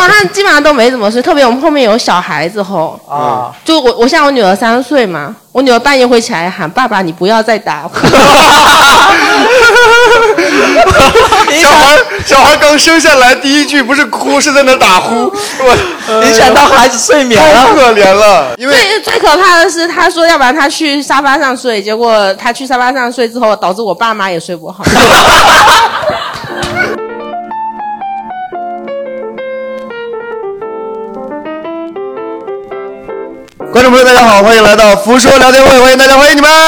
他基本上都没怎么睡，特别我们后面有小孩子后啊，就我像我女儿3岁嘛，我女儿半夜会起来喊爸爸，你不要再打。 小孩刚生下来第一句不是哭，是在那打呼， 影响到孩子睡眠了， 太可怜了。因为最可怕的是，他说要不然他去沙发上睡，结果他去沙发上睡之后，导致我爸妈也睡不好。 观众朋友大家好，欢迎来到福说聊天会，欢迎大家，欢迎你们！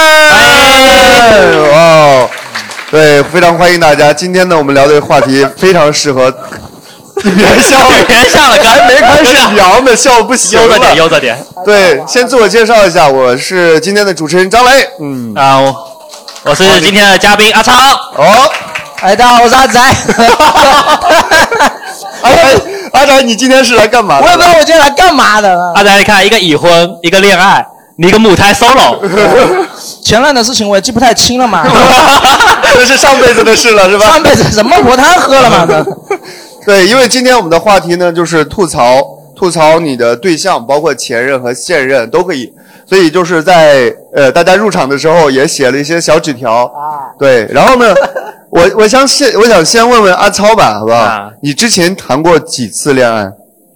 哇，对，非常欢迎大家。今天呢，我们聊的话题非常适合。你别笑了， 别笑了，刚才没开始聊呢，笑不行了。 悠着点。 对，先自我介绍一下，我是今天的主持人张雷。 我是今天的嘉宾阿超。 大家好，我是阿宅。阿宅，你今天是来干嘛的？ 我也不知道我今天来干嘛的。阿宅，你看，一个已婚，一个恋爱，你一个母胎 solo。 前任的事情我也记不太清了嘛。 这是上辈子的事了，是吧？ 上辈子什么活汤喝了嘛？ 对，因为今天我们的话题呢，就是吐槽你的对象，包括前任和现任都可以。所以就是在大家入场的时候也写了一些小纸条。对，然后呢，我想先问问阿超吧，好不好？你之前谈过几次恋爱？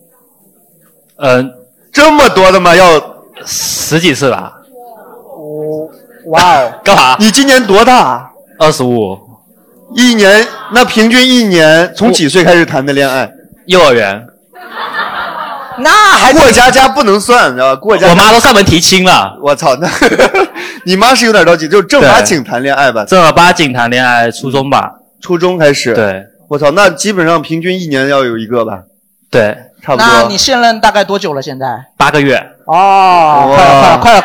这么多的吗？要 10几次吧。 哇哦！ 干嘛？ 你今年多大 ？25。 一年，那平均一年从几岁开始谈的恋爱？ 幼儿园。 那还过家不能算，你知道吧？过家我妈都上门提亲了。 我操，那你妈是有点着急，就正儿八经谈恋爱吧？ 正儿八经谈恋爱，初中吧。 初中开始。对。我操，那基本上平均一年要有一个吧？对，差不多。 那你现任大概多久了？现在 ？8个月。 哦，快了，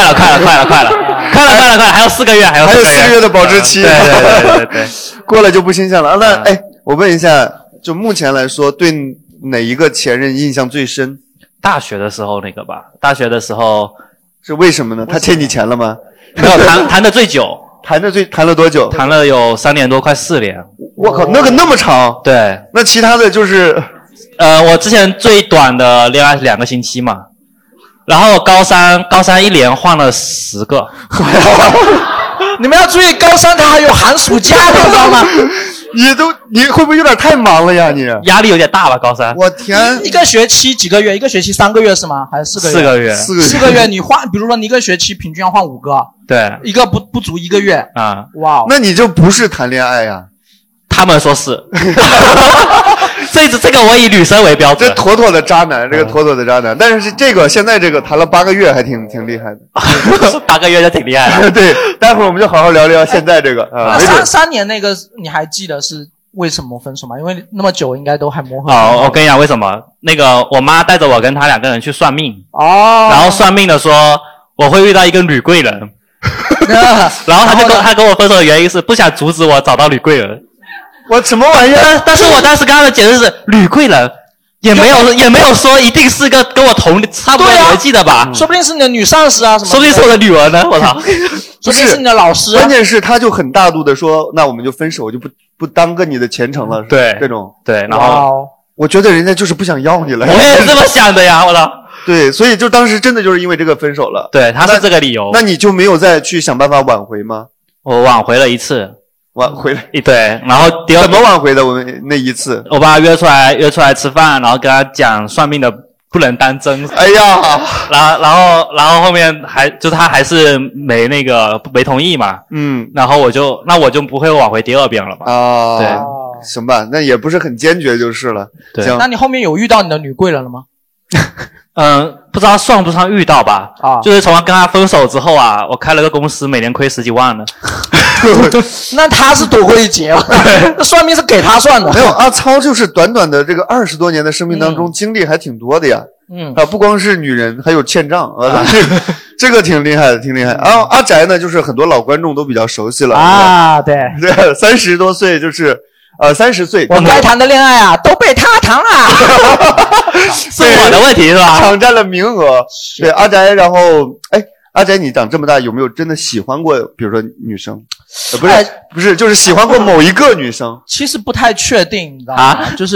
还有4个月，还有 4个月的保质期。 对， 过了就不新鲜了。那我问一下，就目前来说，对哪一个前任印象最深？ 大学的时候那个吧。大学的时候是为什么呢？他欠你钱了吗？ 没有，谈的最久。 谈了多久？ 谈了有3年多，快4年。 我靠，那个那么长？ 对。 那其他的就是， 我之前最短的恋爱是2个星期嘛。然后高三一连换了10个。 你们要注意，高三他还有寒暑假的，你知道吗？ 你会不会有点太忙了呀？你压力有点大吧？高三。 我天！ 一个学期几个月？一个学期3个月是吗？还是4个月 ？4 个月你换，比如说你一个学期平均要换5个。 对。 一个不足1个月。 啊。 哇。 那你就不是谈恋爱呀？ 他们说是。这个我以女生为标准。 这妥妥的渣男，这个妥妥的渣男。但是现在这个谈了8个月还挺厉害的。 8个月就挺厉害的。 对，待会儿我们就好好聊聊现在这个。 3年那个你还记得是为什么分手吗？因为那么久应该都还磨合。 我跟你讲为什么？那个我妈带着我跟她2个人去算命。然后算命的说我会遇到一个女贵人。然后他跟我分手的原因是不想阻止我找到女贵人。 我什么玩意儿？ 但是我当时跟他的解释是女贵人，也没有说一定是个跟我差不多年纪的吧？ 说不定是你的女上司啊什么？ 说不定是我的女儿呢，我操！ 说不定是你的老师。 关键是他就很大度的说，那我们就分手，我就不当个你的前程了。 对， 这种对，然后我觉得人家就是不想要你了。 我也是这么想的呀，我操！ 对，所以就当时真的就是因为这个分手了。 对，他是这个理由。 那你就没有再去想办法挽回吗？ 我挽回了1次。 挽回了对，然后怎么挽回的？我们那一次， 我把他约出来吃饭，然后跟他讲算命的不能当真。 哎呀， 然后后面他还是没同意嘛。然后我就不会挽回第2遍了吧？对， 行吧，那也不是很坚决就是了。 对， 行， 那你后面有遇到你的女贵人了吗？ 不知道算不算遇到吧？就是从跟他分手之后啊，我开了个公司，每年亏10几万呢。 那他是多会一劫啊！那算命是给他算的。 没有，阿超就是短短的这个20多年的生命当中，经历还挺多的呀。不光是女人，还有欠账啊，这个挺厉害的，挺厉害。然后阿宅呢，就是很多老观众都比较熟悉了啊，对 ，30多岁就是30岁， 我该谈的恋爱啊，都被他谈了， 是我的问题是吧？ 抢占了名额。对，阿宅，然后阿宅，你长这么大有没有真的喜欢过，比如说女生？不是，就是喜欢过某一个女生。 其实不太确定，你知道吗？就是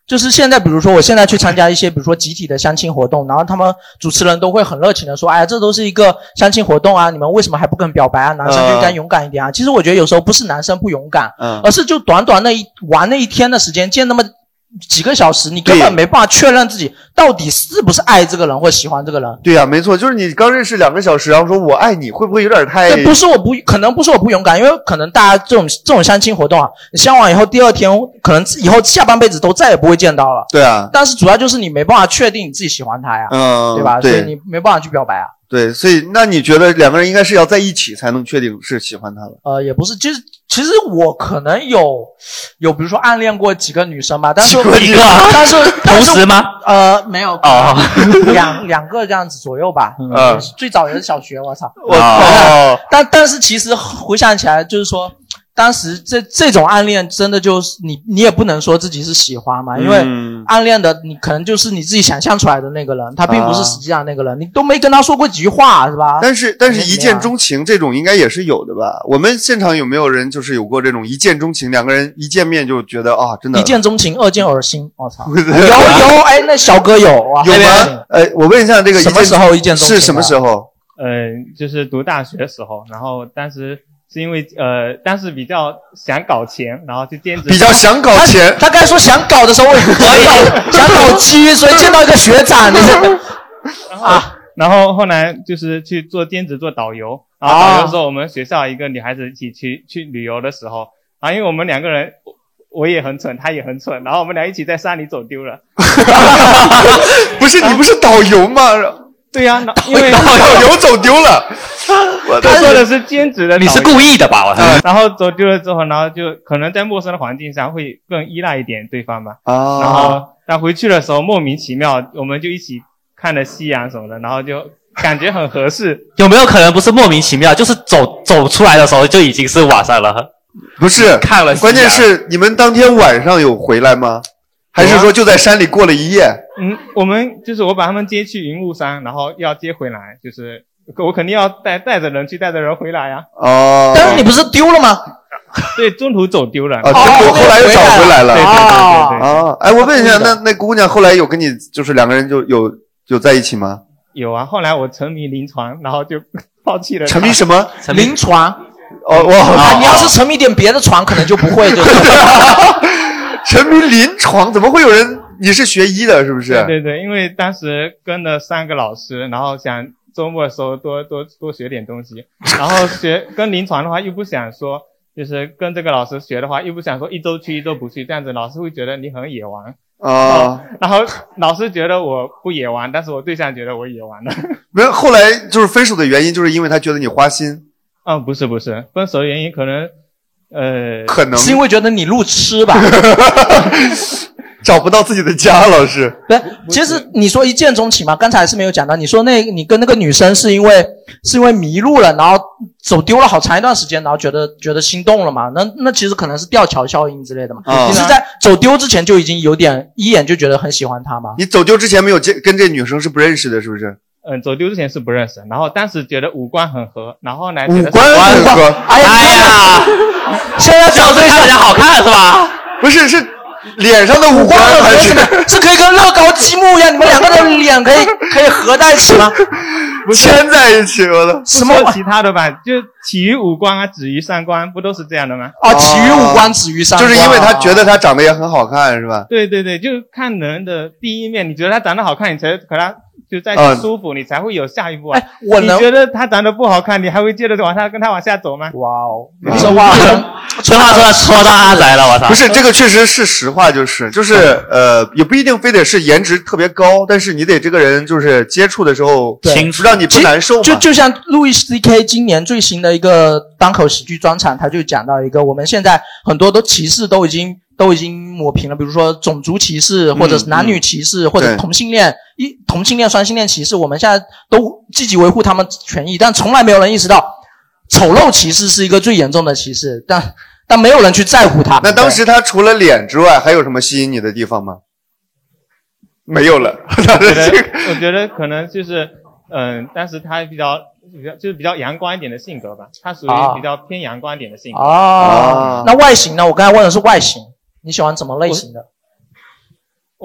就是现在，比如说我现在去参加一些，比如说集体的相亲活动，然后他们主持人都会很热情的说，哎呀，这都是一个相亲活动啊，你们为什么还不跟表白啊？男生就应该勇敢一点啊。其实我觉得有时候不是男生不勇敢，而是就短短玩那一天的时间，见那么几个小时，你根本没办法确认自己到底是不是爱这个人或喜欢这个人。 对呀，没错，就是你刚认识2个小时，然后说我爱你，会不会有点太？ 可能不是我不勇敢，因为可能大家这种相亲活动啊，你相完以后第2天，可能以后下半辈子都再也不会见到了。 对啊。 但是主要就是你没办法确定你自己喜欢他呀，对吧？ 对， 所以你没办法去表白啊。 对，所以那你觉得2个人应该是要在一起才能确定是喜欢他的？ 也不是，其实我可能有比如说暗恋过几个女生吧，但是同时吗？ 没有两个这样子左右吧。最早也是小学，我操！但是其实回想起来，就是说。当时这种暗恋真的就是你也不能说自己是喜欢嘛，因为暗恋的你可能就是你自己想象出来的那个人，他并不是实际上那个人，你都没跟他说过几句话是吧？ 但是一见钟情这种应该也是有的吧？我们现场有没有人就是有过这种一见钟情，2个人一见面就觉得啊，真的。 一见钟情2见恶心，我操！有哎，那小哥有啊？ 有吗？我问一下这个什么时候一见钟情？ 是什么时候？ 就是读大学的时候，然后当时。是因为当时比较想搞钱，然后就兼职。 比较想搞钱， 他刚才说想搞的时候，想搞基，所以见到一个学长， 然后后来就是去做兼职做导游，然后导游的时候，我们学校一个女孩子一起去旅游的时候，啊，因为我们2个人，我也很蠢，她也很蠢，然后我们俩一起在山里走丢了。 不是你不是导游吗？ 对呀，因为导游走丢了。 他说的是兼职的， 你是故意的吧？ 然后走丢了之后，然后就可能在陌生的环境下会更依赖一点对方吧。然后但回去的时候莫名其妙，我们就一起看了夕阳什么的，然后就感觉很合适。 有没有可能不是莫名其妙，就是走出来的时候就已经是晚上了？ 不是， 看了。 关键是你们当天晚上有回来吗？还是说就在山里过了一夜？ 我们就是我把他们接去云雾山，然后要接回来，就是我肯定要带着人去，带着人回来呀。 但是你不是丢了吗？ 对，中途走丢了。 中途后来又找回来了。 对。 哎，我问一下，那姑娘后来有跟你就是2个人就有在一起吗？ 有啊，后来我沉迷临床，然后就抛弃了。 沉迷什么？ 临床。 你要是沉迷点别的床，可能就不会。 沉迷临床，怎么会有人？你是学医的，是不是？ 对，因为当时跟了3个老师，然后想周末的时候多学点东西，然后跟临床的话又不想说，就是跟这个老师学的话又不想说1周去1周不去，这样子老师会觉得你很野玩。然后老师觉得我不野玩，但是我对象觉得我野玩了。 没有，后来就是分手的原因，就是因为他觉得你花心。 不是，分手的原因可能是因为觉得你路痴吧。 找不到自己的家，老师。 对，其实你说一见钟情嘛，刚才是没有讲到。你说你跟那个女生是因为迷路了，然后走丢了好长一段时间，然后觉得心动了嘛？那其实可能是吊桥效应之类的嘛。你是在走丢之前就已经有点一眼就觉得很喜欢她吗？ 你走丢之前没有跟这女生是不认识的，是不是？ 走丢之前是不认识，然后当时觉得五官很合，然后呢五官很合。 哎呀， 现在找对象好看是吧？ 不是，是脸上的五官还是可以跟乐高积木一样，你们2个的脸可以合在一起吗？ 牵在一起，我的什么其他的吧？就起于五官啊，止于三观，不都是这样的吗？ 起于五官，止于三观， 就是因为他觉得他长得也很好看，是吧？ 对，就看人的第一面，你觉得他长得好看，你才和他就在一起舒服，你才会有下一步啊。你觉得他长得不好看，你还会接着跟他往下走吗？ 哇哦， 你说话说到阿宅了，我操！ 不是，这个确实是实话，就是也不一定非得是颜值特别高，但是你得这个人就是接触的时候，让你不难受嘛。 就像路易斯 CK 今年最新的一个单口喜剧专场，他就讲到一个，我们现在很多歧视都已经抹平了，比如说种族歧视，或者是男女歧视，或者同性恋、双性恋歧视，我们现在都积极维护他们权益，但从来没有人意识到丑陋歧视是一个最严重的歧视，但没有人去在乎它。 那当时他除了脸之外，还有什么吸引你的地方吗？没有了。 我觉得可能就是但是他比较阳光一点的性格吧，他属于比较偏阳光一点的性格。 那外形呢？我刚才问的是外形，你喜欢什么类型的？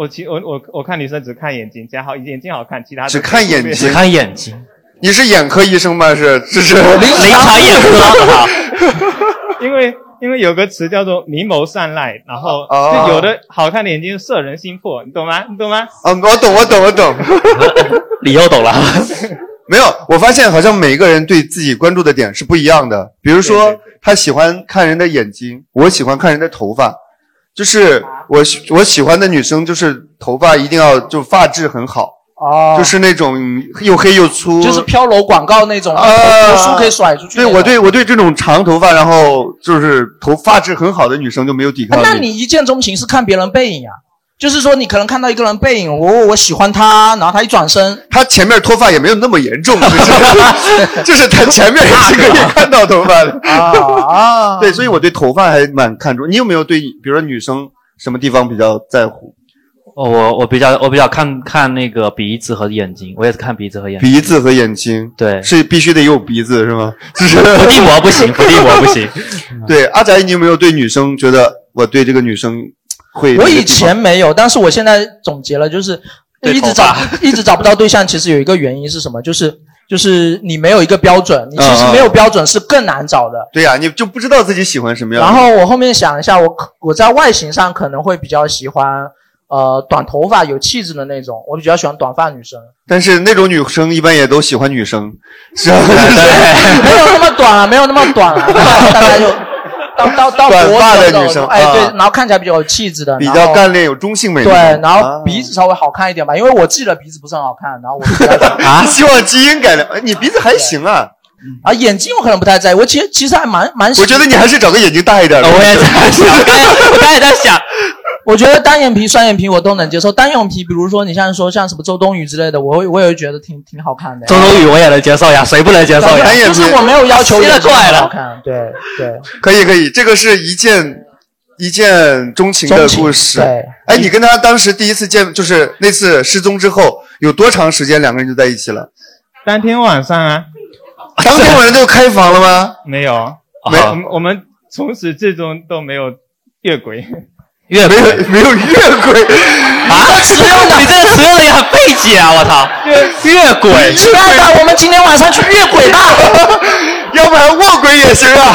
我看女生只看眼睛，眼睛好看，其他只看眼睛， 只看眼睛。 你是眼科医生吗？是临床眼科。 因为有个词叫做明眸善睐，然后就有的好看的眼睛摄人心魄，你懂吗？ 我懂。 你又懂了。 没有，我发现好像每个人对自己关注的点是不一样的。比如说，他喜欢看人的眼睛，我喜欢看人的头发。就是我喜欢的女生，就是头发一定要就发质很好。就是那种又黑又粗， 就是飘柔广告那种，头梳可以甩出去。 对，我对这种长头发，然后就是发质很好的女生就没有抵抗力。 那你一见钟情是看别人背影啊？就是说你可能看到一个人背影，我喜欢他，然后他一转身， 他前面脱发也没有那么严重，就是他前面也是可以看到头发的啊。对，所以我对头发还蛮看重。你有没有对比如说女生什么地方比较在乎？ 我比较看那个鼻子和眼睛，我也是看鼻子和眼睛。 鼻子和眼睛， 对， 是必须得有鼻子是吗？ 伏地魔不行，伏地魔不行。 对，阿宅，你有没有对女生觉得我对这个女生会？ 我以前没有，但是我现在总结了，就是一直找不到对象，其实有一个原因是什么？就是你没有一个标准，你其实没有标准是更难找的。 对呀，你就不知道自己喜欢什么样的。 然后我后面想一下，我在外形上可能会比较喜欢短头发有气质的那种，我比较喜欢短发女生。 但是那种女生一般也都喜欢女生，是吧？ 对，没有那么短了，大概就到短发的女生， 对，然后看起来比较有气质的， 比较干练有中性美。 对，然后鼻子稍微好看一点吧，因为我自己的鼻子不是很好看，然后我比较希望基因改良。你鼻子还行啊。 眼睛我可能不太在意，我其实还蛮我觉得你还是找个眼睛大一点的。 我也在想，我刚才在想。 我觉得单眼皮、双眼皮我都能接受。单眼皮，比如说你像什么周冬雨之类的，我也会觉得挺好看的。 周冬雨我也能接受呀，谁不能接受呀？ 单眼皮就是我没有要求眼睛好看，对， 可以，这个是一见钟情的故事。 对， 哎，你跟他当时第一次见，就是那次失踪之后，有多长时间两个人就在一起了？ 当天晚上啊。 当天晚上就开房了吗？ 没有，我们从始至终都没有越轨。 没有越轨啊！你这个词用的也很费解啊！我操，越轨！ 亲爱的，我们今天晚上去越轨吧， 要不然卧轨也行啊。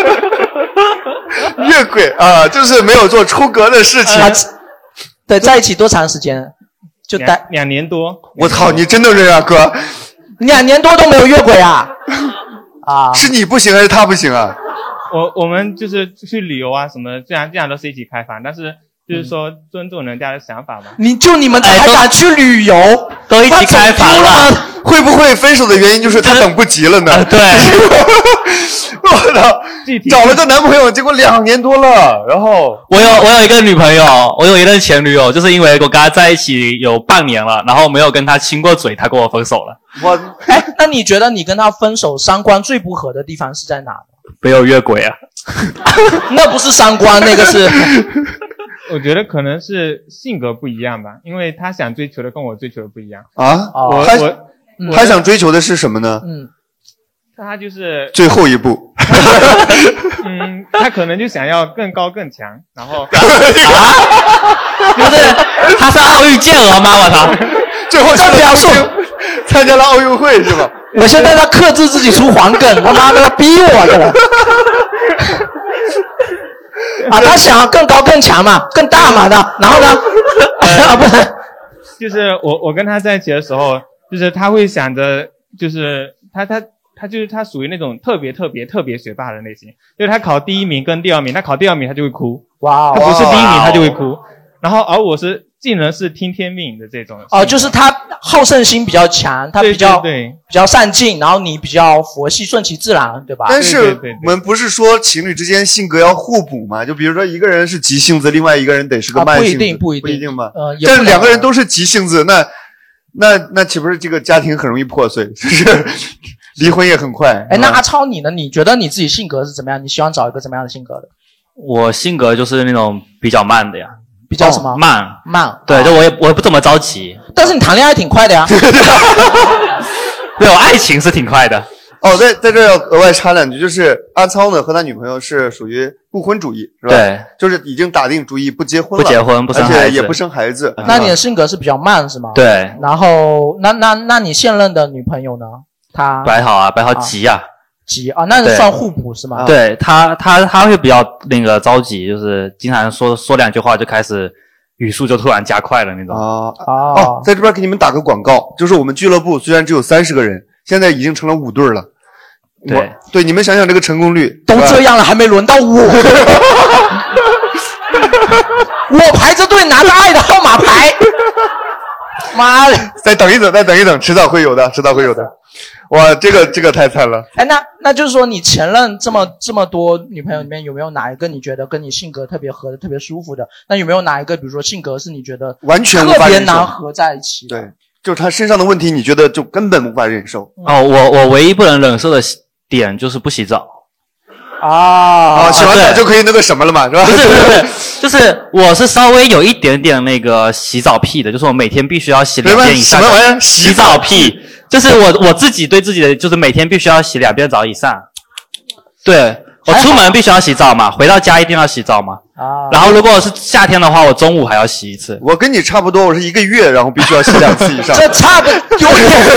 越轨啊，就是没有做出格的事情。 对，在一起多长时间？就待 2年多。 我操，你真的这样哥 ？2年多都没有越轨啊？ 是你不行还是他不行啊？ 我们就是去旅游啊什么，这样都是一起开房，但是就是说尊重人家的想法嘛。 你们还敢去旅游， 都一起开房了， 会不会分手的原因就是他等不及了呢？ 对， 我操，找了个男朋友，结果2年多了，然后我有一个女朋友，我有一任前女友，就是因为我跟她在一起有半年了，然后没有跟她亲过嘴，她跟我分手了。 那你觉得你跟她分手三观最不合的地方是在哪？ 没有越轨啊。 那不是三观，那个是。 我觉得可能是性格不一样吧，因为他想追求的跟我追求的不一样啊。他想追求的是什么呢？ 他就是最后一步。 他可能就想要更高更强，然后不是，他是奥运健儿吗？我操！ 最后这表述参加了奥运会是吧？ 我现在在克制自己出黄梗，他妈的要逼我的了。他想要更高更强嘛，更大嘛的，然后呢？不是， 就是我跟他在一起的时候，就是他会想着，就是他就是他属于那种特别学霸的类型，就是他考第1名跟第2名，他考第2名他就会哭， 哇， 他不是第1名他就会哭，然后而我是尽人事听天命的这种。 就是他好胜心比较强，他比较上进，然后你比较佛系顺其自然，对吧？ 但是我们不是说情侣之间性格要互补吗？就比如说一个人是急性子，另外一个人得是个慢性子， 不一定吧？但是2个人都是急性子，那岂不是这个家庭很容易破碎？就是离婚也很快。 那阿超你呢？你觉得你自己性格是怎么样？你希望找一个怎么样的性格的？ 我性格就是那种比较慢的呀。 比较什么？ 慢。对，就我也不怎么着急。 但是你谈恋爱挺快的呀。 对，我爱情是挺快的。 哦，在这要额外插两句，就是阿超呢和他女朋友是属于不婚主义，是吧？ 对， 就是已经打定主意不结婚了， 不结婚不生孩子， 而且也不生孩子。 那你的性格是比较慢是吗？ 对。 然后那你现任的女朋友呢？她白好啊，白好急啊。 急啊，那算互补是吗？ 对，他会比较那个着急，就是经常说两句话就开始语速就突然加快了那种。 哦，在这边给你们打个广告，就是我们俱乐部虽然只有30个人，现在已经成了5对了。对，你们想想这个成功率， 都这样了还没轮到我，我排着队拿着爱的号码牌。妈的！ 再等一等，迟早会有的。哇，这个太惨了。 哎，那就是说，你前任这么多女朋友里面，有没有哪一个你觉得跟你性格特别合的、特别舒服的？那有没有哪一个，比如说性格是你觉得完全无法特别难合在一起的？ 对，就是他身上的问题，你觉得就根本无法忍受。 哦，我唯一不能忍受的点就是不洗澡。 洗完澡就可以那个什么了嘛，是吧？ 不是，就是我是稍微有一点点那个洗澡癖的，就是我每天必须要洗2遍以上。 什么玩意儿？ 洗澡癖，就是我自己对自己的，就是每天必须要洗2遍澡以上。对，我出门必须要洗澡嘛，回到家一定要洗澡嘛。然后如果是夏天的话，我中午还要洗一次。 我跟你差不多，我是1个月，然后必须要洗2次以上。 这差不多。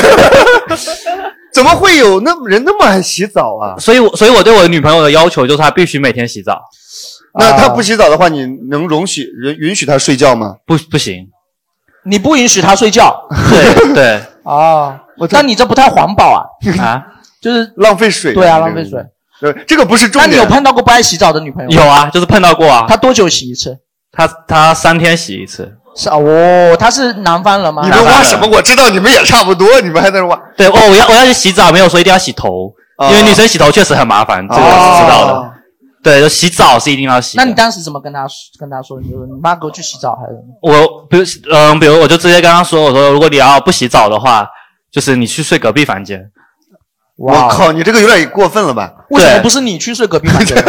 怎么会有人那么爱洗澡啊？ 所以我对我女朋友的要求就是她必须每天洗澡。 那她不洗澡的话，你能允许她睡觉吗？ 不行。 你不允许她睡觉？ 对。 那你这不太环保啊？就是浪费水。 对啊，浪费水。 对，这个不是重点。 那你有碰到过不爱洗澡的女朋友吗？ 有啊，就是碰到过啊。 她多久洗一次？ 她3天洗一次。 他是南方人吗？ 你们挖什么？我知道你们也差不多，你们还在挖。 对，我要去洗澡，没有说一定要洗头，因为女生洗头确实很麻烦，这个我是知道的。对，洗澡是一定要洗。 那你当时怎么跟他说？你说你妈给我去洗澡还是？ 比如我就直接跟他说，我说如果你要不洗澡的话，就是你去睡隔壁房间。 我靠，你这个有点过分了吧？ 为什么不是你去睡隔壁房间？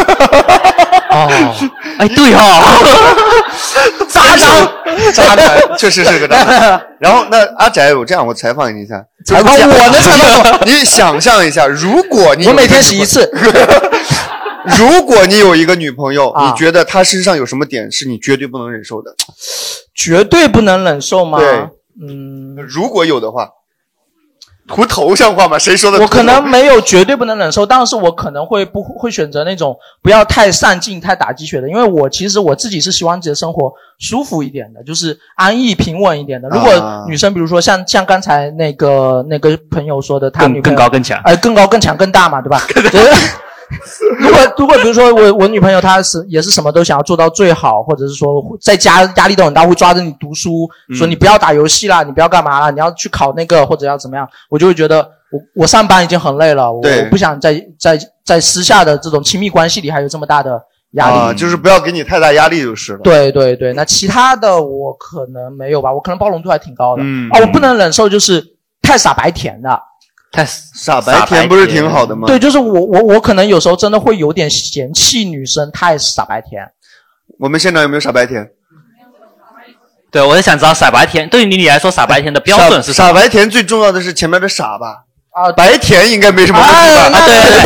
对渣男，确实是个渣男。然后那阿宅，我采访你一下， 采访我能采访我？ 你想象一下，如果你我每天洗一次， 如果你有一个女朋友，你觉得她身上有什么点是你绝对不能忍受的？ 绝对不能忍受吗？ 对，如果有的话。秃头像话吗？谁说的？ 我可能没有绝对不能忍受，但是我可能会选择那种不要太上进、太打鸡血的，因为其实我自己是希望自己的生活舒服一点的，就是安逸平稳一点的。如果女生比如说像刚才那个朋友说的，他女朋友更高更强， 更高更强更大嘛，对吧？如果比如说我女朋友她也是什么都想要做到最好，或者是说在家压力都很大，会抓着你读书，说你不要打游戏啦，你不要干嘛啦，你要去考那个或者要怎么样，我就会觉得我上班已经很累了，我不想在私下的这种亲密关系里还有这么大的压力， 就是不要给你太大压力就是了。 对对对，那其他的我可能没有吧，我可能包容度还挺高的。我不能忍受就是太傻白甜的。 太傻白甜不是挺好的吗？ 对，就是我可能有时候真的会有点嫌弃女生太傻白甜。 我们现场有没有傻白甜？ 对，我也想知道傻白甜对于你来说傻白甜的标准是什么？ 傻白甜最重要的是前面的傻吧？白甜应该没什么问题吧？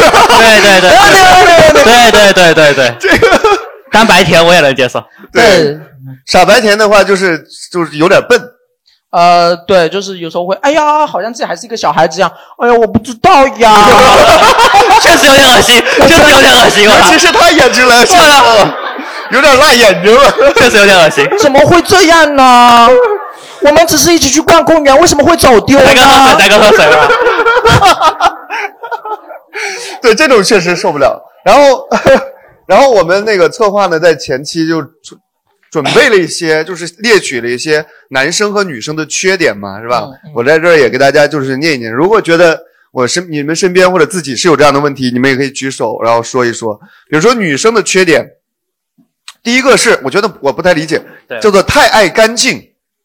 对，这个单白甜我也能接受。 对，傻白甜的话就是有点笨。 对，就是有时候会，哎呀，好像自己还是一个小孩子一样，哎呀，我不知道呀， 确实有点恶心，就是有点恶心了。 其实他演出来了，有点辣眼睛了， 确实有点恶心。 怎么会这样呢？我们只是一起去逛公园，为什么会走丢呢？ 大哥喝水了。 对，这种确实受不了。然后我们那个策划呢，在前期就准备了一些，就是列举了一些男生和女生的缺点嘛，是吧？我在这儿也给大家就是念一念。如果觉得你们身边或者自己是有这样的问题，你们也可以举手，然后说一说。比如说女生的缺点，第一个是我觉得我不太理解，叫做太爱干净。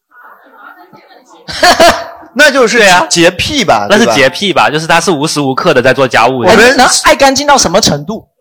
那就是洁癖吧？ 那是洁癖吧？就是他是无时无刻的在做家务。 我们能爱干净到什么程度？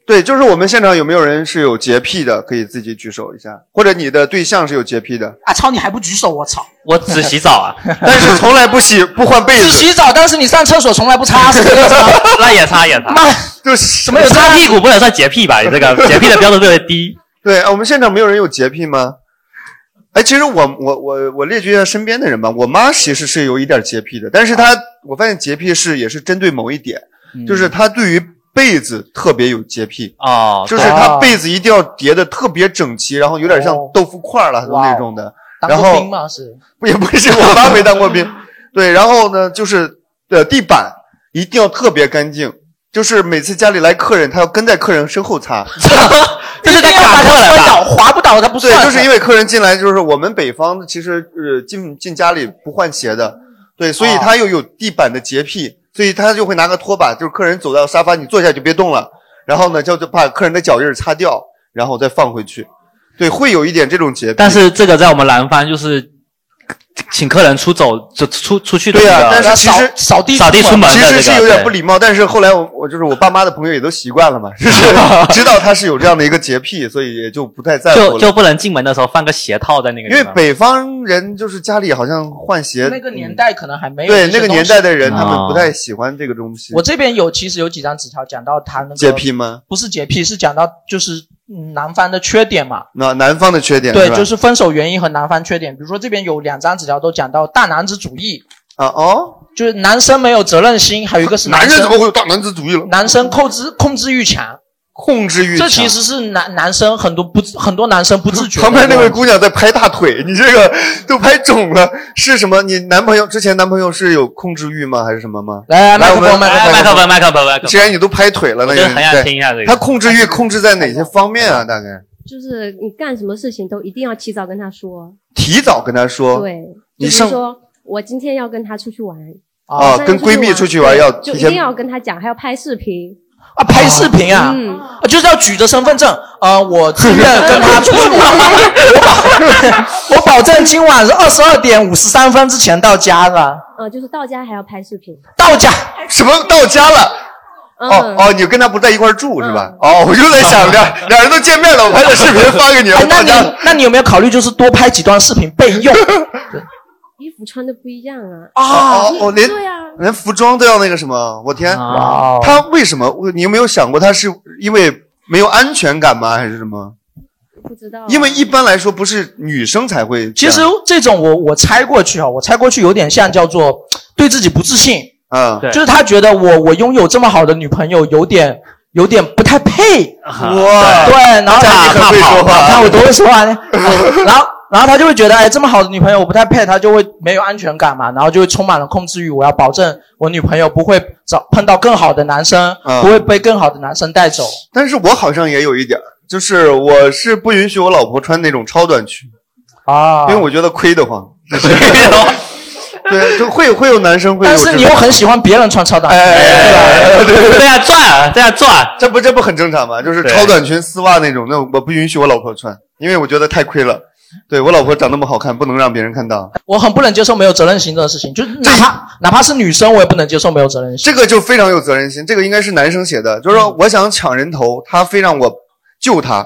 对，就是我们现场有没有人是有洁癖的，可以自己举手一下，或者你的对象是有洁癖的。 啊操，你还不举手，我操！ 我只洗澡啊， 但是从来不换被子。 只洗澡，但是你上厕所从来不擦，是这个吗？ 那也擦。 妈， 就是什么有擦屁股不能算洁癖吧？你这个洁癖的标准特别低。 对，我们现场没有人有洁癖吗？哎，其实我列举一下身边的人吧。我妈其实是有一点洁癖的，但是我发现洁癖也是针对某一点，就是她对于被子特别有洁癖哦， 就是她被子一定要叠的特别整齐，然后有点像豆腐块了那种的。 当过兵吗？ 也不是，我妈没当过兵。对，然后呢，就是地板一定要特别干净，就是每次家里来客人，她要跟在客人身后擦。 这是在卡客了吧？滑不倒他不算。 对，就是因为客人进来，就是我们北方其实进家里不换鞋的，对，所以他又有地板的洁癖，所以他就会拿个拖把，就是客人走到沙发，你坐下就别动了，然后呢就把客人的脚印擦掉，然后再放回去。对，会有一点这种洁癖。 但是这个在我们南方就是请客人出去的。 对啊，但是其实扫地出门， 其实是有点不礼貌。但是后来我就是我爸妈的朋友也都习惯了嘛，就是知道他是有这样的一个洁癖，所以也就不太在乎了。 就不能进门的时候放个鞋套在那个地方。 因为北方人就是家里好像换鞋， 那个年代可能还没有。 对，那个年代的人他们不太喜欢这个东西。 我这边其实有几张纸条讲到他那个洁癖吗？ 不是洁癖，是讲到就是南方的缺点嘛。 南方的缺点。 对，就是分手原因和南方缺点。比如说这边有2张纸条都讲到大男子主义就是男生没有责任心，还有一个是男人怎么会有大男子主义了？ 男生控制欲强。这其实是男生很多男生不自觉。 旁边那位姑娘在拍大腿，你这个都拍肿了，是什么？你之前男朋友是有控制欲吗？还是什么吗？ 来，麦克风。 既然你都拍腿了，那就很想听一下这个。 他控制欲控制在哪些方面啊？大概就是你干什么事情都一定要提早跟他说。 提早跟他说。 对，比如说我今天要跟他出去玩跟闺蜜出去玩要提前， 就一定要跟他讲，还要拍视频。 拍视频啊，就是要举着身份证，我自愿跟他出去玩，我保证今晚是22点53分之前到家的。 就是到家还要拍视频。 到家什么到家了？你跟他不在一块住是吧？我就在想两人都见面了，我拍的视频发给你。 那你有没有考虑就是多拍几段视频备用？ 衣服穿的不一样啊！ 连服装都要那个什么，我天！他为什么？你有没有想过他是因为没有安全感吗？还是什么？ 不知道。 因为一般来说不是女生才会。 其实这种我猜过去有点像叫做对自己不自信就是他觉得我拥有这么好的女朋友有点不太配。 哇！ 对，然后他很会说话， 看我多会说话呢。然后他就会觉得，这么好的女朋友我不太配，他就会没有安全感嘛，然后就会充满了控制欲。我要保证我女朋友不会碰到更好的男生，不会被更好的男生带走。 但是我好像也有一点，就是我是不允许我老婆穿那种超短裙因为我觉得亏得慌。对，就会有男生会有。 但是你又很喜欢别人穿超短裙， 这样赚， 这不很正常吗？就是超短裙丝袜那种，那我不允许我老婆穿，因为我觉得太亏了。对，我老婆长那么好看，不能让别人看到。 我很不能接受没有责任心这个事情，就是哪怕是女生，我也不能接受没有责任心。 这个就非常有责任心，这个应该是男生写的，就是说我想抢人头，他非让我救他。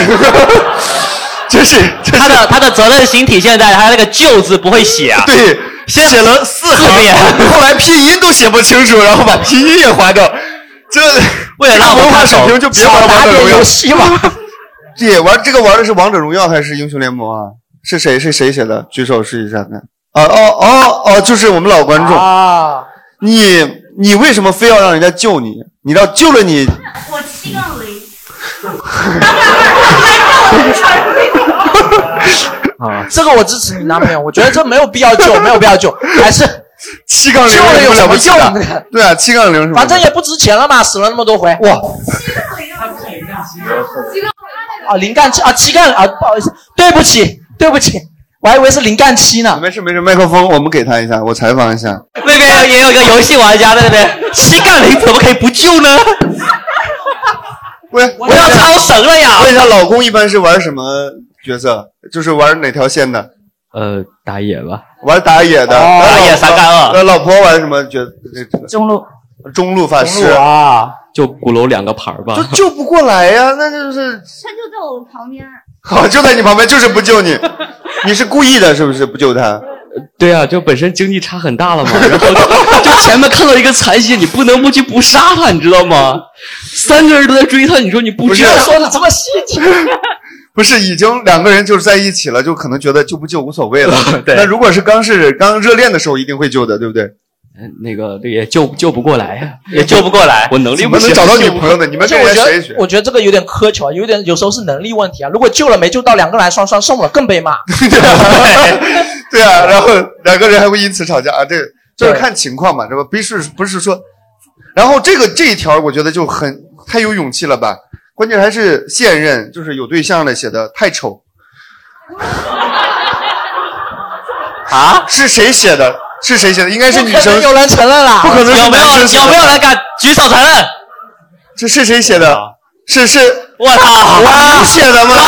这是他的责任心体现在他那个救字不会写啊。 对，先写了4遍，后来拼音都写不清楚，然后把拼音也划掉。这为了让文化水平就别玩王者荣耀。 希望。 对，这个玩的是王者荣耀还是英雄联盟啊？是谁写的？举手试一下看。就是我们老观众啊。 你为什么非要让人家救你？你知道救了你， 我7杠0。 这个我支持你男朋友，我觉得这没有必要救，还是 7杠0 救了有什么用？ 对啊，7杠0是吧？ 反正也不值钱了嘛，死了那么多回。哇，0杠7啊，7杠啊，不好意思，对不起，我还以为是0杠7呢。 没事，麦克风我们给他一下，我采访一下。 那边也有一个游戏玩家在那边，7杠0怎么可以不救呢？ 我要超神了呀！ 问一下，老公一般是玩什么角色？就是玩哪条线的？ 打野吧。 玩打野的。 打野3杠2。 老婆玩什么角色？ 中路法师就鼓楼2个牌吧。 就救不过来呀，那就是。 他就在我旁边。 好，就在你旁边，就是不救你。你是故意的，是不是不救他？ 对啊，就本身经济差很大了嘛，然后就前面看到一个残血，你不能不去不杀他，你知道吗？3个人都在追他，你说你不知道说的这么细节。 不是，已经2个人就是在一起了，就可能觉得救不救无所谓了。对，那如果是刚热恋的时候，一定会救的，对不对？ 那个也救不过来呀， 也救不过来。 我能力不行， 能找到女朋友的，你们跟人学一学。 我觉得这个有点苛求，有时候是能力问题啊。如果救了没救到，2个人双双送了，更被骂。 对啊，然后2个人还会因此吵架啊。这就是看情况嘛，是吧？不是说，然后这一条我觉得就太有勇气了吧。关键还是现任，就是有对象的写的太丑。啊？是谁写的？应该是女生。 有人承认了？ 不可能是有没有人敢举手承认？ 这是谁写的？是我操！ 哇，写的吗？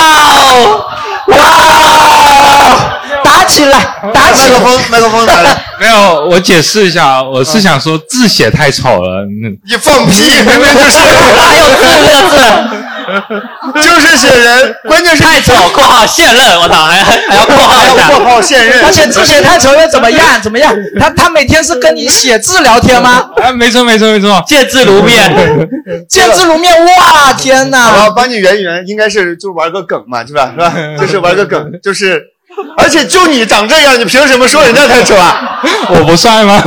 哇！打起来！ 麦克风打来。 没有，我解释一下，我是想说字写太丑了。 你放屁！明明就是哪有字这个字？就是写人，关键是太丑（括号现任），我操，还要括号一下， 括号现任。 而且字写太丑又怎么样？他每天是跟你写字聊天吗？ 没错， 见字如面， 见字如面，哇，天哪！ 我要帮你圆一圆，应该是就玩个梗嘛，是吧？就是玩个梗，就是。而且就你长这样，你凭什么说人家太丑啊？ 我不帅吗？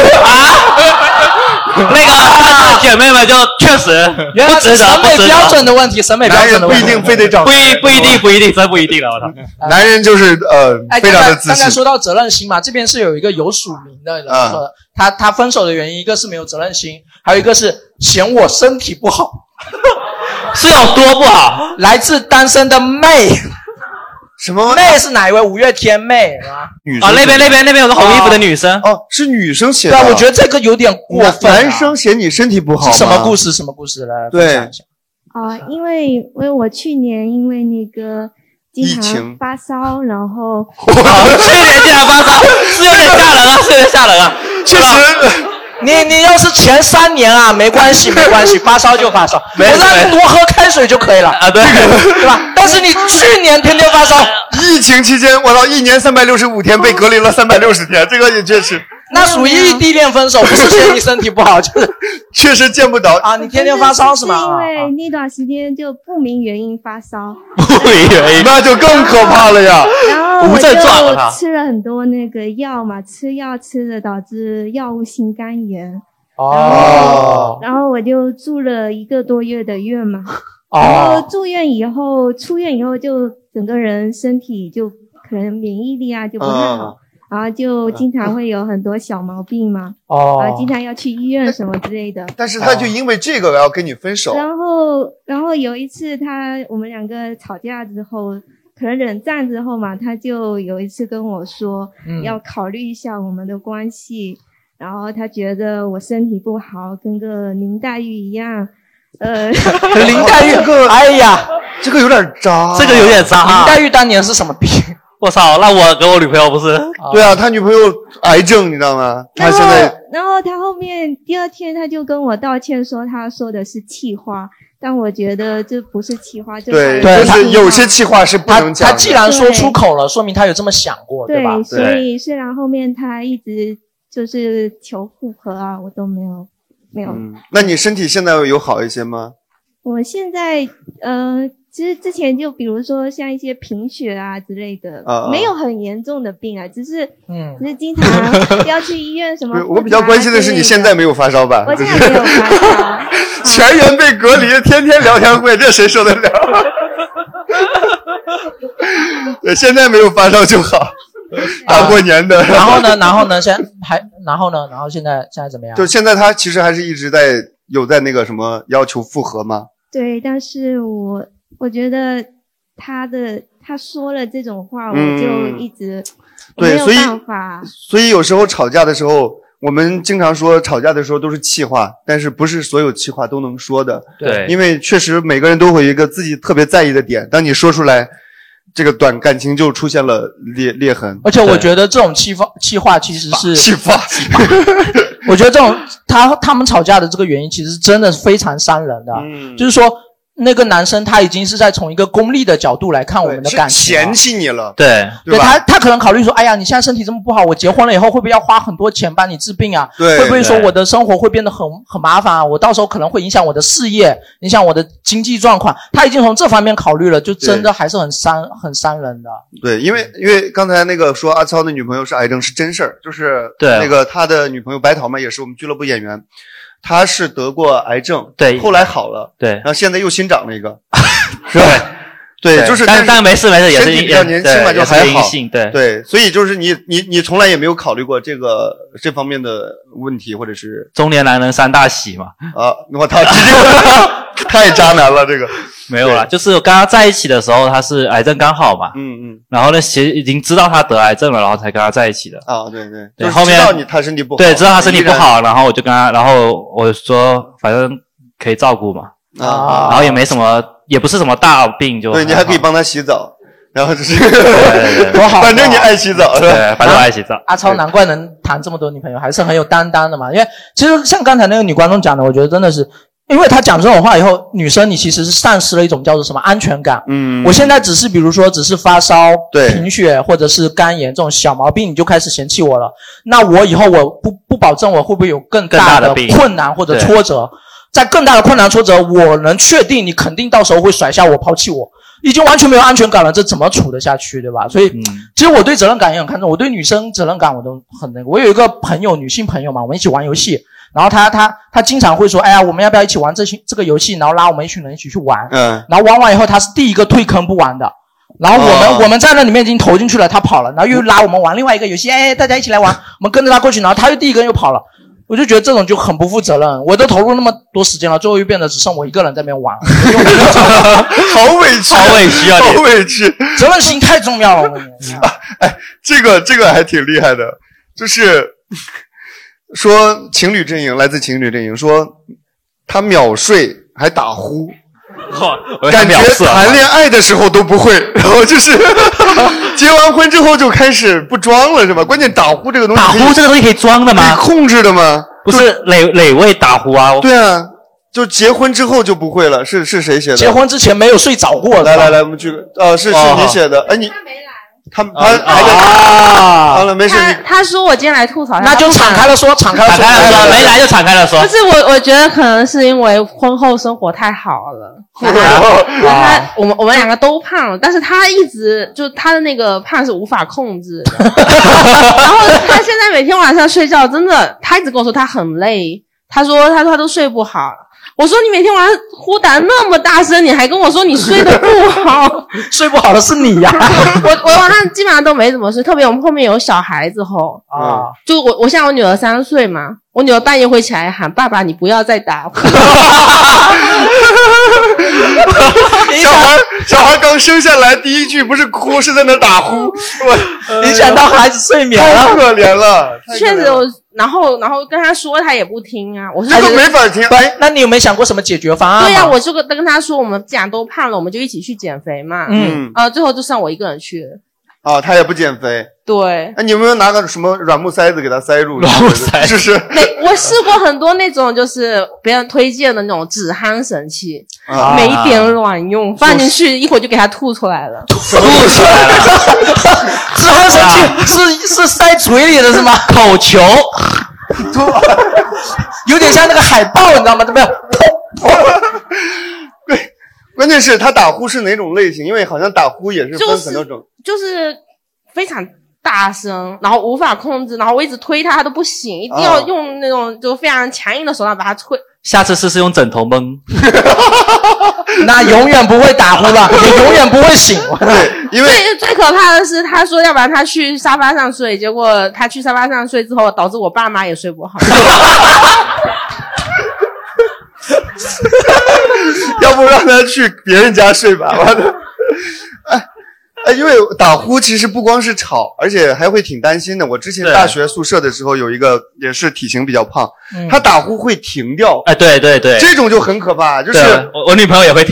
那个姐妹们就确实不值得。 审美标准的问题，审美标准的问题。 不一定非得长。 不一定，真不一定了，我操！ 男人就是非常的自信。 刚才说到责任心嘛，这边是有一个有署名的人说，他分手的原因，一个是没有责任心，还有一个是嫌我身体不好。 是有多不好？ 来自单身的妹。 什么妹是哪一位？五月天妹啊？ 女生那边有个红衣服的女生哦，是女生写的。 对，我觉得这个有点过分。 男生嫌你身体不好， 是什么故事？什么故事来分享一下？ 因为我去年因为那个经常发烧，然后去年经常发烧是有点吓人啊， 确实。 你要是前3年啊，没关系，发烧就发烧，我让你多喝开水就可以了啊，对吧？但是你去年天天发烧， 疫情期间，我到1年365天被隔离了360天，这个也确实。 那属于异地恋分手，不是嫌你身体不好，就是确实见不着啊。你天天发烧是吗？ 因为那段时间就不明原因发烧， 不明原因那就更可怕了呀。 然后无症状我就吃了很多那个药嘛，吃药吃的导致药物性肝炎。然后我就住了1个多月的院嘛。然后出院以后就整个人身体就可能免疫力啊就不太好。然后就经常会有很多小毛病嘛，经常要去医院什么之类的。 但是他就因为这个要跟你分手。 然后有一次我们2个吵架之后，可能冷战之后嘛，他就有一次跟我说，要考虑一下我们的关系。然后他觉得我身体不好，跟个林黛玉一样。 林黛玉，哎呀， 这个有点渣。 林黛玉当年是什么病？ 我操！那我跟我女朋友不是？ 对啊，他女朋友癌症，你知道吗？他现在。 然后他后面第2天他就跟我道歉说，他说的是气话，但我觉得这不是气话， 对，就是有些气话是不能讲的。 他既然说出口了，说明他有这么想过，对吧？ 所以虽然后面他一直就是求复合啊，我都没有。 那你身体现在有好一些吗？ 我现在其实之前就比如说像一些贫血啊之类的，没有很严重的病啊，只是经常要去医院什么。 我比较关心的是你现在没有发烧吧？ 我现在没有发烧， 全员被隔离，天天聊天会，这谁受得了？对，现在没有发烧就好。大过年的。 然后呢？然后现在怎么样？ 就现在他其实还是一直在那个什么要求复合吗？ 对，但是我觉得他说了这种话，我就一直没有办法。 所以有时候吵架的时候，我们经常说吵架的时候都是气话，但是不是所有气话都能说的。 对， 因为确实每个人都会有一个自己特别在意的点，当你说出来，这个感情就出现了裂痕。 而且我觉得这种气话其实是气话。 我觉得这种他们吵架的这个原因，其实真的是非常伤人的。就是说，那个男生他已经是在从一个功利的角度来看我们的感情， 嫌弃你了。 对他可能考虑说，哎呀，你现在身体这么不好，我结婚了以后会不会要花很多钱帮你治病啊？ 对， 会不会说我的生活会变得很麻烦啊？我到时候可能会影响我的事业，影响我的经济状况。他已经从这方面考虑了，就真的还是很伤人的。 对，因为刚才那个说阿超的女朋友是癌症是真事儿，就是那个他的女朋友白桃嘛，也是我们俱乐部演员。他是得过癌症， 对， 后来好了， 对， 然后现在又新长了一个，是吧？对，就是， 但没事，也是身体比较年轻嘛，就还好， 对， 所以就是你从来也没有考虑过这方面的问题，或者是中年男人三大喜嘛？ 啊，我操，太渣男了，这个没有啦，就是跟他在一起的时候，他是癌症刚好嘛，然后呢，其实已经知道他得癌症了，然后才跟他在一起的。 啊，对， 就是后面知道他身体不好， 对，知道他身体不好，然后我就跟他，然后我说反正可以照顾嘛，然后也没什么，也不是什么大病，就对你还可以帮他洗澡。然后就是多好， 反正你爱洗澡是吧？ 对，反正我爱洗澡。 阿超难怪能谈这么多女朋友，还是很有担当的嘛。因为其实像刚才那个女观众讲的，我觉得真的是，因为她讲这种话以后，女生你其实是丧失了一种叫做什么安全感。我现在只是比如说只是发烧、贫血或者是肝炎这种小毛病，你就开始嫌弃我了。那我以后我不保证我会不会有更大的困难或者挫折，在更大的困难挫折，我能确定你肯定到时候会甩下我、抛弃我。已经完全没有安全感了，这怎么处得下去，对吧？所以，其实我对责任感也很看重，我对女生责任感我都很那个。我有一个朋友，女性朋友嘛，我们一起玩游戏，然后她经常会说，哎呀，我们要不要一起玩这个游戏？然后拉我们一群人一起去玩，然后玩完以后，她是第一个退坑不玩的，然后我们在那里面已经投进去了，她跑了，然后又拉我们玩另外一个游戏，哎，大家一起来玩，我们跟着她过去，然后她又第一个又跑了。我就觉得这种就很不负责任，我都投入那么多时间了，最后又变得只剩我一个人在那边玩， 好委屈， 好委屈啊， 好委屈， 责任心太重要了。 哎，这个还挺厉害的，就是说情侣阵营来自情侣阵营说他秒睡还打呼。感觉谈恋爱的时候都不会，然后就是结完婚之后就开始不装了，是吧？关键打呼这个东西， 打呼这个东西可以装的吗？ 可以控制的吗？ 不是哪位打呼啊？ 对啊，就结婚之后就不会了。是谁写的？ 结婚之前没有睡着过。 来，我们去是你写的。哎，你他好了，没事。 他说我今天来吐槽， 那就敞开了说， 没来就敞开了说。 不是我觉得可能是因为婚后生活太好了，我们两个都胖了，但是他一直就他的那个胖是无法控制的，然后他现在每天晚上睡觉真的，他一直跟我说他很累，他说他都睡不好。我说你每天晚上呼打那么大声，你还跟我说你睡得不好， 睡不好的是你呀。 我晚上基本上都没怎么睡，特别我们后面有小孩之后就我现在我女儿3岁嘛，我女儿半夜会起来喊爸爸你不要再打呼。 小孩刚生下来第一句不是哭，是在那打呼， 影响到孩子睡眠了， 太可怜了。 确实然后跟他说他也不听啊，我说他都没法听。 哎，那你有没有想过什么解决方案？ 对呀，我就跟他说，我们既然都胖了，我们就一起去减肥嘛。最后就剩我一个人去了。 啊，他也不减肥。 对。 你有没有拿个什么软木塞子给他塞入？ 软木塞是。 我试过很多那种就是别人推荐的那种止鼾神器，没点卵用，放进去一会儿就给他吐出来了。 吐出来了。止鼾神器是塞嘴里的是吗？ 口球。 有点像那个海豹，你知道吗？怎么样？ 对，关键是他打呼是哪种类型？因为好像打呼也是分很多种， 就是非常大声，然后无法控制，然后我一直推他都不醒，一定要用那种就非常强硬的手段把他推。 下次试试用枕头蒙。 那永远不会打呼了，你永远不会醒。 对，因为最可怕的是，他说要不然他去沙发上睡，结果他去沙发上睡之后，导致我爸妈也睡不好。 要不让他去别人家睡吧，我的。因为打呼其实不光是吵，而且还会挺担心的。我之前大学宿舍的时候有一个也是体型比较胖，他打呼会停掉。 哎，对， 这种就很可怕。就是我女朋友也会停。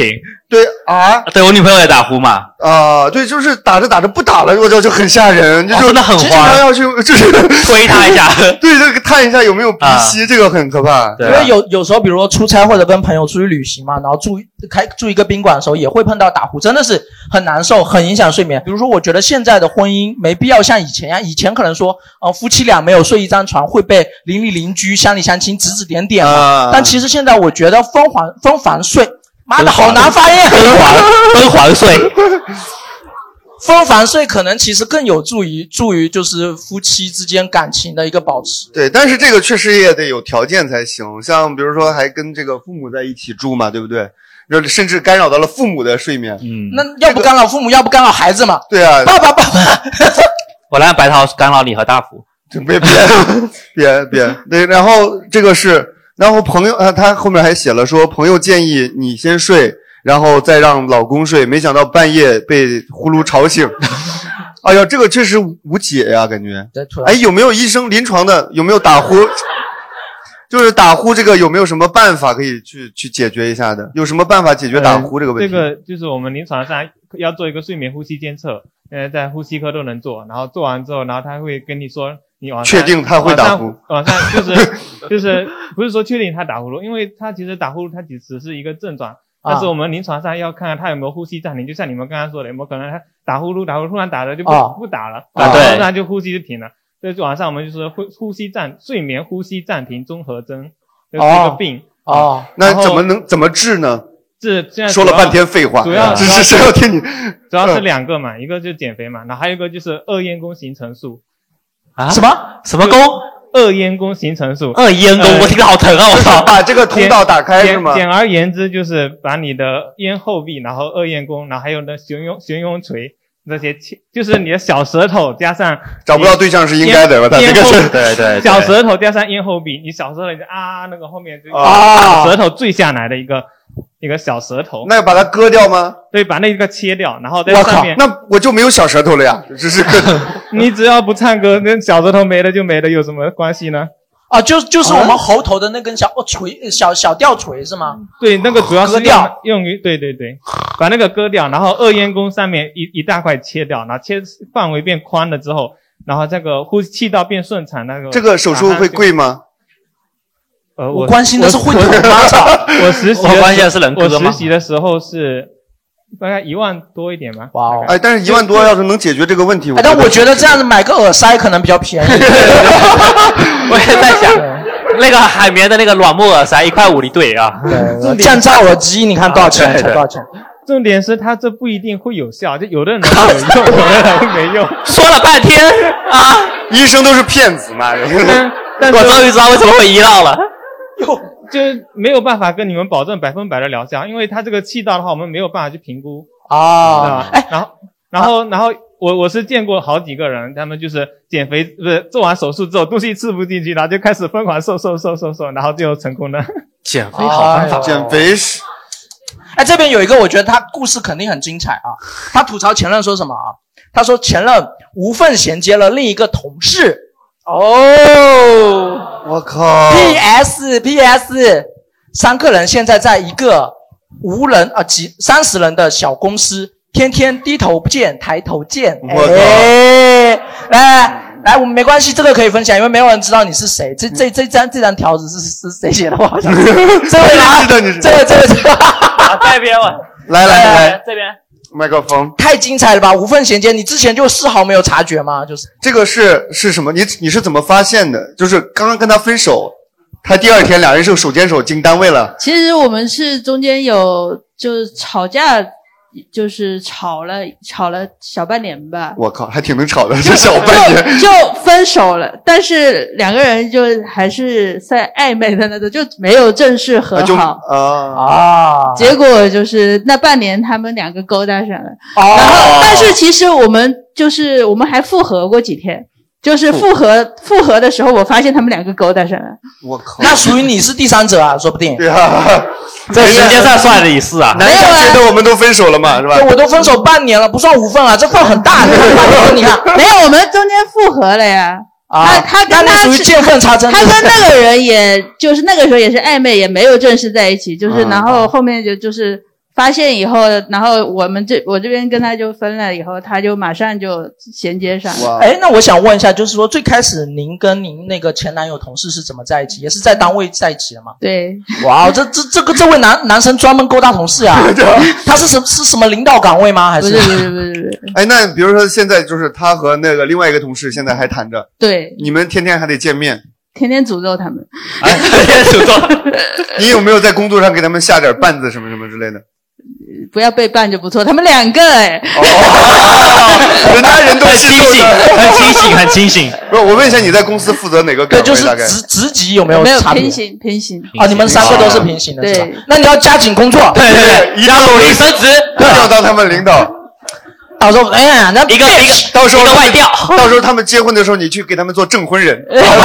对啊， 对我女朋友也打呼嘛。 对，就是打着打着不打了，我就很吓人，就真的很经常要去就是推他一下， 对，这个探一下有没有鼻息，这个很可怕。 因为有时候，比如说出差或者跟朋友出去旅行嘛，然后住一个宾馆的时候，也会碰到打呼，真的是很难受，很影响睡眠。比如说，我觉得现在的婚姻没必要像以前一样，以前可能说，夫妻俩没有睡一张床会被邻居、乡里乡亲指指点点嘛。但其实现在我觉得分房睡。妈的，好难发音！ 分房睡， 分房睡可能其实更有助于就是夫妻之间感情的一个保持。 对，但是这个确实也得有条件才行，像比如说还跟这个父母在一起住嘛，对不对？甚至干扰到了父母的睡眠。 那要不干扰父母，要不干扰孩子嘛？ 对啊， 爸爸。 我让白桃干扰你和大福。 别，对，然后这个是。然后朋友他后面还写了说，朋友建议你先睡，然后再让老公睡，没想到半夜被呼噜吵醒。哎呀，这个确实无解呀，感觉。哎，有没有医生临床的？有没有打呼？就是打呼这个有没有什么办法可以去解决一下的？有什么办法解决打呼这个问题？ 这个就是我们临床上要做一个睡眠呼吸监测，在呼吸科都能做，然后做完之后，然后他会跟你说。你晚上确定他会打呼？ 晚上就是不是说确定他打呼噜，因为他其实打呼噜他只是一个症状，但是我们临床上要看看他有没有呼吸暂停，就像你们刚刚说的，有没有可能他打呼噜突然打了就不打了， 对， 突然就呼吸就停了。所以晚上我们就是睡眠呼吸暂停综合征，就是一个病。 那怎么治呢？ 现在说了半天废话， 主要是谁要听你？ 主要是2个嘛，一个就是减肥嘛，然后还有一个就是二烟弓形成术。 什么弓？ 二烟弓形成术。 二烟弓，我听得好疼啊！我操， 把这个通道打开是吗？ 简而言之，就是把你的咽后壁，然后二烟弓，然后还有呢悬雍垂这些，就是你的小舌头加上找不到对象是应该的吧？他这个是对， 小舌头加上咽后壁，你小舌头那个后面就舌头坠下来的一个小舌头。 那要把它割掉吗？ 对，把那个切掉，然后在上面。 那我就没有小舌头了呀，只是你只要不唱歌，跟小舌头没了就没了，有什么关系呢？ 就是我们喉头的那根小吊锤是吗？ 对，那个主要是用于对，把那个割掉，然后二烟弓上面一大块切掉，然后切范围变宽了之后，然后这个呼气道变顺畅，那个这个手术会贵吗？ 我关心的是会疼吗？ 我实习的时候是大概1万多一点吧。 哇哦！ 但是1万多要是能解决这个问题， 但我觉得这样子买个耳塞可能比较便宜。 我也在想，那个海绵的那个软木耳塞1.5块一对啊。 降噪耳机你看多少钱？才多少钱？ 重点是它这不一定会有效，就有的人能有用，有的人没用。 说了半天啊， 医生都是骗子嘛。 我终于知道为什么会医闹了。 就没有办法跟你们保证100%的疗效，因为它这个气道的话，我们没有办法去评估然后我是见过好几个人，他们就是减肥，不是做完手术之后东西吃不进去，然后就开始疯狂瘦，然后最后成功了。 减肥好办法， 减肥是。 这边有一个，我觉得他故事肯定很精彩啊。他吐槽前任说什么啊？他说前任无缝衔接了另一个同事。 我靠 ！PS， 3个人现在在一个无人30人的小公司，天天低头不见抬头见。 我靠！ 来，我们没关系，这个可以分享，因为没有人知道你是谁。这张条子是谁写的？我好像这位啦，这位， 这边我来这边。 麦克风太精彩了吧！无缝衔接，你之前就丝毫没有察觉吗？就是这个是什么？你是怎么发现的？就是刚刚跟他分手，他第2天2人是手牵手进单位了。 其实我们是中间就是吵架，就是吵了小半年吧。 我靠，还挺能吵的，这小半年就分手了，但是2个人就还是在暧昧的那种，就没有正式和好。结果就是那半年他们2个勾搭上了。然后但是其实我们还复合过几天。就是复合的时候，我发现他们2个勾搭上了。 我靠， 那属于你是第三者啊，说不定。 对啊， 这时间上算了一次啊。 男生觉得我们都分手了嘛，是吧？ 我都分手半年了，不算无缝啊，这缝很大。你看， 没有，我们中间复合了呀。他跟他属于见缝插针。 他跟那个人也就是那个时候也是暧昧，也没有正式在一起，就是然后后面就是发现以后，然后我这边跟他就分了以后，他就马上就衔接上了。 哎，那我想问一下，就是说最开始您跟您那个前男友同事是怎么在一起？也是在单位在一起的吗？ 对。 哇，这位男生专门勾搭同事啊？他是什么领导岗位吗？还是？ 不是。 哎，那比如说现在就是他和那个另外一个同事现在还谈着。 对。 你们天天还得见面。 天天诅咒他们。 哎，天天诅咒。你有没有在工作上给他们下点绊子什么什么之类的？ 不要被绊就不错，他们2个哎。 人家人都很清醒。 不是，我问一下，你在公司负责哪个岗位？大概就是职级有没有差别？ 平行。 啊，你们3个都是平行的，是吧？那你要加紧工作。 对，一定要努力升职， 一定要当他们领导。 到时候，哎呀，那到时候外调， 到时候他们结婚的时候，你去给他们做证婚人。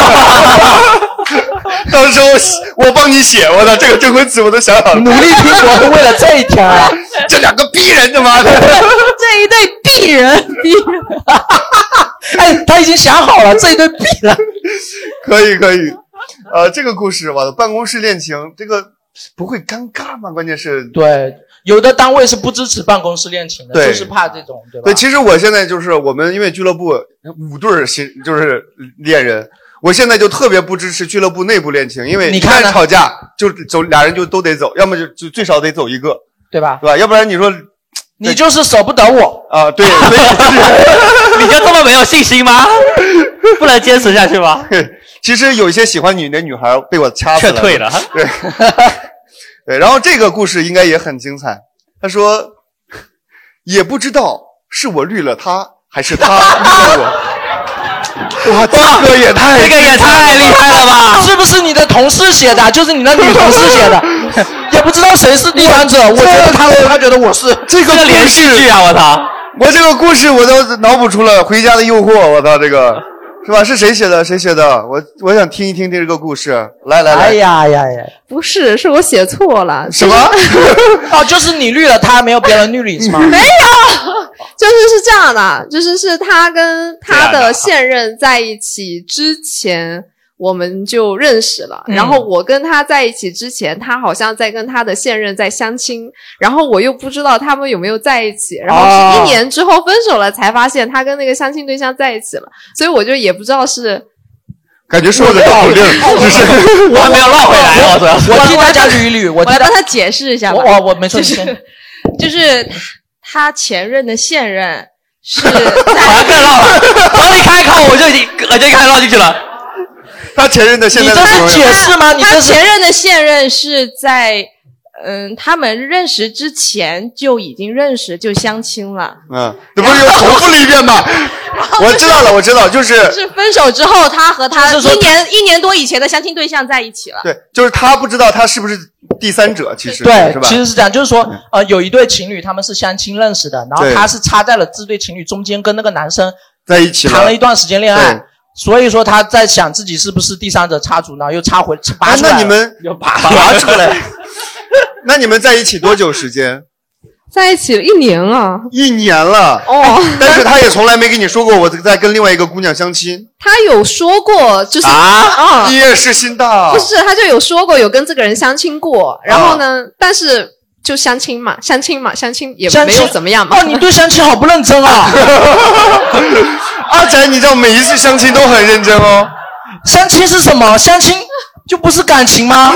到时候我帮你写，我的这个证婚词我都想好了。 努力拼搏为了这一天啊！ 这2个逼人，他妈的！ 这一对逼人。 哎，他已经想好了这一对逼人。 可以。这个故事，我的办公室恋情，这个不会尴尬吗？关键是对。有的单位是不支持办公室恋情的，就是怕这种，对吧？ 对，其实我现在就是我们因为俱乐部5对就是恋人，我现在就特别不支持俱乐部内部恋情，因为一旦吵架就俩人就都得走，要么就最少得走一个， 对吧？ 对吧？要不然你说你就是舍不得我啊，对，所以你就这么没有信心吗？不能坚持下去吗？ 其实有一些喜欢你的女孩被我掐死了， 劝退了， 对。对，然后这个故事应该也很精彩。他说，也不知道是我绿了他，还是他绿了我。哇，这个也太厉害了吧！ 是不是你的同事写的？就是你的女同事写的？也不知道谁是第三者。我觉得他觉得我是这个连续剧啊！我操！ 我这个故事我都脑补出了《回家的诱惑》。我操，这个是吧？是谁写的？谁写的？我想听一听这个故事。来。 哎呀！ 不是我写错了。 什么？ 哦，就是你绿了他，没有别人绿你是吗？ 没有，是这样的，是他跟他的现任在一起之前，我们就认识了。然后我跟他在一起之前，他好像在跟他的现任在相亲，然后我又不知道他们有没有在一起，然后是1年之后分手了，才发现他跟那个相亲对象在一起了，所以我就也不知道是。 感觉说的口令，就是我还没有绕回来。 我替大家捋一捋，我来帮他解释一下吧。 我没错， 就是他前任的现任是在。 好像更绕了，从你开口我就已经开始绕进去了。 他前任的现任， 你这是解释吗？ 他前任的现任是在他们认识之前就已经认识，就相亲了。 这不是又重复了一遍吗？我知道，就是分手之后，他和他一年多以前的相亲对象在一起了。 对，就是他不知道他是不是第三者，其实对， 是吧？ 其实是这样，就是说有一对情侣他们是相亲认识的，然后他是插在了这对情侣中间，跟那个男生在一起谈了一段时间恋爱。所以说他在想自己是不是第三者插足，然后又拔出来。 那你们又拔出来。 那你们在一起多久时间？ 在一起了1年了。 1年了哦， 但是他也从来没跟你说过我在跟另外一个姑娘相亲。 他有说过，就是你也是心大。 不是，他就有说过有跟这个人相亲过，然后呢，但是就相亲嘛，相亲也没有怎么样嘛。 哦，你对相亲好不认真啊！ 阿宅，你知道每一次相亲都很认真哦。 相亲是什么？相亲就不是感情吗？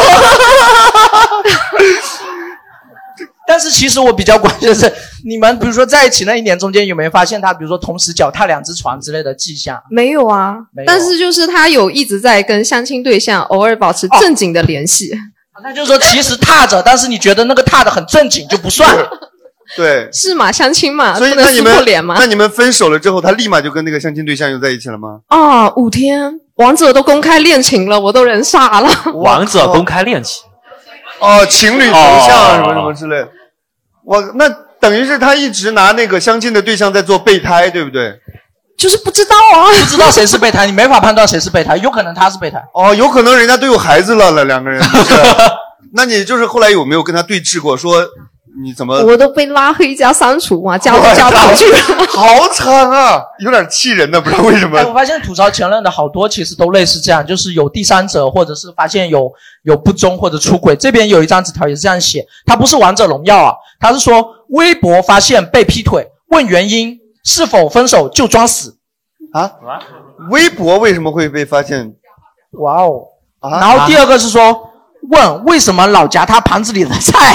但是其实我比较关心的是，你们比如说在一起那1年中间有没有发现他，比如说同时脚踏2只船之类的迹象？ 没有啊，但是就是他有一直在跟相亲对象偶尔保持正经的联系。 那就是说其实踏着，但是你觉得那个踏的很正经就不算。 对， 是嘛，相亲嘛， 所以不能撕破脸嘛。 那你们分手了之后，他立马就跟那个相亲对象又在一起了吗 ？5天，王者都公开恋情了，我都人傻了。 王者公开恋情？ 情侣头像什么什么之类的。那等于是他一直拿那个相亲的对象在做备胎，对不对？ 就是不知道啊， 不知道谁是备胎，你没法判断谁是备胎，有可能他是备胎。 有可能人家都有孩子了2个人。那你就是后来有没有跟他对峙过，说你怎么？ 我都被拉黑加删除嘛，加不去， 好惨啊，有点气人的，不知道为什么。 我发现吐槽前任的好多其实都类似这样，就是有第三者，或者是发现有不忠或者出轨。这边有一张纸条也是这样写，他不是王者荣耀啊，他是说微博发现被劈腿，问原因，是否分手就装死啊？微博为什么会被发现？ 哇哦！然后第二个是说。问为什么老夹他盘子里的菜？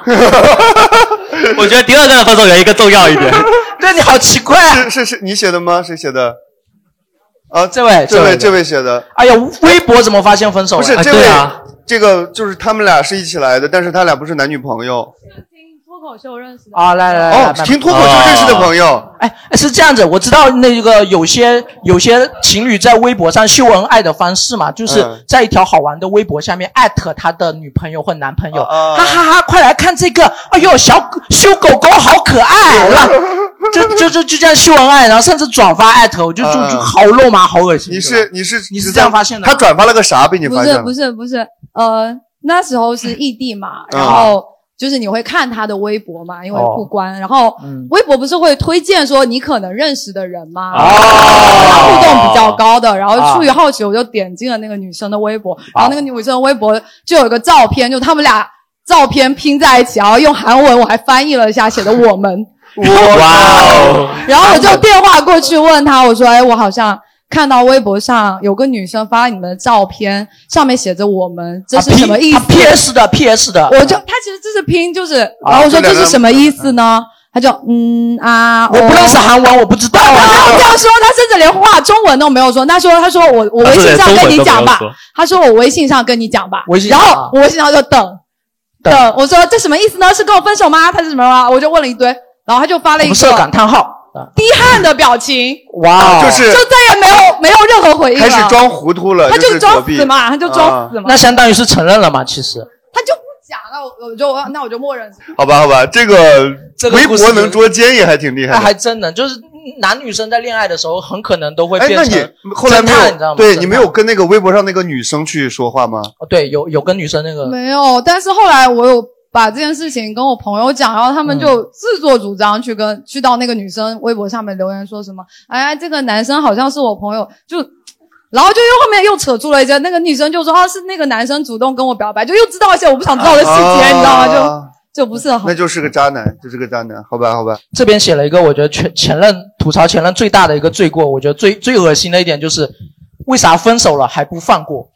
我觉得第二个的分手原因更重要一点。 对，你好奇怪啊！ 是你写的吗？谁写的？啊， 这位写的。 哎呀，微博怎么发现分手了？ 不是这位，这个就是他们俩是一起来的，但是他俩不是男女朋友。 脱口秀认识的啊，来， 听脱口秀认识的朋友。 哎，是这样子，我知道那个有些情侣在微博上秀恩爱的方式嘛，就是在一条好玩的微博下面艾特他的女朋友或男朋友，哈哈哈，快来看这个，哎呦，修狗狗好可爱，就这样秀恩爱，然后甚至转发艾特，我就好肉麻，好恶心。 你是这样发现的？ 他转发了个啥被你发现了？ 不是，那时候是异地嘛，然后。就是你会看他的微博嘛，因为不关，然后微博不是会推荐说你可能认识的人吗？他互动比较高的，然后出于好奇我就点进了那个女生的微博，然后那个女生的微博就有一个照片，就他们俩照片拼在一起，然后用韩文我还翻译了一下，写的我们。哇！然后我就电话过去问他，我说：“哎，我好像看到微博上有个女生发你们的照片，上面写着我们，这是什么意思？” PS 的， 他其实这是拼，就是，然后我说这是什么意思呢？他就我不认识韩文，我不知道啊。 他这样说，他甚至连话中文都没有说。他说我微信上跟你讲吧。他说我微信上跟你讲吧。然后我微信上就等，我说这什么意思呢？是跟我分手吗？他是什么？我就问了一堆，然后他就发了一个红色感叹号。 滴汗的表情， 哇，就再也没有任何回应了， 开始装糊涂了， 他就装死嘛， 那相当于是承认了嘛，其实他就不讲了，那我就默认。 好吧，这个微博能捉奸也还挺厉害的， 还真能，就是男女生在恋爱的时候很可能都会变成那你后来没有， 你知道吗？ 对，你没有跟那个微博上那个女生去说话吗？ 对，有跟女生那个没有，但是后来我有把这件事情跟我朋友讲，然后他们就自作主张去到那个女生微博上面留言说什么，哎呀，这个男生好像是我朋友，然后就后面又扯出了一些，那个女生就说是那个男生主动跟我表白，就又知道一些我不想知道的细节，你知道吗？就不是好， 那就是个渣男，好吧。 这边写了一个，我觉得前任吐槽前任最大的一个罪过，我觉得最恶心的一点就是为啥分手了还不放过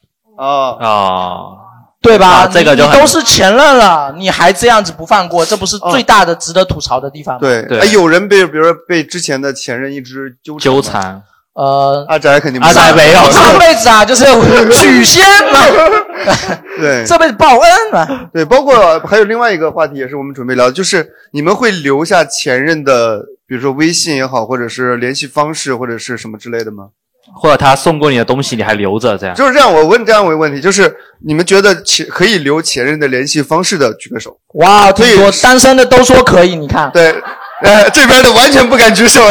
对吧？ 这个就你都是前任了，你还这样子不放过，这不是最大的值得吐槽的地方吗？ 对，有人比如说被之前的前任一直纠缠。阿宅肯定阿宅没有， 上辈子啊就是许仙嘛， 对， 这辈子报恩嘛。 对，包括还有另外一个话题也是我们准备聊的，就是你们会留下前任的，比如说微信也好，或者是联系方式，或者是什么之类的吗？ 或者他送过你的东西你还留着这样？ 就是这样，我问这样一个问题，就是你们觉得可以留前任的联系方式的举个手。 哇，挺多单身的都说可以，你看。 对，这边的完全不敢举手。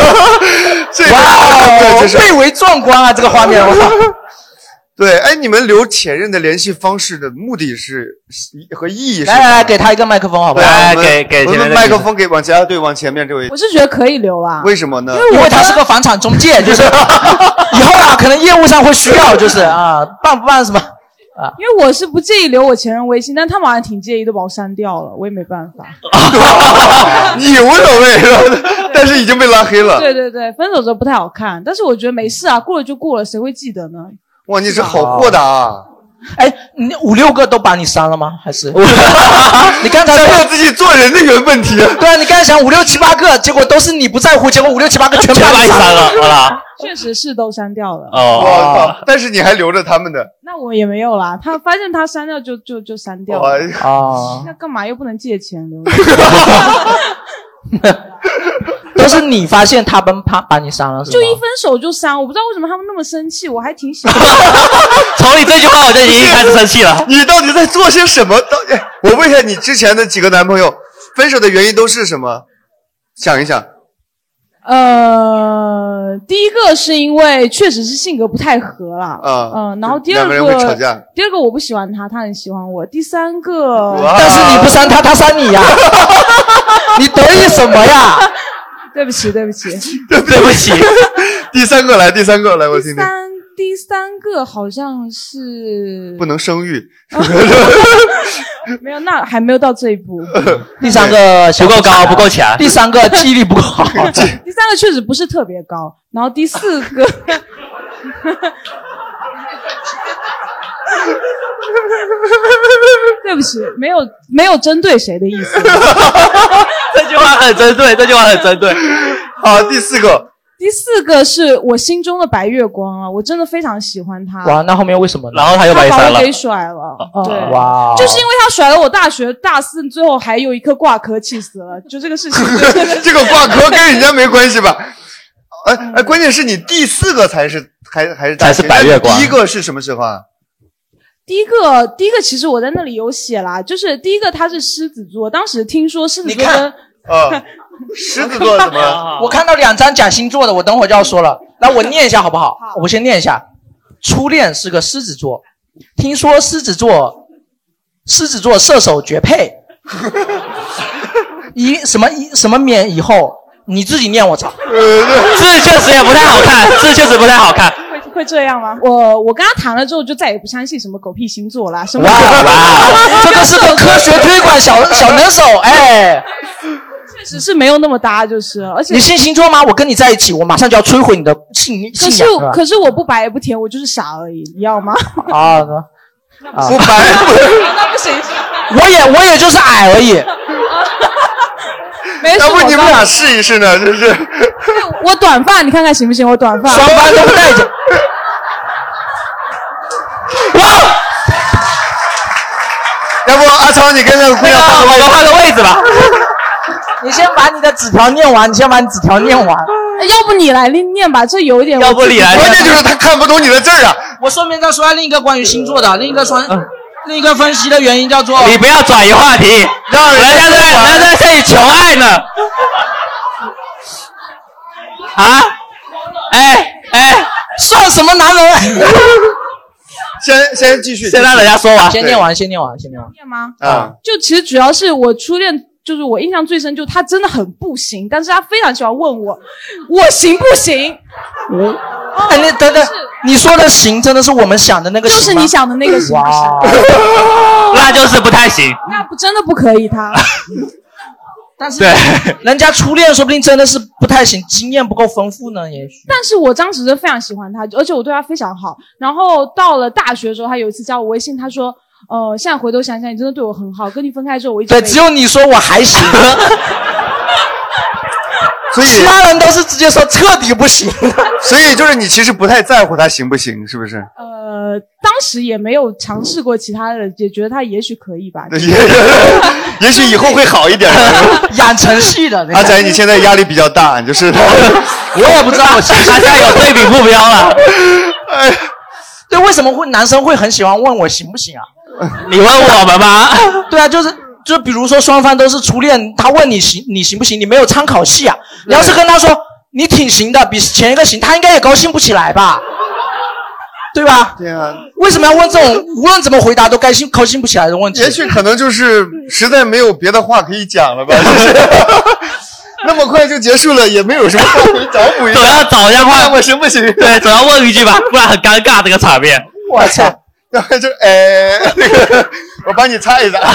哇，蔚为壮观啊，这个画面。 对，哎，你们留前任的联系方式的目的是和意义是？ 来，给他一个麦克风，好不好？ 来，给前面麦克风给往前面这位。 我是觉得可以留啦。 为什么呢？ 因为他是个房产中介，就是以后啊，可能业务上会需要，就是办不办什么因为我是不介意留我前任微信，但他们好像挺介意，都把我删掉了，我也没办法。 你无所谓是吧？但是已经被拉黑了。 对，分手之后不太好看，但是我觉得没事啊，过了就过了，谁会记得呢？ 哇，你这好豁达啊！ 哎，你5-6个都把你删了吗？还是你刚才说自己做人的有问题？ 对啊，你刚才想5、6、7、8个，结果都是你不在乎，结果5、6、7、8个全把你删了，好啦。 确实是都删掉了。 哦，但是你还留着他们的。 那我也没有啦，他发现他删掉就删掉了。那干嘛又不能借钱留？ 都是你发现他们把你删了，是吗？ 就一分手就删，我不知道为什么他们那么生气，我还挺喜欢。 从你这句话我就已经开始生气了。 你到底在做些什么？我问一下，你之前的几个男朋友分手的原因都是什么？想一想。 第一个是因为确实是性格不太合了，然后第二个， 两个人会吵架。 第二个我不喜欢他，他很喜欢我。第三个， 但是你不删他，他删你呀，你得意什么呀？ 对不起， 对不起。第三个来，我听听。 第三个好像是不能生育， 没有，那还没有到这一步。 第三个不够高，不够强。 第三个记忆力不够好。 第三个确实不是特别高，然后第四个，对不起，没有针对谁的意思。 这句话很针对。 好，第四个是我心中的白月光啊，我真的非常喜欢他。 哇，那后面为什么呢？ 然后他又把你删了。 他把我给甩了。对， 哇， 就是因为他甩了我大学大四，最后还有一颗挂科，气死了。就这个事情， 这个挂科跟人家没关系吧？关键是你第四个才是白月光。 第一个是什么时候啊？ 第一个其实我在那里有写啦，就是第一个他是狮子座，当时听说狮子座跟狮子座怎么了？ 我看到2张讲星座的，我等会儿就要说了。来，我念一下好不好？我先念一下。初恋是个狮子座，听说狮子座射手绝配。什么免以后，你自己念我操。 字确实也不太好看， 会这样吗？我跟他谈了之后，就再也不相信什么狗屁星座啦，什么。 哇，这个是个科学推广小能手，哎。 确实是没有那么搭，就是，而且你信星座吗？我跟你在一起，我马上就要摧毁你的信仰。 可是我不白也不甜，我就是傻而已，你要吗？ 不白那不行。 我也就是矮而已。 没事， 要不你们俩试一试呢？就是。 我短发，你看看行不行？我短发。 双方都不待见。 哇！要不阿超，你跟那个姑娘换个位置吧。 你先把你的纸条念完， 要不你来念吧，这有一点。 要不你来。 关键就是他看不懂你的字啊。 我顺便再说另一个关于星座的，另一个分析的原因叫做。 你不要转移话题，让人家在这里求爱呢。啊？ 算什么男人？ 先继续， 先让人家说完。 先念完。 念吗？就其实主要是我初恋。就是我印象最深，就他真的很不行，但是他非常喜欢问我行不行？ 你等等，你说的行真的是我们想的那个行吗？ 就是你想的那个行不行？ 那就是不太行。 那真的不可以他。 但是人家初恋说不定真的是不太行，经验不够丰富呢，也许。 但是我当时真的非常喜欢他，而且我对他非常好。然后到了大学的时候，他有一次加我微信，他说。现在回头想想，你真的对我很好。跟你分开之后，我一直对，只有你说我还行， 所以其他人都是直接说彻底不行。 所以就是你其实不太在乎他行不行，是不是？ 当时也没有尝试过其他的，也觉得他也许可以吧。 也许以后会好一点。 养成系的。 阿仔，你现在压力比较大，就是我也不知道， 他现在有对比目标了。 对，为什么男生会很喜欢问我行不行啊？ 你问我们吗？ 对啊，就比如说双方都是初恋，他问你行不行，你没有参考系啊。你要是跟他说你挺行的，比前一个行，他应该也高兴不起来吧？对吧？ 对啊。 为什么要问这种无论怎么回答都高兴不起来的问题？ 也许可能就是实在没有别的话可以讲了吧。那么快就结束了，也没有什么话可以找补一下。 总要找一下话， 我行不行？ 对，总要问一句吧，不然很尴尬这个场面。 我操！ 然后就那个，我帮你擦一下。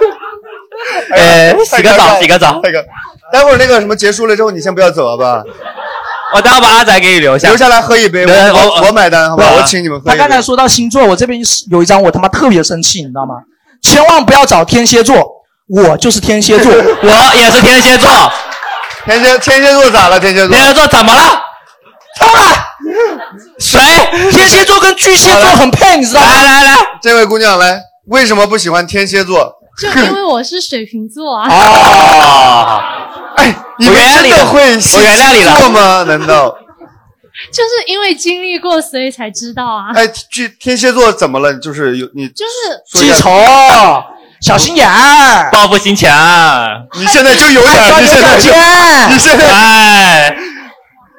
洗个澡。 待会儿那个什么结束了之后，你先不要走好吧？ 我待会把阿仔给你留下来喝一杯，我买单好吧？我请你们喝一杯。 他刚才说到星座，我这边有一张我他妈特别生气，你知道吗？千万不要找天蝎座，我就是天蝎座， 我也是天蝎座。 天蝎座咋了？天蝎座怎么了？ 错了。 谁？ 天蝎座跟巨蟹座很配，你知道吗？ 来， 这位姑娘来，为什么不喜欢天蝎座？ 就因为我是水瓶座啊。 你们真的会星座吗？难道？ 就是因为经历过，所以才知道啊。 天蝎座怎么了？就是你就是记仇。小心眼儿， 报复心强。 你现在就有点，你现在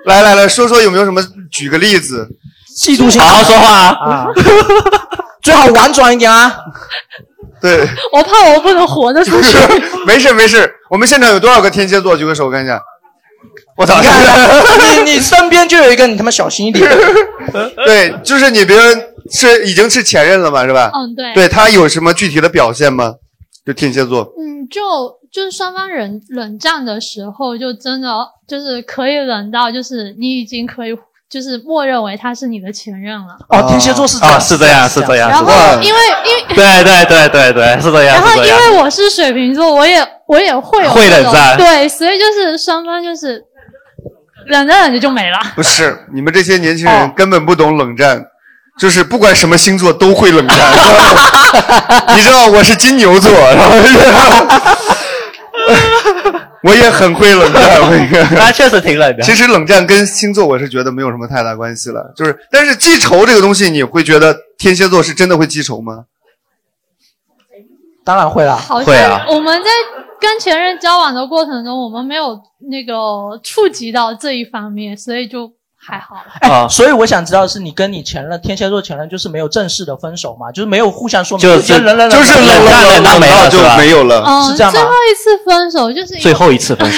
来，说说有没有什么？举个例子。 嫉妒心， 好好说话啊！最好婉转一点啊。 对， 我怕我不能活得出去。 没事，我们现场有多少个天蝎座？举个手看一下。我操！ 你身边就有一个，你他妈小心一点。 对，就是你别人已经是前任了嘛，是吧？ 嗯，对。 对他有什么具体的表现吗？就天蝎座。 就是双方冷战的时候，就真的就是可以冷到，就是你已经可以。就是默认为他是你的前任了。 哦，天蝎座是这样， 是这样。 然后因为对，是这样。 然后因为我是水瓶座，我也会有会冷战， 对，所以就是双方就是冷着就没了。 不是，你们这些年轻人根本不懂冷战，就是不管什么星座都会冷战。你知道我是金牛座，然后我也很会冷战， 他确实挺冷的。 其实冷战跟星座我是觉得没有什么太大关系了，就是但是记仇这个东西，你会觉得天蝎座是真的会记仇吗？ 当然会啦， 会啊。 我们在跟前任交往的过程中，我们没有那个触及到这一方面，所以就还好了。 所以我想知道是你跟你前任天蝎座前任就是没有正式的分手嘛？就是没有互相说明， 就是冷到没了就没有了， 是这样吗？ 最后一次分手就是最后一次分手，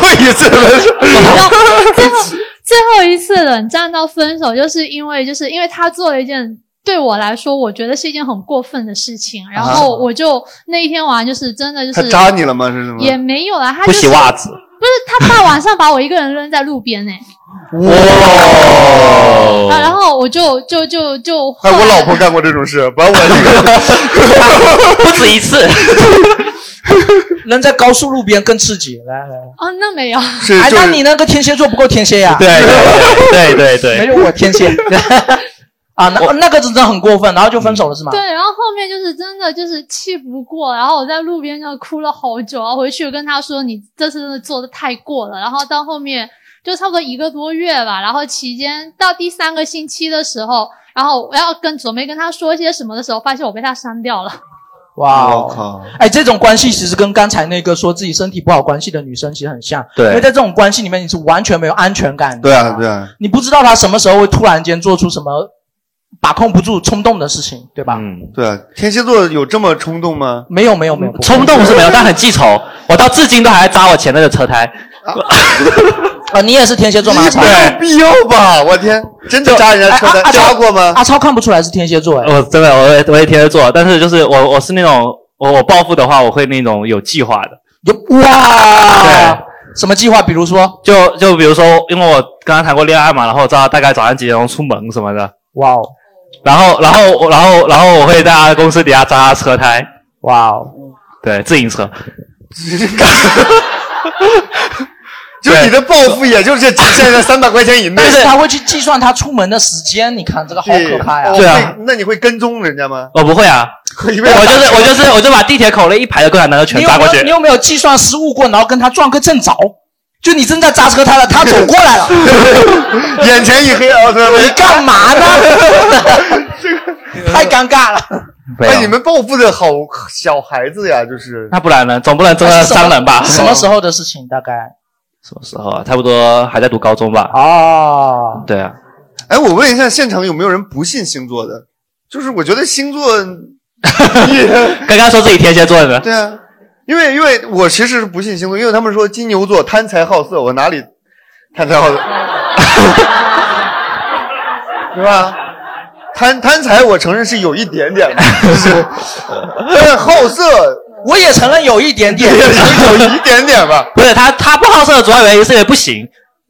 最后一次冷战到分手，就是因为他做了一件对我来说我觉得是一件很过分的事情，然后我就那一天晚上就是真的就是他扎你了吗？是什么？ 也没有啦，他不洗袜子。 不是，他大晚上把我一个人扔在路边哇！ 然后我就我老婆干过这种事，把我不止一次。 扔在高速路边更刺激，来。 哦，那没有。 那你那个天蝎座不够天蝎呀？ 对， 没有我天蝎。啊，那个真的很过分，然后就分手了是吗？ 对，然后后面就是真的就是气不过，然后我在路边就哭了好久，然后回去跟他说你这次真的做的太过了，然后到后面就差不多1个多月吧，然后期间到第3个星期的时候，然后我要准备跟他说一些什么的时候，发现我被他删掉了。 哇，我靠！这种关系其实跟刚才那个说自己身体不好关系的女生其实很像， 对， 因为在这种关系里面你是完全没有安全感的。 对啊， 你不知道他什么时候会突然间做出什么把控不住冲动的事情，对吧？ 对啊，天蝎座有这么冲动吗？ 没有， 冲动是没有，但很记仇。我到至今都还扎我前任的车胎。 你也是天蝎座吗？ 没有必要吧？我天，真的扎人家车胎？扎过吗？ 阿超看不出来是天蝎座我真的我也天蝎座，但是就是我是那种我报复的话，我会那种有计划的。 哇！对，什么计划？比如说， 就比如说，因为我刚刚谈过恋爱嘛，然后我知道大概早上几点钟出门什么的。 哇哦！ 然后我会在他公司底下扎他车胎。 哇哦！ 对，自行车。 就你的报复也就是体现在300块钱以内。 但是他会去计算他出门的时间，你看这个好可怕呀！ 对啊，那你会跟踪人家吗？ 我不会啊，我就把地铁口那一排的共产党都全扎过去。 你有没有计算失误过，然后跟他撞个正着？就你正在扎车胎了，他走过来了， 眼前一黑啊！ 你干嘛呢？太尴尬了。 你们报复的好小孩子呀，就是。 那不然呢？总不能真的伤人吧？ 什么时候的事情？大概什么时候啊？差不多还在读高中吧。 哦， 对啊。 我问一下，现场有没有人不信星座的？就是我觉得星座， 刚刚说自己天蝎座的。 对啊。因为我其实是不信星座，因为他们说金牛座贪财好色，我哪里贪财好色？对吧？贪财我承认是有一点点的，就是但好色我也承认有一点点， 有一点点吧。 不是他不好色的主要原因是因为不行。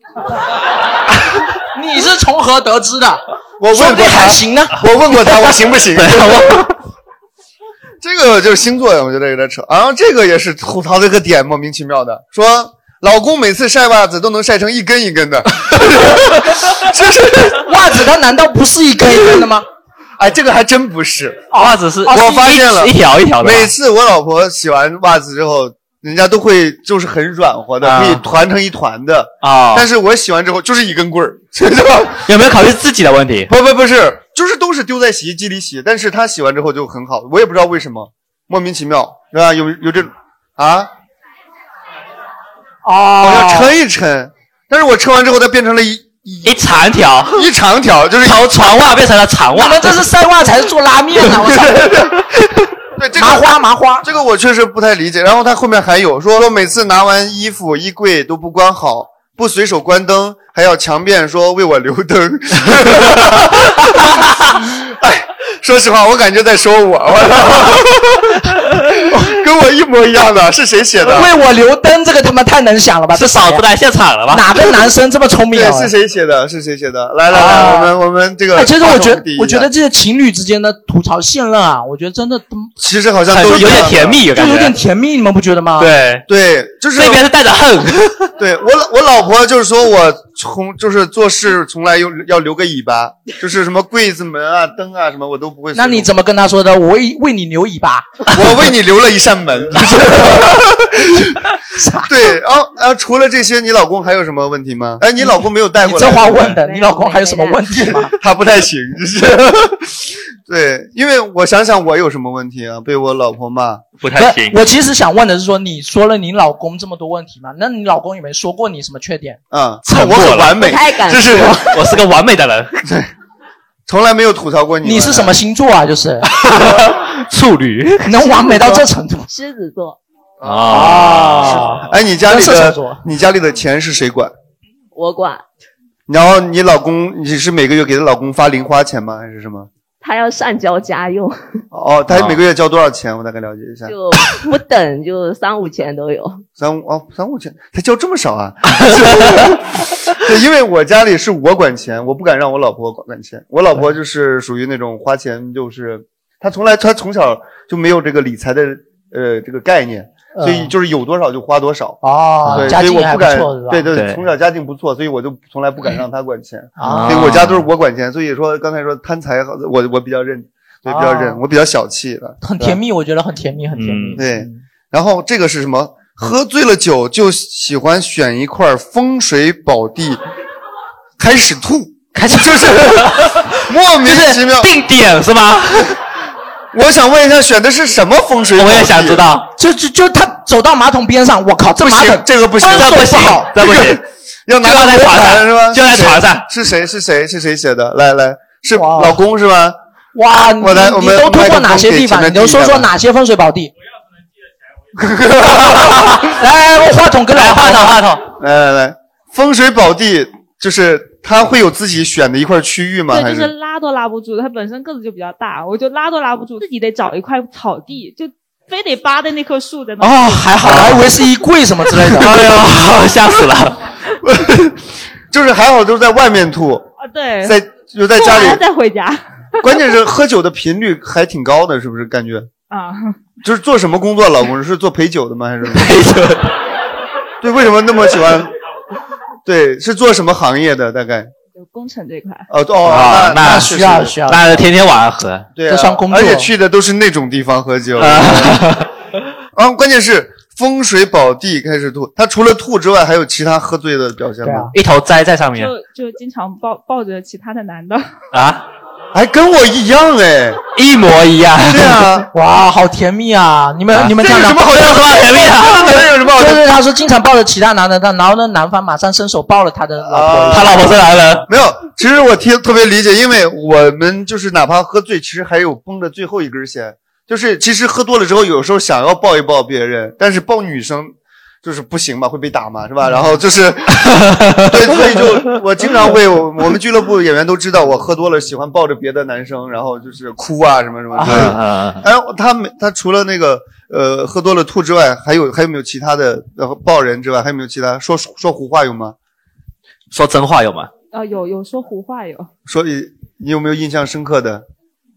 你是从何得知的？ 我问过他行呢？ 我问过他，我行不行？这个就是星座呀，我觉得有点扯。然后这个也是吐槽这个点莫名其妙的，说老公每次晒袜子都能晒成一根一根的， 这是袜子它难道不是一根一根的吗？ 这个还真不是， 袜子是我发现了一条一条的。 每次我老婆洗完袜子之后，人家都会就是很软和的，可以团成一团的但是我洗完之后就是一根棍儿，知道吧？ 有没有考虑自己的问题？ 不是，就是都是丢在洗衣机里洗，但是他洗完之后就很好，我也不知道为什么，莫名其妙，是吧？有这要抻一抻， 但是我吃完之后，它变成了一长条， 一长条，就是从床袜变成了长袜。 我们这是塞袜才是做拉面啊！我操！ 对，这个麻花， 这个我确实不太理解。然后他后面还有说每次拿完衣服衣柜都不关好，不随手关灯，还要强辩说为我留灯。哎，说实话，我感觉在说我跟我一模一样的，是谁写的？ 为我留灯，这个他妈太能想了吧？ 是嫂子来现场了吧？ 哪个男生这么聪明啊？ 对，是谁写的？是谁写的？来，我们这个。 其实我觉得这些情侣之间的吐槽现任啊，我觉得真的， 其实好像都有点甜蜜， 就有点甜蜜，你们不觉得吗？ 对，就是那边是带着恨。 对我老婆就是说我就是做事从来要留个尾巴，就是什么柜子门啊、灯啊什么我都不会。 那你怎么跟他说的？我为你留尾巴， 我为你留了一扇门。对，然后除了这些，你老公还有什么问题吗？哎，你老公没有带过来。 你这话问的，你老公还有什么问题吗？ 他不太行，就是。对，因为我想想我有什么问题啊？被我老婆骂不太行。 我其实想问的是说，你说了你老公这么多问题吗？那你老公有没有说过你什么缺点？ 我很完美，就是我是个完美的人。 对，从来没有吐槽过你。 你是什么星座啊？就是处女， 能完美到这程度？ 狮子座。 哎，你家里的钱是谁管？ 我管。 然后你老公，你是每个月给他老公发零花钱吗？还是什么？ 他要上交家用。 他每个月交多少钱？我大概了解一下。 就不等，就3-5千都有。 3-5千，他交这么少啊？对，因为我家里是我管钱，我不敢让我老婆管钱。我老婆就是属于那种花钱，就是她从小就没有这个理财的这个概念。所以就是有多少就花多少对，家境还不错， 对，从小家境不错，所以我就从来不敢让他管钱，所以我家都是我管钱。所以说刚才说贪财，我比较认，对，比较认，我比较小气的， 很甜蜜，我觉得很甜蜜，很甜蜜。 对，然后这个是什么？喝醉了酒就喜欢选一块风水宝地，开始吐，就是莫名其妙定点是吗？ 我想问一下，选的是什么风水？ 我也想知道。 就他走到马桶边上，我靠，这马桶这个不行， 这不行，这不行， 要拿到在床上是吧？ 就在床上。 是谁写的？来，是老公是吗？ 哇，你都通过哪些地方？你都说说哪些风水宝地？来，我话筒跟来，话筒， 来，风水宝地就是他会有自己选的一块区域吗？ 对，就是拉都拉不住，他本身个子就比较大，我就拉都拉不住，自己得找一块草地，就非得扒在那棵树的。 还好，我还以为是衣柜什么之类的。 哎呀，吓死了！ 就是还好都是在外面吐对， 就在家里再回家。 关键是喝酒的频率还挺高的，是不是？感觉就是做什么工作？老公是做陪酒的吗？还是陪酒？ 对，为什么那么喜欢？对，是做什么行业的？大概有工程这块。 那需要， 那天天晚上喝， 对， 这算工作。 而且去的都是那种地方喝酒。关键是风水宝地开始吐，他除了吐之外，还有其他喝醉的表现吗？ 一头栽在上面， 就经常抱着其他的男的啊。 还跟我一样哎， 一模一样。 对啊， 哇，好甜蜜啊！你们这有什么好甜蜜啊？ 这有什么好？ 就是他说经常抱着其他男的，然后呢，男方马上伸手抱了他的老婆。 他老婆是男人？ 没有，其实我特别理解，因为我们就是哪怕喝醉，其实还有绷着最后一根弦。就是其实喝多了之后，有时候想要抱一抱别人，但是抱女生就是不行嘛，会被打嘛，是吧？然后就是对，所以就我经常会，我们俱乐部演员都知道，我喝多了喜欢抱着别的男生，然后就是哭啊什么什么。哎，他除了那个喝多了吐之外，还有没有其他的抱人之外，还有没有其他说胡话有吗？ 说真话有吗？ 有说胡话有。 所以你有没有印象深刻的？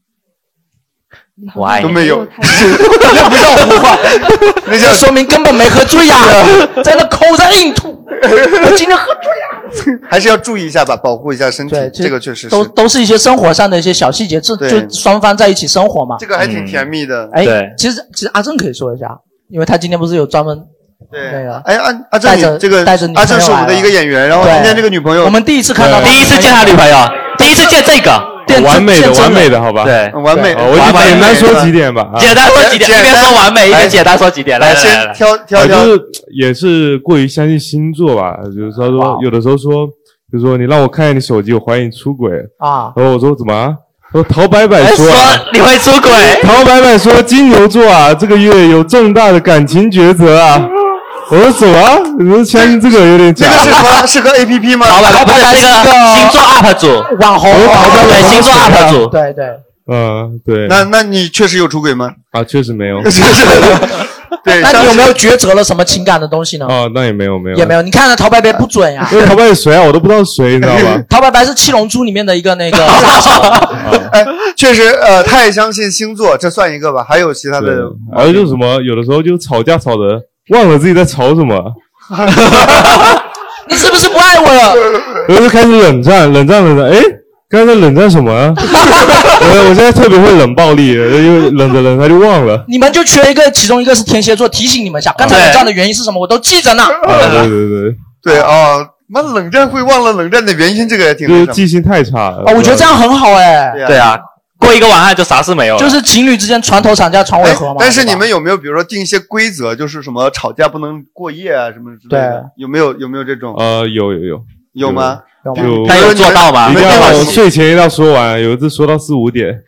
我爱你都没有， 那不叫胡话， 那叫说明根本没喝醉呀，在那口在硬吐。我今天喝醉了， 还是要注意一下吧，保护一下身体。对，这个确实是都是一些生活上的一些小细节，就双方在一起生活嘛。 这个还挺甜蜜的。 哎，其实阿正可以说一下，因为他今天不是有专门对啊。哎，阿正，你这个阿正是我们的一个演员，然后今天这个女朋友， 我们第一次看到， 第一次见他女朋友，第一次见这个。 完美的，好吧？ 对， 完美。 我就简单说几点吧。 简单说几点，一边说完美，一边简单说几点。来， 先挑。 就是也是过于相信星座吧，就是他说有的时候说，就是说你让我看一下你手机，我怀疑你出轨啊。然后我说怎么啊？说陶白白说你会出轨。 陶白白说金牛座啊，这个月有重大的感情抉择啊。我说什么？你说相信这个有点假。 这个是个 APP 吗？ 陶白白不是这个星座 UP 主， 网红对星座 UP 主， 对对。 对。 那你确实有出轨吗？ 啊，确实没有。 对， 那你有没有抉择了什么情感的东西呢？ 哦，那也没有。 也没有。你看陶白白不准呀。 因为陶白白谁啊？我都不知道谁，你知道吗？ 陶白白是七龙珠里面的一个那个。 哎，确实，太相信星座，这算一个吧。还有其他的？ 还有就是什么？有的时候就吵架吵的忘了自己在吵什么。 你是不是不爱我了？ 我就开始冷战。哎。刚才冷战什么啊？我现在特别会冷暴力，因为冷着冷他就忘了。 你们就缺一个，其中一个是天蝎座，提醒你们一下，刚才冷战的原因是什么，我都记着呢。 对啊，妈冷战会忘了冷战的原因，这个也挺就是记性太差了。 我觉得这样很好哎。 对啊，过一个晚上就啥事没有了。 就是情侣之间床头吵架床尾和嘛。 但是你们有没有比如说定一些规则，就是什么吵架不能过夜啊什么之类的？有没有这种？ 有吗？ 他有做到吗？ 一定要睡前一定要说完，有一次说到4、5点。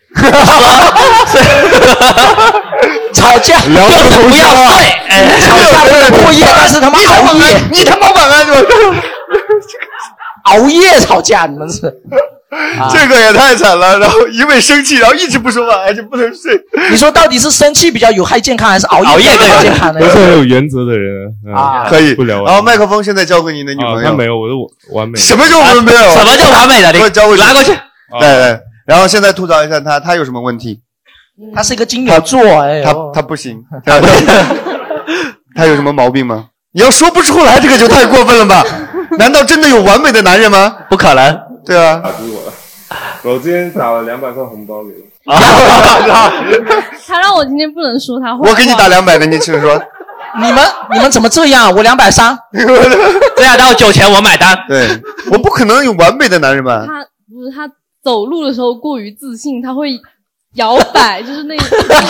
吵架聊得不要睡， 吵架不能过夜，但是他妈熬夜， 你他妈晚安就熬夜吵架，你们是。 这个也太惨了，然后因为生气，然后一直不说晚安就不能睡。 你说到底是生气比较有害健康，还是熬夜更有健康呢？ 我是很有原则的人啊，可以不聊。 然后麦克风现在交给你的女朋友。 他没有，我是完美。 什么叫完美？ 什么叫完美的？你交过去， 拿过去。 对。然后现在吐槽一下他有什么问题？ 他是一个金牛座，哎， 他不行，他有什么毛病吗？你要说不出来，这个就太过分了吧？难道真的有完美的男人吗？ 不可能。 对啊。 打击我了。我今天打了200块红包给我。 他让我今天不能说他话。 我给你打200的，你请说。 你们怎么这样？我230。 这样到酒钱我买单。 对，我不可能有完美的男人吧？ 他不是他走路的时候过于自信，他会摇摆，就是那。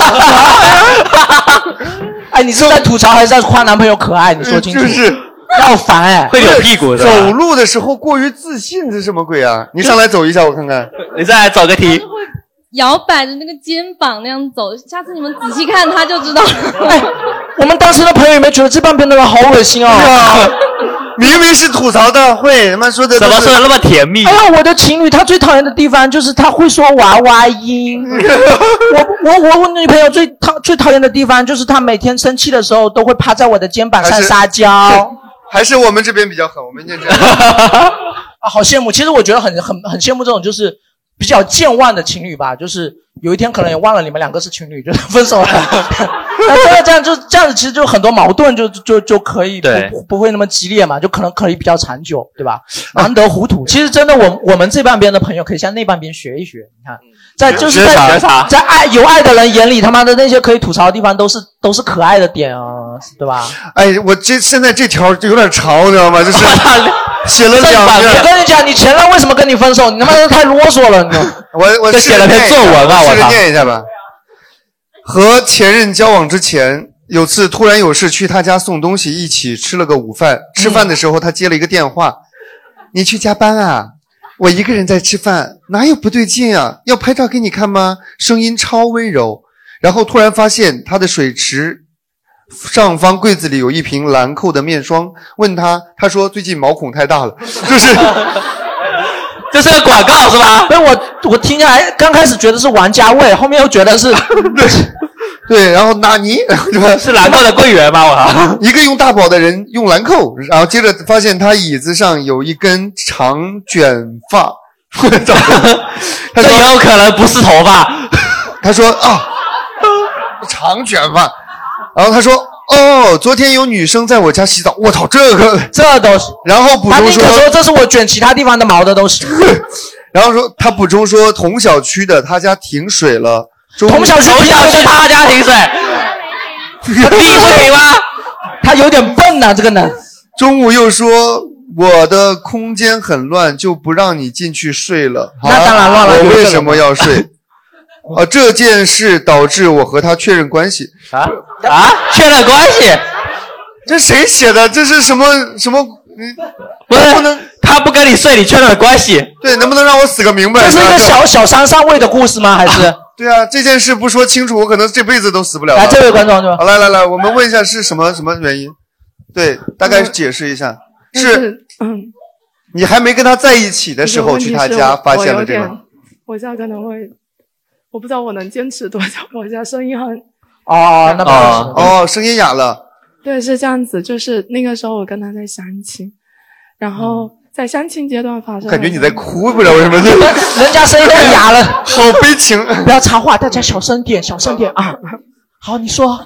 哎，你是在吐槽还是在夸男朋友可爱？你说清楚。 就是。 好烦哎， 会扭屁股的。 走路的时候过于自信，这什么鬼啊？你上来走一下，我看看。 你再来走个题。 摇摆着那个肩膀那样走，下次你们仔细看他就知道了。 哎，我们当时的朋友有没有觉得这半边的人好恶心哦？ 明明是吐槽大会，他妈说的怎么说的那么甜蜜？ 哎呀，我的情侣他最讨厌的地方就是他会说娃娃音。我女朋友最讨厌的地方就是他每天生气的时候都会趴在我的肩膀上撒娇。 还是我们这边比较狠，我们念这样啊，好羡慕。其实我觉得很羡慕这种就是比较健忘的情侣吧，就是有一天可能也忘了你们2个是情侣，就是分手了。那这样子，其实就很多矛盾就可以不会那么激烈嘛，就可以比较长久，对吧？难得糊涂。其实真的我们这半边的朋友可以向那半边学一学，你看。在有爱的人眼里，他妈的那些可以吐槽的地方都是可爱的点啊，对吧？ 哎，我现在这条就有点长，你知道吗？就是写了2遍。 我跟你讲，你前任为什么跟你分手？你他妈的太啰嗦了，你知道吗？ 我写了篇作文啊， 我试着念一下吧。和前任交往之前，有次突然有事去他家送东西，一起吃了个午饭。吃饭的时候，他接了一个电话：“你去加班啊？我一个人在吃饭，哪有不对劲啊？要拍照给你看吗？”声音超温柔。然后突然发现他的水池上方柜子里有一瓶兰蔻的面霜，问他说最近毛孔太大了，就是这是个广告是吧？ 所以我听下来刚开始觉得是王家卫，后面又觉得是对，然后纳尼是兰蔻的柜员吗？我一个用大宝的人用兰蔻，然后接着发现他椅子上有一根长卷发， 这有可能不是头发。 他说啊，长卷发，然后他说哦，昨天有女生在我家洗澡，我操，这都是， 然后补充说这是我卷其他地方的毛的都是， 然后说他补充说同小区的他家停水了。 同小区他家停水，闭不停吗？ 他有点笨呐，这个人。 中午又说我的空间很乱，就不让你进去睡了。 那当然乱了。 我为什么要睡？这件事导致我和他确认关系。 确认关系？ 这谁写的？这是什么？不能， 他不跟你睡，你确认关系？ 对，能不能让我死个明白？ 这是一个小三上位的故事吗？还是？ 对啊，这件事不说清楚，我可能这辈子都死不了。 来，这位观众， 好，来，我们问一下是什么原因？对，大概解释一下。你还没跟他在一起的时候去他家发现了这个。 我现在可能会，我不知道我能坚持多久。我现在声音很声音哑了。 对，是这样子，就是那个时候我跟他在相亲，然后在相亲阶段发生。 感觉你在哭，不知道为什么。 人家声音太哑了， 好悲情。 不要插话，大家小声点啊！好，你说。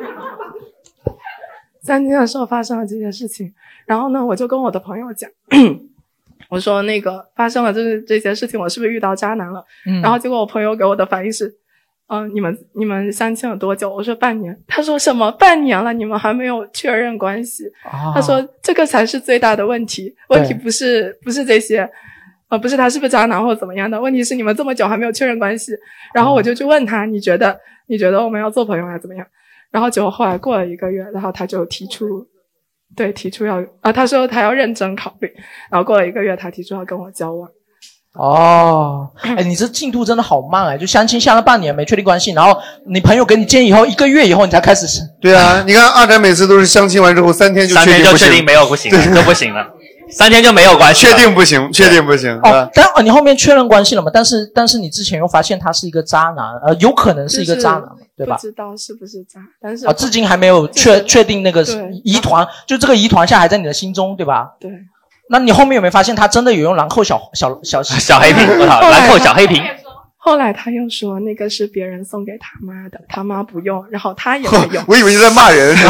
相亲的时候发生了这件事情，然后呢，我就跟我的朋友讲，我说那个发生了这些事情，我是不是遇到渣男了？然后结果我朋友给我的反应是，你们相亲了多久？我说半年。他说什么半年了，你们还没有确认关系？他说这个才是最大的问题，问题不是这些，不是他是不是渣男或者怎么样的，问题是你们这么久还没有确认关系。然后我就去问他，你觉得我们要做朋友还是怎么样？然后结果后来过了1个月，然后他就提出要他说他要认真考虑，然后过了1个月，他提出要跟我交往。 你这进度真的好慢就相亲相了半年没确定关系，然后你朋友给你建议以后1个月以后你才开始。 对啊，你看阿展每次都是相亲完之后3天就确定没有不行了，都不行了。3天就没有关系了， 确定不行。 但你后面确认关系了嘛？但是你之前又发现他是一个渣男，有可能是一个渣男，对吧？ 不知道是不是渣，但是至今还没有确定那个疑团，就这个疑团现在还在你的心中，对吧？ 对。 那你后面有没有发现他真的有用兰蔻小黑瓶？兰蔻小黑瓶。 后来他又说那个是别人送给他妈的，他妈不用，然后他也没用。 我以为你在骂人。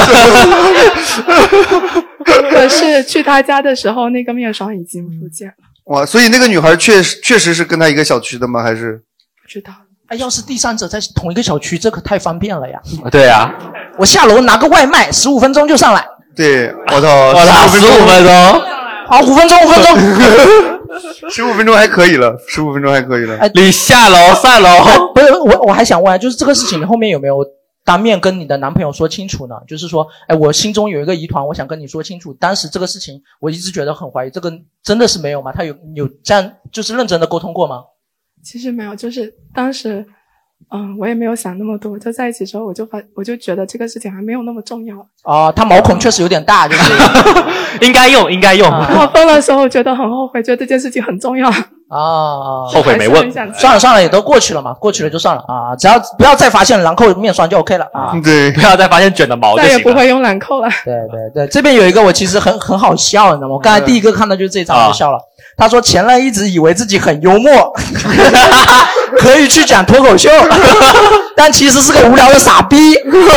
可是去他家的时候，那个面霜已经不见了。 哇，所以那个女孩确实是跟他一个小区的吗？还是不知道。 要是第三者在同一个小区，这可太方便了呀。 对啊， 我下楼拿个外卖，15分钟就上来。 对，我操 ，15分钟。 好，5分钟。 15分钟还可以了，15分钟还可以了。 你下楼上楼。 不是，我还想问，就是这个事情你后面有没有当面跟你的男朋友说清楚呢？就是说，我心中有一个疑团，我想跟你说清楚。当时这个事情我一直觉得很怀疑，这个真的是没有吗？他有这样就是认真的沟通过吗？ 其实没有，就是当时我也没有想那么多，就在一起之后我就觉得这个事情还没有那么重要。 他毛孔确实有点大，就是应该用。 然后分了的时候觉得很后悔，觉得这件事情很重要。 后悔没问。 算了，也都过去了嘛，过去了就算了啊，只要不要再发现兰蔻面霜就 OK 了啊。 对， 不要再发现卷的毛就行了。 再也不会用兰蔻了。 对，这边有一个我其实很好笑，你知道吗？我刚才第一个看到就是这张我就笑了。他说前任一直以为自己很幽默，可以去讲脱口秀，但其实是个无聊的傻逼。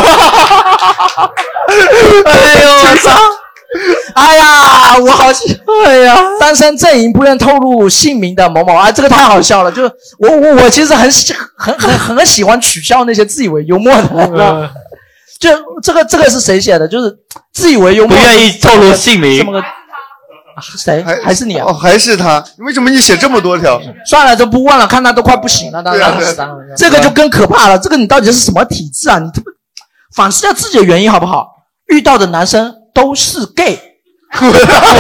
哎呀，我好，单身阵营不愿透露姓名的某某啊，这个太好笑了。就是我其实很喜欢取笑那些自以为幽默的人。就这个是谁写的？就是自以为幽默， 不愿意透露姓名。 这么个谁？还是你啊？ 还是他？为什么你写这么多条？ 算了，就不问了，看他都快不行了。当然，这个就更可怕了。这个你到底是什么体质啊？你反思一下自己的原因好不好？遇到的男生都是 gay。哇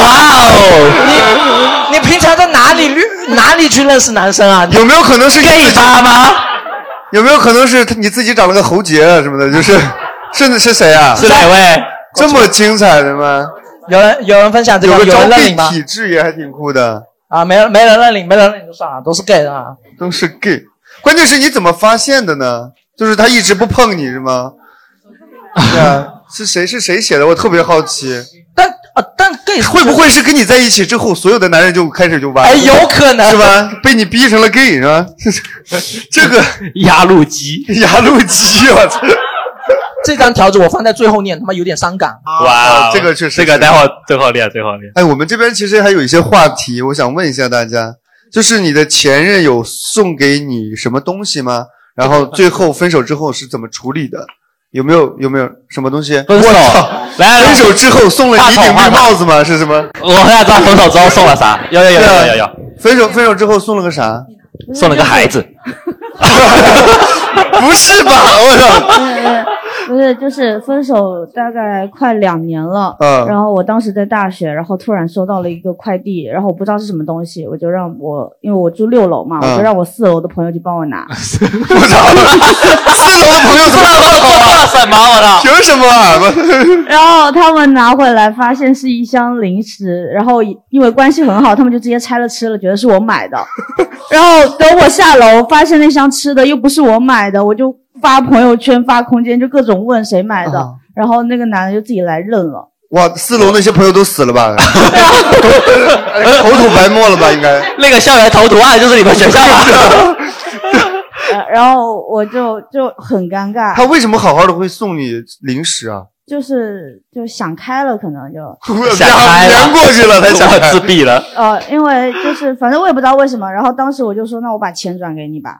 哦！你平常在哪里去认识男生啊？ 有没有可能是 gay 吧吗？ 有没有可能是你自己长了个喉结啊什么的？是谁啊？ 是哪位？ 这么精彩的吗？ 有人分享这个， 有人认领吗？ 体质也还挺酷的啊，没人认领就算了，都是 gay 啊， 都是 gay。关键是你怎么发现的呢？就是他一直不碰你是吗？对啊，是谁写的？我特别好奇。 但 gay 会不会是跟你在一起之后，所有的男人就开始就挖？ 有可能是吧？被你逼成了 gay 是吧？这个压路机， 我操！ 这张条子我放在最后念，他妈有点伤感。 哇， 这个确实， 这个待会最后念。 哎，我们这边其实还有一些话题，我想问一下大家，就是你的前任有送给你什么东西吗？然后最后分手之后是怎么处理的？ 有没有什么东西？ 分手，来， 分手之后送了你一顶绿帽子吗？是什么？ 我现在知道分手之后送了啥？有。 分手之后送了个啥？ 送了个孩子。 不是吧？我操！ 不是，就是分手大概快2年了。然后我当时在大学，然后突然收到了一个快递，然后我不知道是什么东西，我就让因为我住6楼嘛，我就让我4楼的朋友去帮我拿。 我操！4楼的朋友怎么什么？我操！ 凭什么？ 然后他们拿回来发现是一箱零食，然后因为关系很好，他们就直接拆了吃了，觉得是我买的。然后等我下楼发现那箱吃的又不是我买的，我就发朋友圈发空间，就各种问谁买的，然后那个男的就自己来认了。 哇，4楼那些朋友都死了吧？口吐白沫了吧？应该那个校园投毒案就是你们学校吧？ 然后我就很尴尬。 他为什么好好的会送你零食啊？ 就想开了，可能就想开了， 年过去了，他想自闭了。 因为就是反正我也不知道为什么，然后当时我就说，那我把钱转给你吧。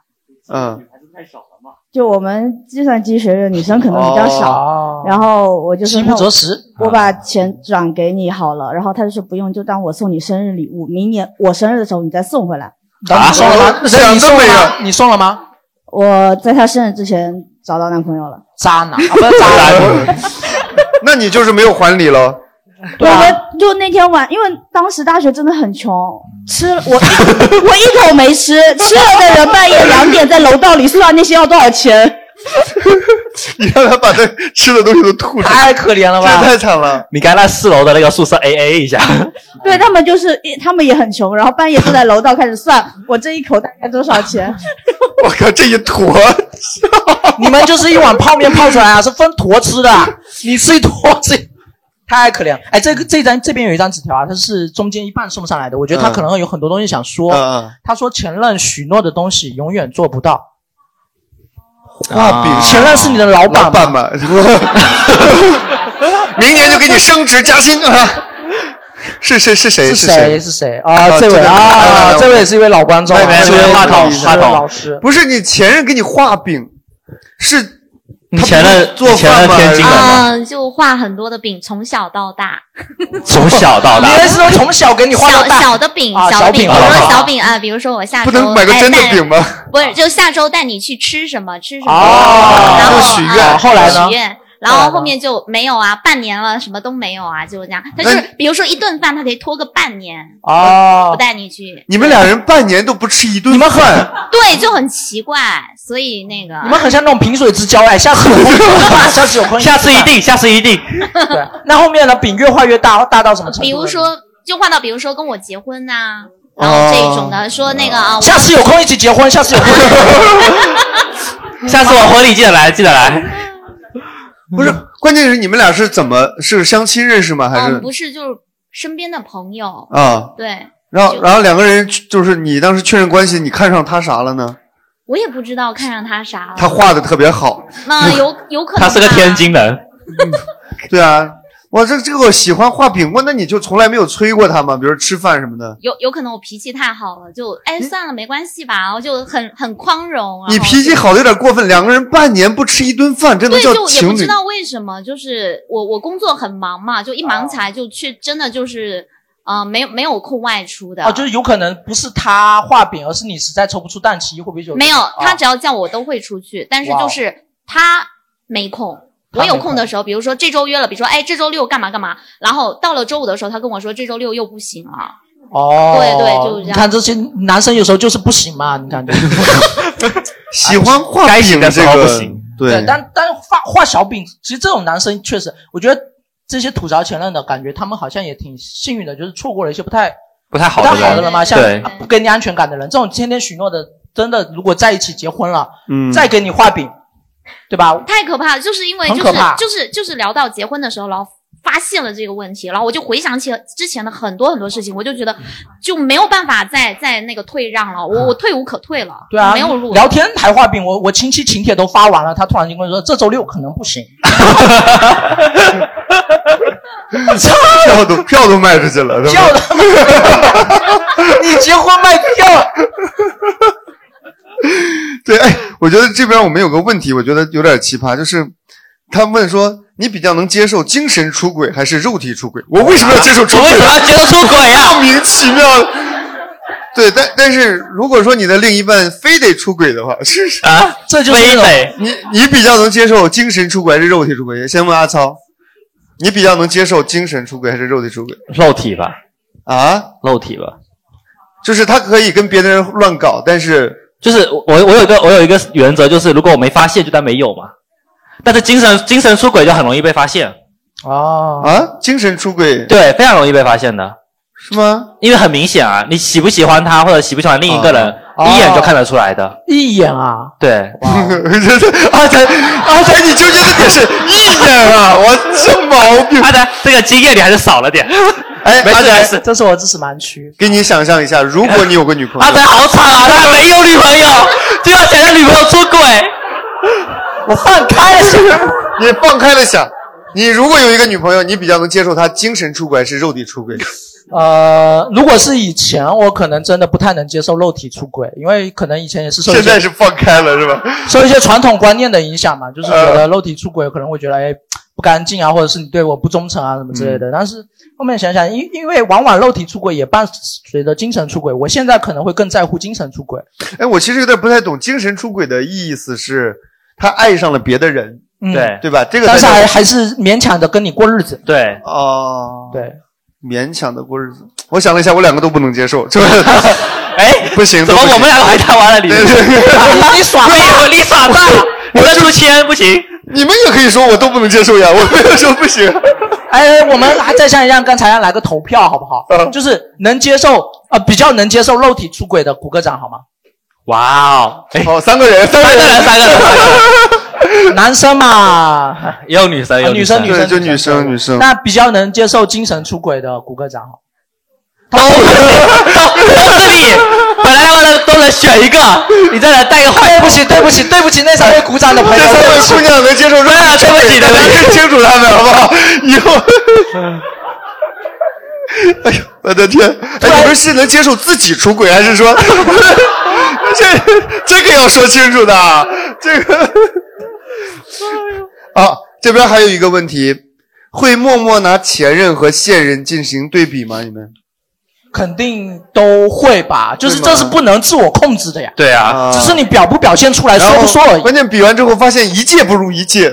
就我们计算机学院女生可能比较少，然后我就说，我把钱转给你好了，然后他就说不用，就当我送你生日礼物，明年我生日的时候你再送回来。 你送了吗？你送了吗？ 我在他生日之前找到男朋友了。 渣男啊，不是渣男。 那你就是没有还礼了。 对啊，就那天晚，因为当时大学真的很穷，我一口没吃，吃了的人半夜2点在楼道里算那些要多少钱。 你让他把那吃的东西都吐出来， 太可怜了吧？ 这太惨了。 你刚才4楼的那个宿舍 AA 一下。 对，他们也很穷，然后半夜就在楼道开始算我这一口大概多少钱。 我靠，这一坨！ 你们就是一碗泡面泡出来啊，是分坨吃的，你吃一坨太可怜了。哎，这边有一张纸条啊，它是中间一半送上来的，我觉得他可能有很多东西想说。他说前任许诺的东西永远做不到。 画饼， 前任是你的老板嘛？明年就给你升职加薪啊！是谁啊？这位啊，这位也是一位老观众，这位话筒老师。 不是你前任给你画饼，是你前任做饭吗？天津人吗？ 就画很多的饼，从小到大。 从小到大， 你是说从小给你画到大？ 小的饼，小饼，比如说小饼啊，比如说我下周不能买个真的饼吗？ 不是，就下周带你去吃什么， 然后许愿， 后来呢？ 许愿。然后后面就没有啊，半年了什么都没有啊，就这样。他就是比如说一顿饭，他可以拖个半年不带你去。 你们俩人半年都不吃一顿饭， 对，就很奇怪。所以那个你们很像那种萍水之交哎，下次有空， 下次一定。 对，那后面呢？饼越画越大，大到什么程度？ 比如说，就画到比如说跟我结婚呐，然后这一种的说那个啊， 下次有空一起结婚，下次有空， 下次我婚礼记得来。 不是，关键是你们俩是相亲认识吗？还是不是，就是身边的朋友啊？ 对。 然后两个人就是你当时确认关系，你看上他啥了呢？ 我也不知道看上他啥了。 他画的特别好。 那有可能。 他是个天津人。 对啊。哇，这个喜欢画饼，那你就从来没有催过他吗？比如吃饭什么的。 有可能我脾气太好了，就算了没关系吧，然后就很宽容。 你脾气好的有点过分，两个人半年不吃一顿饭，真的叫情侣。 对，就也不知道为什么，就是我工作很忙嘛，就一忙起来就真的就是没有空外出的。 就是有可能不是他画饼，而是你实在抽不出档期，会不会有？ 没有，他只要叫我都会出去，但是就是他没空。我有空的时候，比如说这周约了，比如说这周6干嘛干嘛，然后到了周5的时候，他跟我说这周6又不行了。对，就是这样。你看这些男生有时候就是不行嘛，你看。 喜欢画饼的这个不行。对， 但画小饼，其实这种男生确实，我觉得这些吐槽前任的感觉，他们好像也挺幸运的，就是错过了一些不太好的人嘛，像不给你安全感的人，这种天天许诺的，真的如果在一起结婚了，再给你画饼。对吧？ 太可怕了，就是因为就是聊到结婚的时候，然后发现了这个问题，然后我就回想起之前的很多事情，我就觉得就没有办法再那个退让了，我退无可退了。对啊，没有路。 聊天还画饼，我亲戚请帖都发完了，他突然间跟我说这周6可能不行。 票都卖出去了， 票都卖出去了，你结婚卖票。 对，我觉得这边我们有个问题，我觉得有点奇葩，就是他问说你比较能接受精神出轨还是肉体出轨？我为什么要接受出轨？ 我为什么要接受出轨呀？ 莫名其妙。对，但是如果说你的另一半非得出轨的话，是啊， 这就是非得你比较能接受精神出轨还是肉体出轨？先问阿超，你比较能接受精神出轨还是肉体出轨？ 肉体吧。 啊， 肉体吧。 就是他可以跟别的人乱搞，但是就是我有一个原则，就是如果我没发现就当没有嘛。但是精神出轨就很容易被发现。 精神出轨对，非常容易被发现的。 是吗？ 因为很明显啊，你喜不喜欢他或者喜不喜欢另一个人，一眼就看得出来的。 一眼啊？ 对。 阿才，你纠结的点是一眼啊！我这毛病。 阿才，这个经验你还是少了点。 哎， 没事， 这是我知识盲区。 给你想象一下，如果你有个女朋友， 阿才好惨啊，他没有女朋友，就要想让女朋友出轨。 我放开了想， 你放开了想，你如果有一个女朋友，你比较能接受她精神出轨还是肉体出轨？ 如果是以前，我可能真的不太能接受肉体出轨，因为可能以前也是受现在是放开了是吧？ 受一些传统观念的影响嘛，就是觉得肉体出轨可能会觉得不干净啊，或者是你对我不忠诚啊什么之类的。但是后面想想，因为往往肉体出轨也伴随着精神出轨，我现在可能会更在乎精神出轨。 我其实有点不太懂精神出轨的意思是，他爱上了别的人，对吧？这个但是还是勉强的跟你过日子。 对， 对。 勉强的过日子，我想了一下，我两个都不能接受，是吧？不行， 怎么我们两个还谈完了？ 你耍大， 你耍大，我要出千不行。 你们也可以说我都不能接受呀，我没有说不行。 我们还再像刚才来个投票好不好？就是能接受比较能接受肉体出轨的鼓个掌好吗？ 哇哦， 三个人。 男生嘛， 也有女生，有女生， 就女生。 那比较能接受精神出轨的鼓个掌好。 都是你，本来他们都能选一个，你再来带个坏。 对不起，那3位鼓掌的朋友， 这3位姑娘能接受肉体出轨，大家认清楚他们好不好？以后，哎呦，我的天！你们是能接受自己出轨，还是说这个要说清楚的？这个。这边还有一个问题，会默默拿前任和现任进行对比吗？你们肯定都会吧，就是这是不能自我控制的呀。 对啊， 只是你表不表现出来，说不说而已。 关键比完之后发现一届不如一届，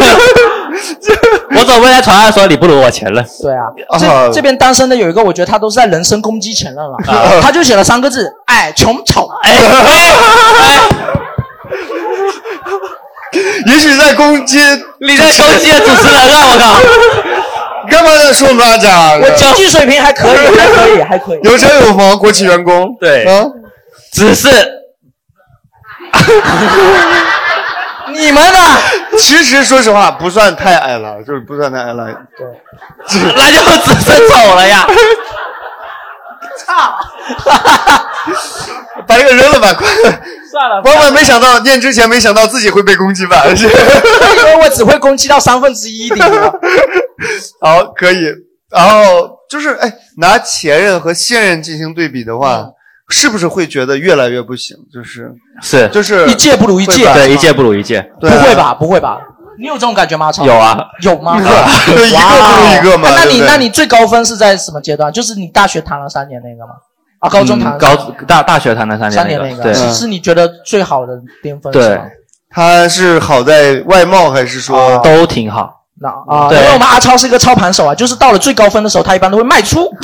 我总会在床上说你不如我前任。 对啊，这边单身的有一个，我觉得他都是在人身攻击前任了。他就写了3个字：穷丑。 也许在攻击， 你在攻击主持人啊！我靠， 你干嘛在说我们阿甲？ 我经济水平还可以， 有车有房，国企员工。 对，只是你们呢？ 其实说实话，不算太矮了，就是不算太矮了。 对，那就只是丑了呀！ 操！ 把这个扔了吧，快！ 算了， 万万没想到，念之前没想到自己会被攻击吧？ 因为我只会攻击到1/3的。 好，可以。然后就是拿前任和现任进行对比的话，是不是会觉得越来越不行？就是一届不如一届， 对，一届不如一届。 不会吧？你有这种感觉吗？超有啊， 有吗？ 一个不如一个嘛。 那你最高分是在什么阶段？就是你大学谈了3年那个吗？高中谈大学谈了3年那个，是你觉得最好的巅峰？ 对，他是好在外貌还是说都挺好？ 因为我们阿超是一个操盘手啊，就是到了最高分的时候，他一般都会卖出，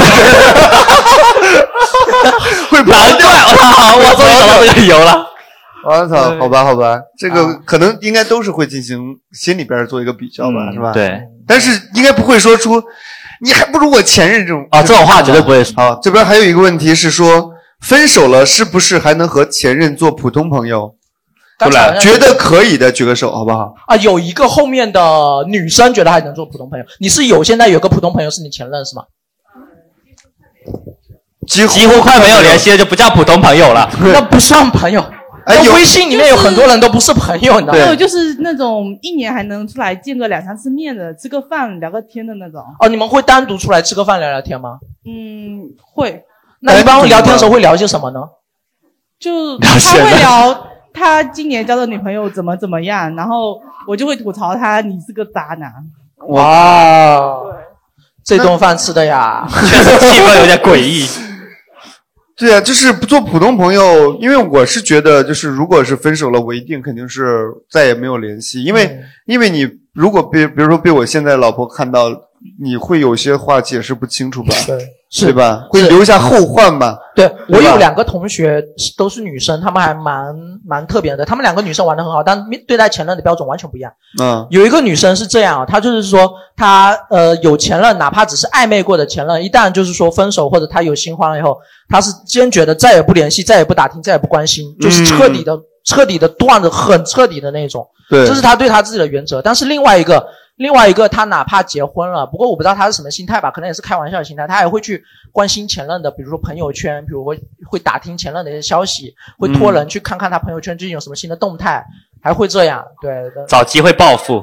会难怪我终于找到这个理由了。 我操，好吧，这个可能应该都是会进行心里边做一个比较吧，是吧？ 对， 但是应该不会说出你还不如我前任这种这种话绝对不会说。 这边还有一个问题是说，分手了是不是还能和前任做普通朋友？觉得可以的举个手好不好？ 有一个后面的女生觉得还能做普通朋友，你是现在有个普通朋友是你前任是吗？ 几乎快没有联系了，就不叫普通朋友了。 那不算朋友。微信里面有很多人都不是朋友，你知道吗？ 还有就是那种1年还能出来见个2-3次面的，吃个饭聊个天的那种。 你们会单独出来吃个饭聊聊天吗？ 会。 那一般聊天的时候会聊些什么呢？ 就他他今年交的女朋友怎么样，然后我就会吐槽他你是个渣男。 哇，这顿饭吃的呀， 确实气氛有点诡异。 对啊，就是做普通朋友，因为我是觉得，就是如果是分手了，我一定肯定是再也没有联系，因为你如果比如说被我现在老婆看到，你会有些话解释不清楚吧？对吧？会留下后患吧？ 对，我有2个同学都是女生，她们还蛮特别的，她们2个女生玩得很好，但对待前任的标准完全不一样。有一个女生是这样，她就是说她有前任，哪怕只是暧昧过的前任，一旦就是说分手或者她有新欢了以后，她是坚决的再也不联系，再也不打听，再也不关心，就是彻底的断的很彻底的那种。对，这是她对她自己的原则。但是另外一个她哪怕结婚了，不过我不知道她是什么心态吧，可能也是开玩笑的心态，她也会去关心前任的，比如说朋友圈，比如会打听前任的一些消息，会托人去看看他朋友圈最近有什么新的动态，还会这样。对， 找机会报复。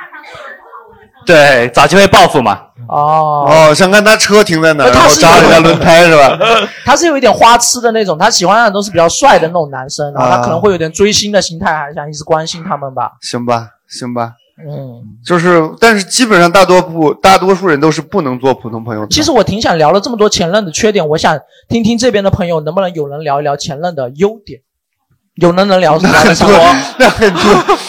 对，找机会报复嘛。 想看他车停在哪，然后扎人家轮胎是吧？ 他是有一点花痴的那种，他喜欢的都是比较帅的那种男生，然后他可能会有点追星的心态，还想一直关心他们吧。 行吧。就是，但是基本上大多数人都是不能做普通朋友的。 其实我挺想聊了这么多前任的缺点，我想听听这边的朋友能不能有人聊一聊前任的优点，有人能聊什么？ 那很多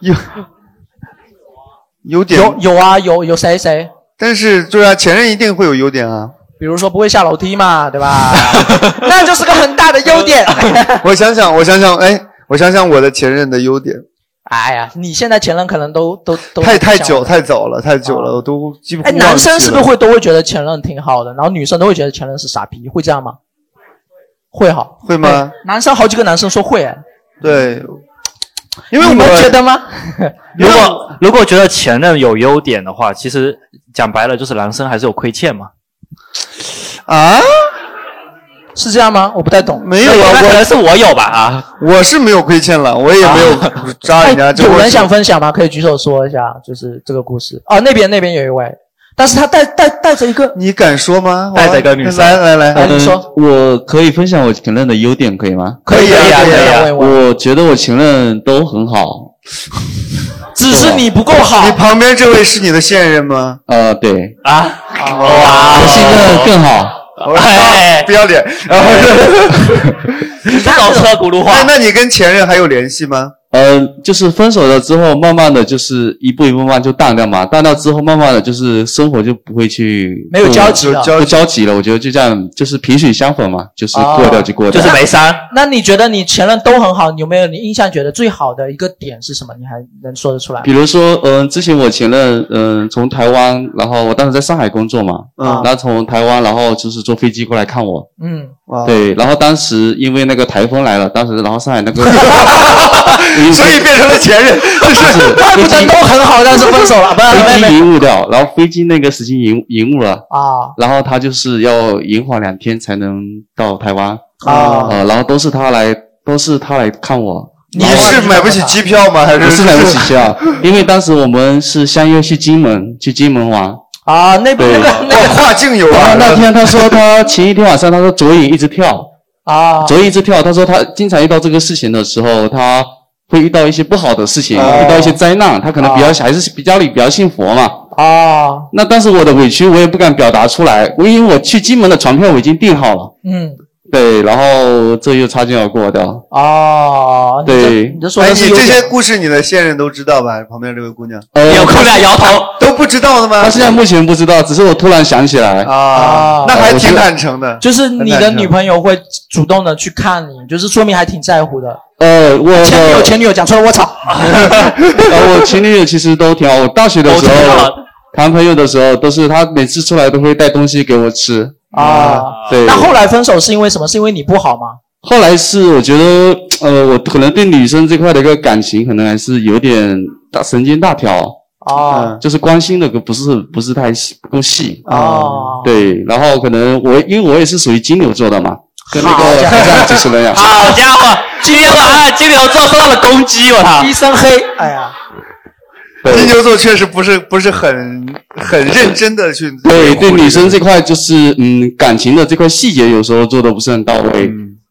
优点有啊，有谁？ 但是对啊，前任一定会有优点啊， 比如说不会下楼梯嘛，对吧？那就是个很大的优点。 我想想，我的前任的优点。 哎呀，你现在前任可能都太久了，我都几乎忘记了。 男生是不是都会觉得前任挺好的，然后女生都会觉得前任是傻逼，会这样吗？会吗？ 男生好几个男生说会。 对，因为你们觉得吗？ 如果觉得前任有优点的话，其实讲白了就是男生还是有亏欠嘛。 啊？ 是这样吗？我不太懂。 没有啊， 可能是我有吧我是没有亏欠了，我也没有扎人家。 有人想分享吗？可以举手说一下，就是这个故事。那边有一位，但是他带着一个， 你敢说吗？ 带着一个女生。 来， 你说。 我可以分享我前任的优点，可以吗？ 可以啊。 我觉得我前任都很好， 只是你不够好。 你旁边这位是你的现任吗？ 对。 哇， 我现任更好。 不要脸！然后你这种车轱辘话。 那你跟前任还有联系吗？ 就是分手了之后，慢慢的就是一步一步慢慢就淡掉嘛，淡掉之后，慢慢的就是生活就不会去没有交集了， 不交集了。我觉得就这样，就是萍水相逢嘛，就是过掉就过掉， 就是没删。 那你觉得你前任都很好，你有没有你印象觉得最好的一个点是什么？你还能说得出来？ 比如说，之前我前任，从台湾，然后我当时在上海工作嘛，然后从台湾，然后就是坐飞机过来看我，对，然后当时因为那个台风来了，当时然后上海那个。 所以变成了前任， 就是怪不得都很好，但是分手了， 飞机延误掉，然后飞机那个时间延误了然后他就是要延缓2天才能到台湾然后都是他来看我。 你是买不起机票吗？还是不是买不起机票？因为当时我们是相约去金门玩。 那边那个跨境游啊！ 那天他说他前一天晚上他说左眼一直跳左眼一直跳，他说他经常遇到这个事情的时候，他会遇到一些不好的事情，遇到一些灾难，他可能还是比较信佛嘛。那当时我的委屈我也不敢表达出来，因为我去金门的船票我已经订好了。对，然后这又擦肩而过的。对， 你就说的是你这些故事你的现任都知道吧？旁边这位姑娘， 有姑娘摇头， 都不知道的吗？ 她现在目前不知道，只是我突然想起来。 那还挺坦诚的。 就是你的女朋友会主动的去看你，就是说明还挺在乎的。 我前女友讲错了，我操！ 我前女友其实都挺好。我大学的时候谈朋友的时候，都是她每次出来都会带东西给我吃。对。 那后来分手是因为什么？是因为你不好吗？ 后来是我觉得，我可能对女生这块的一个感情，可能还是有点神经大条。就是关心的不是太不够细。对。然后可能因为我也是属于金牛座的嘛，跟那个海上主持人一样。 好家伙，今天晚上金牛座受到了攻击，我操！ 一身黑，哎呀。 金牛座确实不是很认真的去对女生这块就是感情的这块细节有时候做的不是很到位。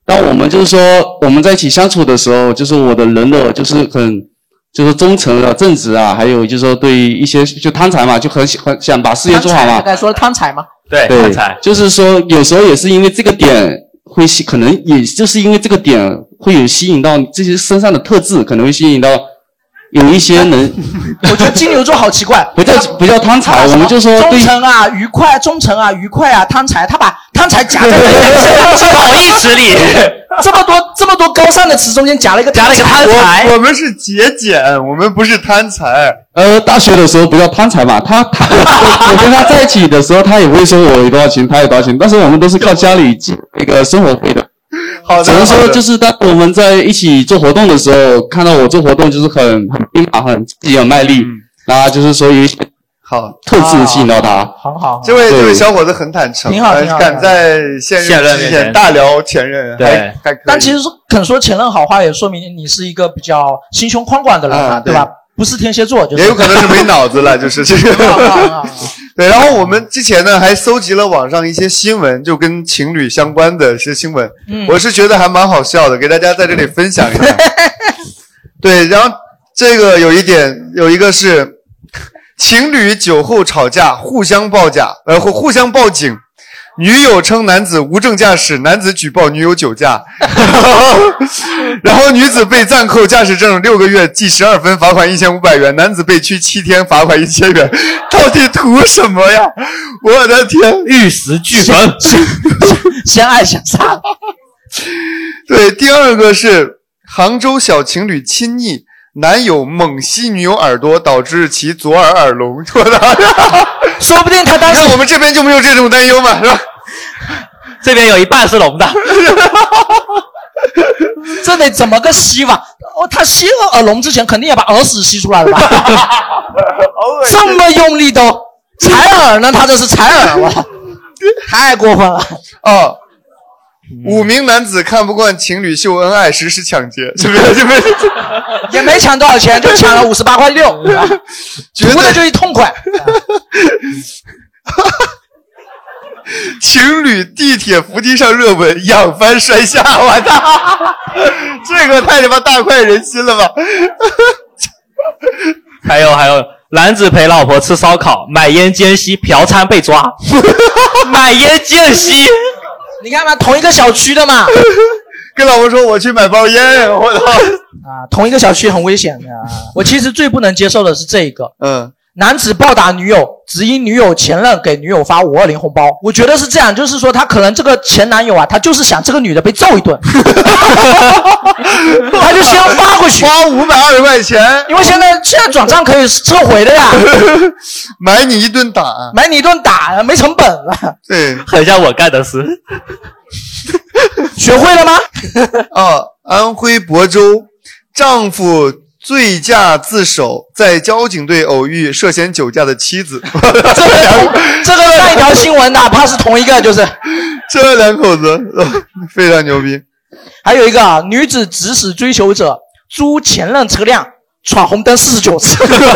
但我们就是说我们在一起相处的时候，就是我的人的就是就是忠诚啊、正直啊，还有就是说对一些就贪财嘛，就很想把事业做好嘛。 刚才说贪财吗？ 对，贪财就是说有时候也是因为这个点会可能也就是因为这个点会有吸引到这些身上的特质，可能会吸引到有一些人。 我觉得金牛座好奇怪， 不叫贪财，我们就说忠诚啊、愉快、忠诚啊、愉快啊、贪财，他把贪财夹在褒义词里。 这么多高尚的词中间夹了一个贪财。我们是节俭，我们不是贪财。 大学的时候不叫贪财嘛，我跟他在一起的时候，他也会说我有多少钱，他有多少钱，但是我们都是靠家里那个生活费的。只能说就是当我们在一起做活动的时候，看到我做活动就是很拼啊，很卖力，然后就是说有一些好特质吸引到他。 好， 这位小伙子很坦诚， 挺好， 敢在现任之前大聊前任， 对， 还可以。 但其实肯说前任好话，也说明你是一个比较心胸宽广的人嘛，对吧？不是天蝎座，就是也有可能是没脑子了，就是这个。对，然后我们之前呢还搜集了网上一些新闻，就跟情侣相关的一些新闻，我是觉得还蛮好笑的，给大家在这里分享一下。对，然后这个有一个是情侣酒后吵架，互相报警。女友称男子无证驾驶，男子举报女友酒驾，然后女子被暂扣驾驶证6个月，记12分，罚款1500元，男子被拘7天，罚款1000元，到底图什么呀？我的天， 玉石俱焚， 相爱相杀。 对，第二个是杭州小情侣亲昵，男友猛吸女友耳朵，导致其左耳耳聋。 说不定他当时我们这边就没有这种担忧嘛，是吧？ 这边有一半是聋的。 这得怎么个吸法？他吸耳聋之前肯定要把耳屎吸出来了吧？这么用力都采耳呢？他这是采耳哇，太过分了。 哦，5名男子看不惯情侣秀恩爱，实施抢劫，是不是？ 也没抢多少钱，就抢了58.6块，图的就一痛快。 情侣地铁扶梯上热吻，仰翻摔下，我操！这个太他妈大快人心了吧！ 还有，男子陪老婆吃烧烤，买烟间隙嫖娼被抓，买烟间隙。 你看嘛，同一个小区的嘛， 跟老婆说我去买包烟，我操！ 同一个小区很危险的。我其实最不能接受的是这个，男子暴打女友，只因女友前任给女友发520红包。我觉得是这样，就是说他可能这个前男友啊，他就是想这个女的被揍一顿，他就先发过去， 花520块钱， 因为现在转账可以撤回的呀。 买你一顿打， 没成本了。 对， 很像我干的事。 学会了吗？ 安徽亳州，丈夫醉驾自首，在交警队偶遇涉嫌酒驾的妻子。 这个那一条新闻哪怕是同一个，就是这两口子非常牛逼。 还有一个女子指使追求者租前任车辆闯红灯49次。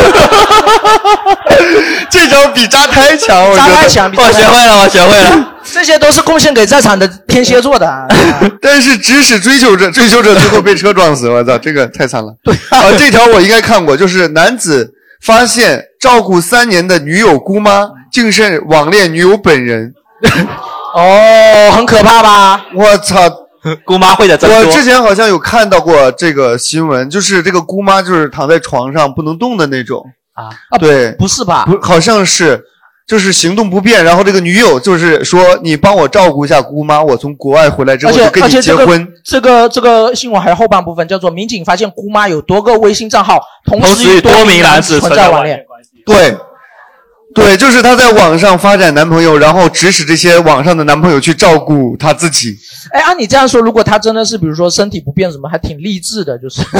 这招比扎胎强，我学会了。 这些都是贡献给在场的天蝎座的。 但是指使追求者最后被车撞死，我操，这个太惨了。对这条我应该看过，就是男子发现照顾3年的女友姑妈竟是网恋女友本人。 很可怕吧？ 我操！ 姑妈会的真多。 我之前好像有看到过这个新闻，就是这个姑妈就是躺在床上不能动的那种对， 不是吧？ 好像是，就是行动不便。然后这个女友就是说，你帮我照顾一下姑妈，我从国外回来之后就跟你结婚。 这个新闻还有后半部分，叫做民警发现姑妈有多个微信账号，同时与多名男子存在网恋。 对，就是她在网上发展男朋友，然后指使这些网上的男朋友去照顾她自己。 按你这样说，如果她真的是比如说身体不便什么，还挺励志的，就是励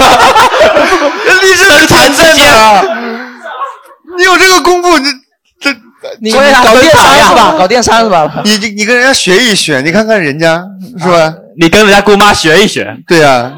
志的谈之间你有这个功夫， 你搞电商是吧？搞电商是吧？ 你跟人家学一学，你看看人家是吧？ 你跟人家姑妈学一学。 对啊，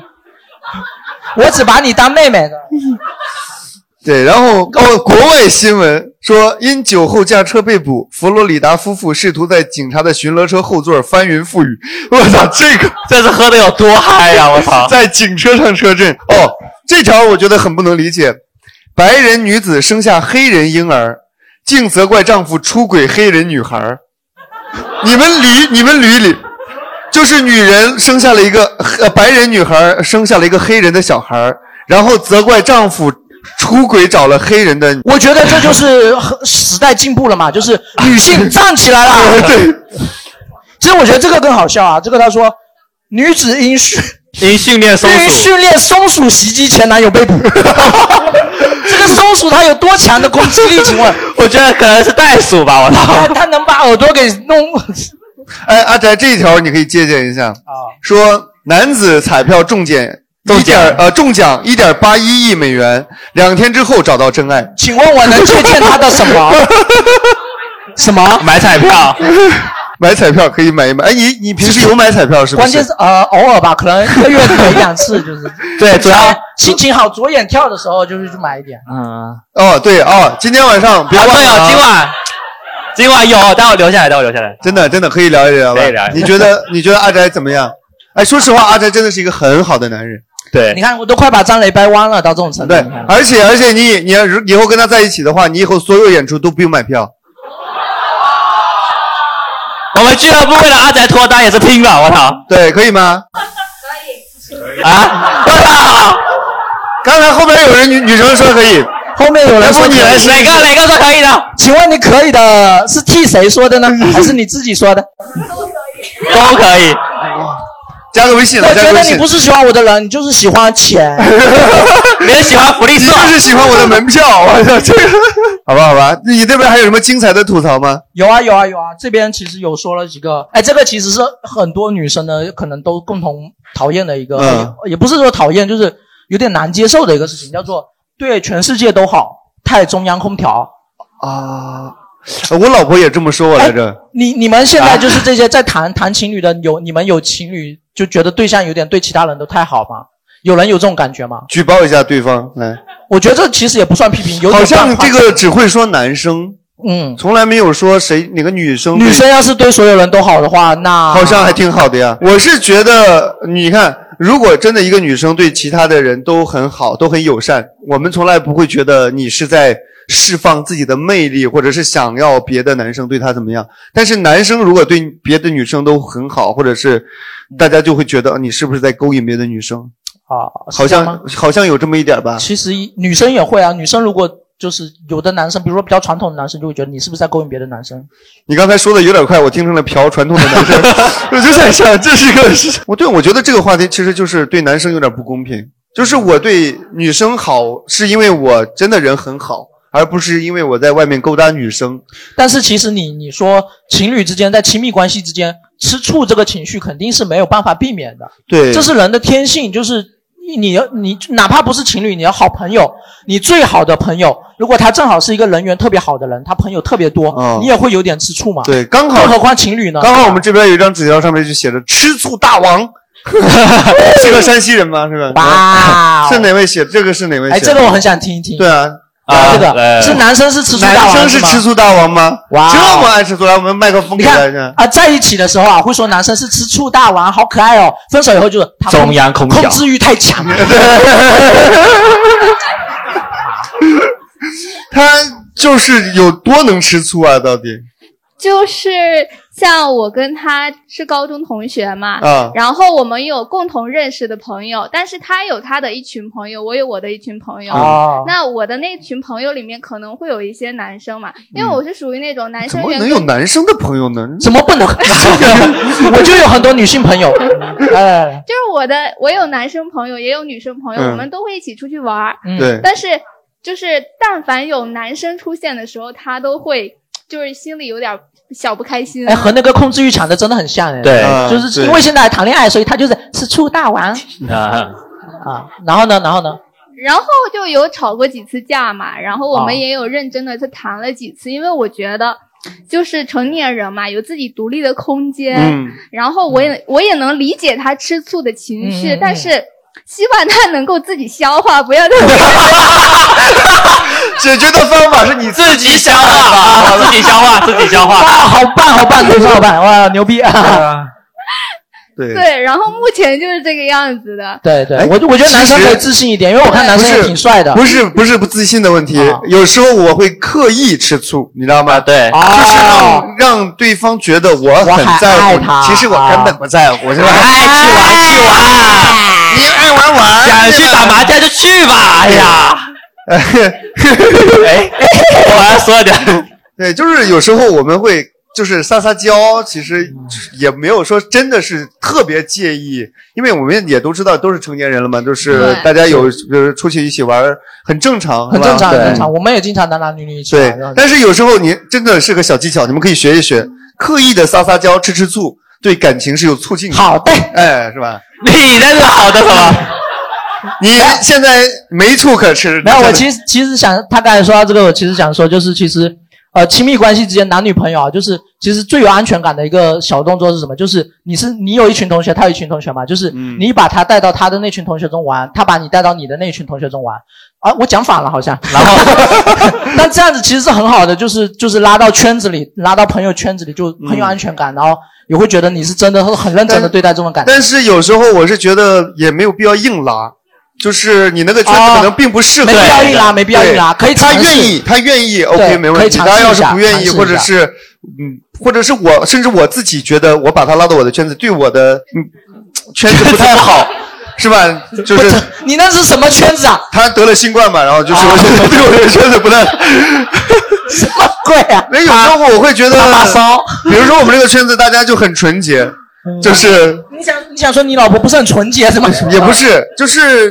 我只把你当妹妹的。 对，然后国外新闻说因酒后驾车被捕，佛罗里达夫妇试图在警察的巡逻车后座翻云覆雨。我操， 这是喝的有多嗨呀！我操， 在警车上车震。哦，这条我觉得很不能理解。白人女子生下黑人婴儿，竟责怪丈夫出轨黑人女孩。你们捋一捋，就是女人生下了一个白人女孩生下了一个黑人的小孩，然后责怪丈夫出轨找了黑人的。 我觉得这就是时代进步了嘛，就是女性站起来了。 对， 其实我觉得这个更好笑啊，这个他说女子因训练松鼠袭击前男友被捕。这个松鼠它有多强的攻击力？请问？ 我觉得可能是袋鼠吧，我操！ 它能把耳朵给弄。 哎，阿宅这一条你可以借鉴一下啊。说男子彩票中奖1.81亿美元，2天之后找到真爱。 请问我能借鉴他的什么？什么？ 买彩票。 买彩票可以买一买。哎，你平时有买彩票是不是？ 关键是偶尔吧，可能1个月买1-2次，就是对，主要心情好左眼跳的时候就是去买一点。 哦，对哦，今天晚上不要忘了啊。今晚有，待会留下来， 真的可以聊一聊吧。 可以聊。 你觉得阿宅怎么样？哎，说实话，阿宅真的是一个很好的男人。 对， 你看我都快把张雷掰弯了，到这种程度。 对，而且你要以后跟他在一起的话，你以后所有演出都不用买票。 我们俱乐部为了阿宅脱单也是拼了，我操！ 对，可以吗？ 可以。啊！我操！ 刚才后面有人女生说可以， 后面有人说你来试，哪个说可以的？ 请问你可以的是替谁说的呢？还是你自己说的？ 都可以。 加个微信了。 我觉得你不是喜欢我的人，你就是喜欢钱。 别人喜欢福利社， 你就是喜欢我的门票。我操，这个好吧，你这边还有什么精彩的吐槽吗？ 有啊，这边其实有说了几个。哎，这个其实是很多女生呢可能都共同讨厌的一个，也不是说讨厌，就是有点难接受的一个事情，叫做对全世界都好，太中央空调啊。我老婆也这么说我来着。 你们现在就是这些在谈情侣的，你们有情侣就觉得对象有点对其他人都太好吗？有人有这种感觉吗？ 举报一下对方来。 我觉得这其实也不算批评，有点好像这个只会说男生，从来没有说哪个女生。 女生要是对所有人都好的话，那好像还挺好的呀。我是觉得，你看，如果真的一个女生对其他的人都很好，都很友善，我们从来不会觉得你是在释放自己的魅力，或者是想要别的男生对他怎么样。但是男生如果对别的女生都很好，或者是大家就会觉得你是不是在勾引别的女生啊？ 好像有这么一点吧。 其实女生也会啊，女生如果就是有的男生，比如说比较传统的男生，就会觉得你是不是在勾引别的男生。 你刚才说的有点快，我听成了嫖传统的男生。我就在想，这是个我觉得这个话题其实就是对男生有点不公平。就是我对女生好，是因为我真的人很好，而不是因为我在外面勾搭女生。 但是其实你说情侣之间在亲密关系之间吃醋这个情绪肯定是没有办法避免的。 对， 这是人的天性，就是你哪怕不是情侣，你的好朋友，你最好的朋友，如果他正好是一个人缘特别好的人，他朋友特别多，你也会有点吃醋嘛。 对，刚好， 更何况情侣呢？ 刚好我们这边有一张纸条，上面就写着吃醋大王。是个山西人吗？是吧？ 哇， 是哪位写？这个是哪位写？ 哎，这个我很想听一听。 对啊， 这个是男生是吃醋大王， 男生是吃醋大王吗？哇，这么爱吃醋，来我们麦克风给大家。 在一起的时候啊，会说男生是吃醋大王，好可爱哦。分手以后就是他中央空调， 控制欲太强。 他就是有多能吃醋啊？到底？ 就是像我跟他是高中同学嘛，然后我们有共同认识的朋友，但是他有他的一群朋友，我有我的一群朋友。那我的那群朋友里面可能会有一些男生嘛，因为我是属于那种男生。 怎么能有男生的朋友呢？ 怎么不能？我就有很多女性朋友。 就是我有男生朋友，也有女生朋友，我们都会一起出去玩。 对。 但是就是但凡有男生出现的时候，他都会就是心里有点小不开心。 哎，和那个控制欲强的真的很像哎。 对， 就是因为现在谈恋爱，所以他就是吃醋大王然后呢？ 然后就有吵过几次架嘛，然后我们也有认真的去谈了几次，因为我觉得就是成年人嘛，有自己独立的空间。然后我也能理解他吃醋的情绪，但是希望他能够自己消化，不要再解决的方法是你自己消化，自己消化，自己消化。 哇，好棒，好棒，董事老板，哇，牛逼啊！ 对，然后目前就是这个样子的。 对对，我觉得男生可以自信一点，因为我看男生也挺帅的。 不是不自信的问题，有时候我会刻意吃醋，你知道吗？ 对， 就是让对方觉得我很在乎你，其实我根本不在乎，我就爱去玩， 你爱玩， 想去打麻将就去吧。哎呀，我还要说点， 对，就是有时候我们会。就是撒娇，其实也没有说真的是特别介意，因为我们也都知道都是成年人了嘛，就是大家有就是出去一起玩很正常， 很正常，很正常。我们也经常男男女女一起玩。 对，但是有时候你真的是个小技巧，你们可以学一学，刻意的撒娇，吃醋，对感情是有促进的。 好的， 哎，是吧？ 你这是好的什么？ 你现在没醋可吃。 没有，我其实想，他刚才说到这个，我其实想说，就是其实。亲密关系之间男女朋友啊，就是其实最有安全感的一个小动作是什么？就是你有一群同学，他有一群同学嘛，就是你把他带到他的那群同学中玩，他把你带到你的那群同学中玩。啊，我讲反了好像。然后，但这样子其实是很好的，就是拉到圈子里，拉到朋友圈子里就很有安全感，然后也会觉得你是真的很认真的对待这种感情。 但是有时候我是觉得也没有必要硬拉。就是你那个圈子可能并不适合， 没必要硬拉，没必要硬拉，可以他愿意 OK 没问题。他要是不愿意，或者是我，甚至我自己觉得我把他拉到我的圈子，对我的圈子不太好，是吧？就是你那是什么圈子啊？ 他得了新冠嘛，然后就是我觉得对我的圈子不太。 什么鬼啊？ 那有时候我会觉得，比如说我们这个圈子大家就很纯洁，就是你想说你老婆不是很纯洁是吗？ 也不是，就是。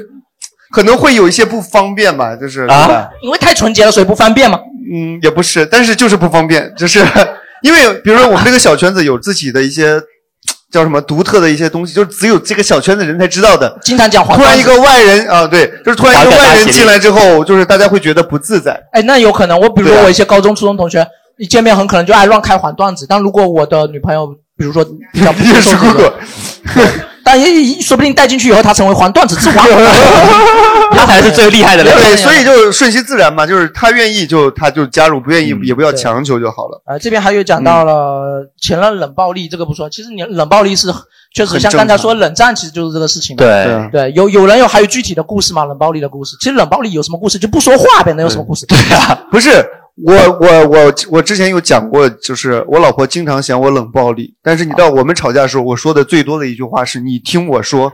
可能会有一些不方便吧，就是啊，因为太纯洁了，所以不方便吗？ 也不是，但是就是不方便，就是因为比如说我们这个小圈子有自己的一些叫什么独特的一些东西，就是只有这个小圈子人才知道的。 经常讲黄。 突然一个外人啊，对，就是突然一个外人进来之后，就是大家会觉得不自在。 哎，那有可能，比如说我一些高中、初中同学一见面很可能就爱乱开黄段子，但如果我的女朋友，比如说比较不接受这个。但也说不定带进去以后，他成为黄段子之王， 他才是最厉害的人。 对，所以就顺其自然嘛，就是他愿意他就加入，不愿意也不要强求就好了。 这边还有讲到了前任冷暴力，这个不说，其实你冷暴力是确实像刚才说冷战，其实就是这个事情嘛。对，有人还有具体的故事吗？冷暴力的故事，其实冷暴力有什么故事就不说话呗，能有什么故事？ 对啊，不是。我之前有讲过，就是我老婆经常嫌我冷暴力，但是你知道我们吵架的时候，我说的最多的一句话是你听我说，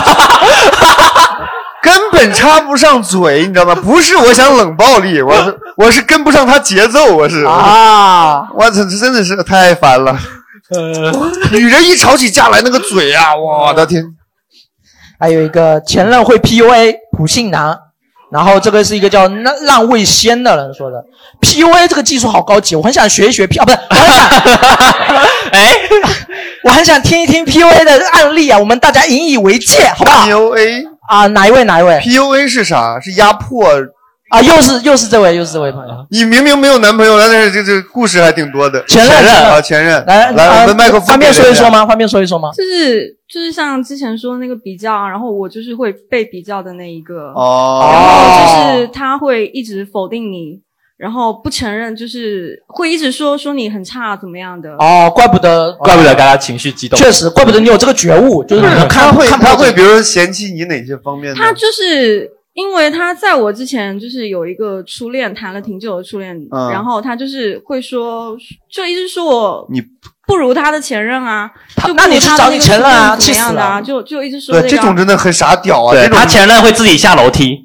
根本插不上嘴，你知道吗？不是我想冷暴力，我是跟不上他节奏，我是我真的是太烦了。女人一吵起架来那个嘴啊，我的天！ 还有一个前任会 PUA 普信男。然后这个是一个叫浪味仙的人说的 ，PUA 这个技术好高级，我很想学一学不是，我很想听一听 PUA 的案例啊，我们大家引以为戒，好不好 ？PUA 啊，哪一位 ？PUA 是啥？是压迫啊？又是这位朋友。 你明明没有男朋友，但是这故事还挺多的。 前任，来， 我们麦克风方便说一说吗？ 就是像之前说那个比较，然后我就是会被比较的那一个， 然后就是他会一直否定你，然后不承认，就是会一直说你很差怎么样的。 怪不得刚才情绪激动。 确实，怪不得你有这个觉悟，就是他会比如说嫌弃你哪些方面呢？ 他就是因为他在我之前就是有一个初恋，谈了挺久的初恋，然后他就是会说，就一直说我你不如他的前任啊， 那你去找你前任啊， 怎么样的啊，就一直说这种真的很傻屌啊！ 对，他前任会自己下楼梯。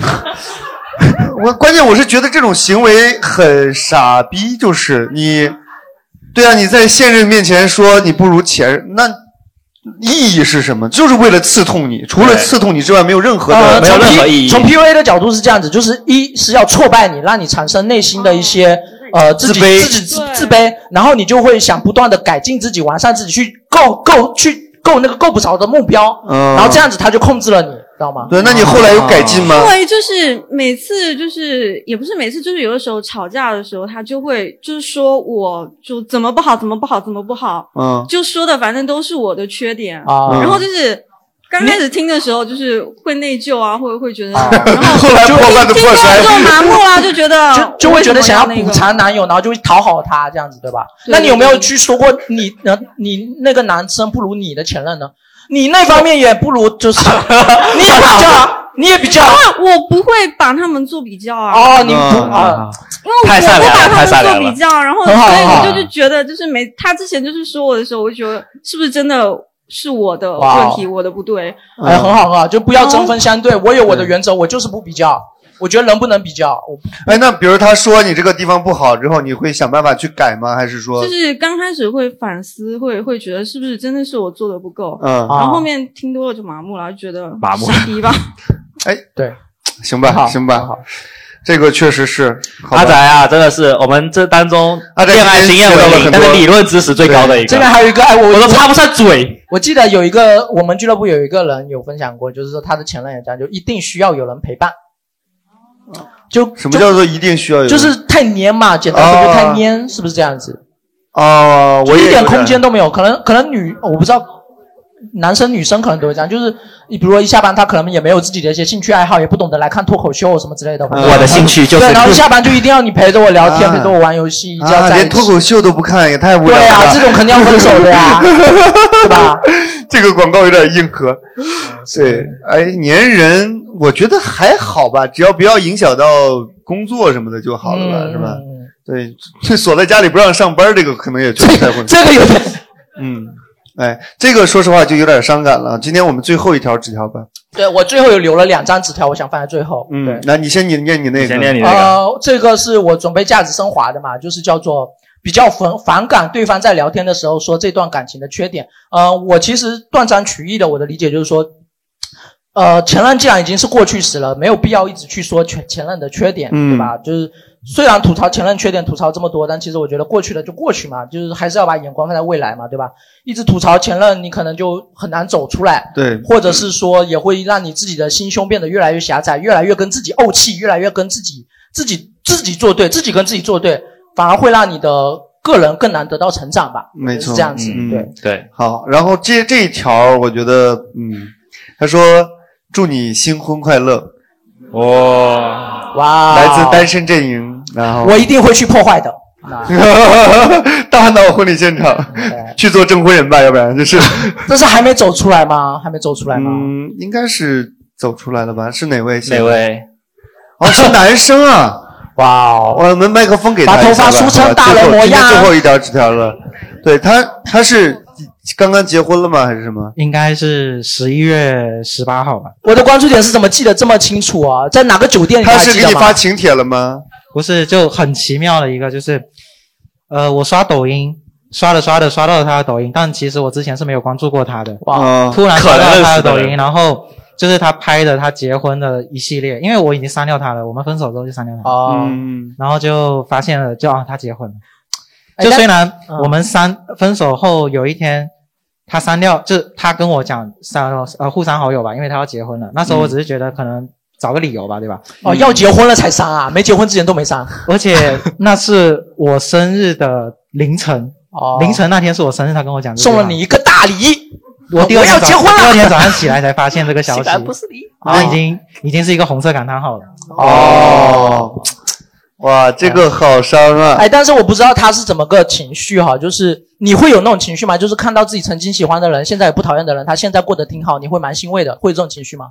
关键我是觉得这种行为很傻逼，就是对啊，你在现任面前说你不如前任，那意义是什么？就是为了刺痛你，除了刺痛你之外，没有任何意义。 从 PUA 的角度是这样子，就是一是要挫败你，让你产生内心的一些自卑，然后你就会想不断的改进自己，完善自己，去够那个够不着的目标，然后这样子他就控制了你，知道吗？ 对，那你后来有改进吗？ 因为就是每次就是也不是每次，就是有的时候吵架的时候，他就会就是说我就怎么不好，就说的反正都是我的缺点，然后就是刚开始听的时候就是会内疚啊，会觉得，然后后来破罐子破摔， 就麻木了，就觉得就会觉得想要补偿男友，然后就会讨好他这样子，对吧？那你有没有去说过你那个男生不如你的前任呢？你那方面也不如，就是你也比较。你也比较， 我不会把他们做比较啊。 你不啊， 因为我不把他们做比较，然后所以我就觉得就是他之前就是说我的时候，我就觉得是不是真的是我的问题，我的不对。 很好很好，就不要针锋相对。我有我的原则，我就是不比较。我觉得人不能比较。 那比如他说你这个地方不好之后，你会想办法去改吗？还是说就是刚开始会反思，会觉得是不是真的是我做的不够？然后后面听多了就麻木了，就觉得傻逼吧。 对， 行吧，行吧，这个确实是阿宅啊，真的是我们这当中恋爱经验为零，但是理论知识最高的一个。 这边还有一个， 我都插不上嘴。 我记得有一个我们俱乐部有一个人有分享过，就是说他的前任也这样，就一定需要有人陪伴。就什么叫做一定需要有人？ 就是太黏嘛，简单说就太黏，是不是这样子？ 我一点空间都没有，可能我不知道。男生女生可能都会这样，就是你比如说一下班，他可能也没有自己的一些兴趣爱好，也不懂得来看脱口秀什么之类的。 我的兴趣就是对，然后一下班就一定要你陪着我聊天，陪着我玩游戏， 连脱口秀都不看，也太无聊了。 对啊，这种肯定要分手的呀，对吧？ 这个广告有点硬核。对，粘人我觉得还好吧，只要不要影响到工作什么的就好了吧，是吧？对，这锁在家里不让上班，这个可能也确实太混。 这个有点， 这个说实话就有点伤感了。今天我们最后一条纸条吧。 对，我最后有留了2张纸条，我想放在最后。对， 那你先念你那个。 先念你那个。 这个是我准备价值升华的嘛，就是叫做比较反感对方在聊天的时候说这段感情的缺点。我其实断章取义的，我的理解就是说，前任既然已经是过去时了，没有必要一直去说前任的缺点，对吧？就是虽然吐槽前任缺点吐槽这么多，但其实我觉得过去了就过去嘛，就是还是要把眼光放在未来嘛，对吧？一直吐槽前任，你可能就很难走出来， 对， 或者是说也会让你自己的心胸变得越来越狭窄，越来越跟自己怄气，越来越跟自己作对，自己跟自己作对，反而会让你的个人更难得到成长吧。 没错， 是这样子， 对。 好，然后这一条我觉得，他说祝你新婚快乐。 哇！ 来自单身阵营，然后我一定会去破坏的。 大闹婚礼现场，去做证婚人吧，要不然就是。 这是还没走出来吗？ 应该是走出来了吧？是哪位？ 哪位？ 是男生啊！ 哇哦！ 我们麦克风给他把头发梳成大人模样。 最后一条纸条了，对他是刚刚结婚了吗？还是什么？ 应该是11月18号吧。 我的关注点是怎么记得这么清楚啊？在哪个酒店里？ 他是给你发请帖了吗？ 不是，就很奇妙的一个，就是我刷抖音，刷着刷着刷到了他的抖音，但其实我之前是没有关注过他的。哇！突然刷到了他的抖音，然后就是他拍的他结婚的一系列，因为我已经删掉他了，我们分手之后就删掉他。然后就发现了，他结婚了。就虽然我们分手后有一天。他删掉，就是他跟我讲互删好友吧，因为他要结婚了。那时候我只是觉得可能找个理由吧，对吧？ 要结婚了才删啊，没结婚之前都没删。 而且那是我生日的凌晨，凌晨那天是我生日，他跟我讲送了你一个大礼。 我要结婚了。 第二天早上起来才发现这个消息， 竟然不是礼， 已经是一个红色感叹号了。 哇，这个好伤啊！ 但是我不知道他是怎么个情绪哈，就是你会有那种情绪吗？就是看到自己曾经喜欢的人，现在也不讨厌的人，他现在过得挺好，你会蛮欣慰的，会有这种情绪吗？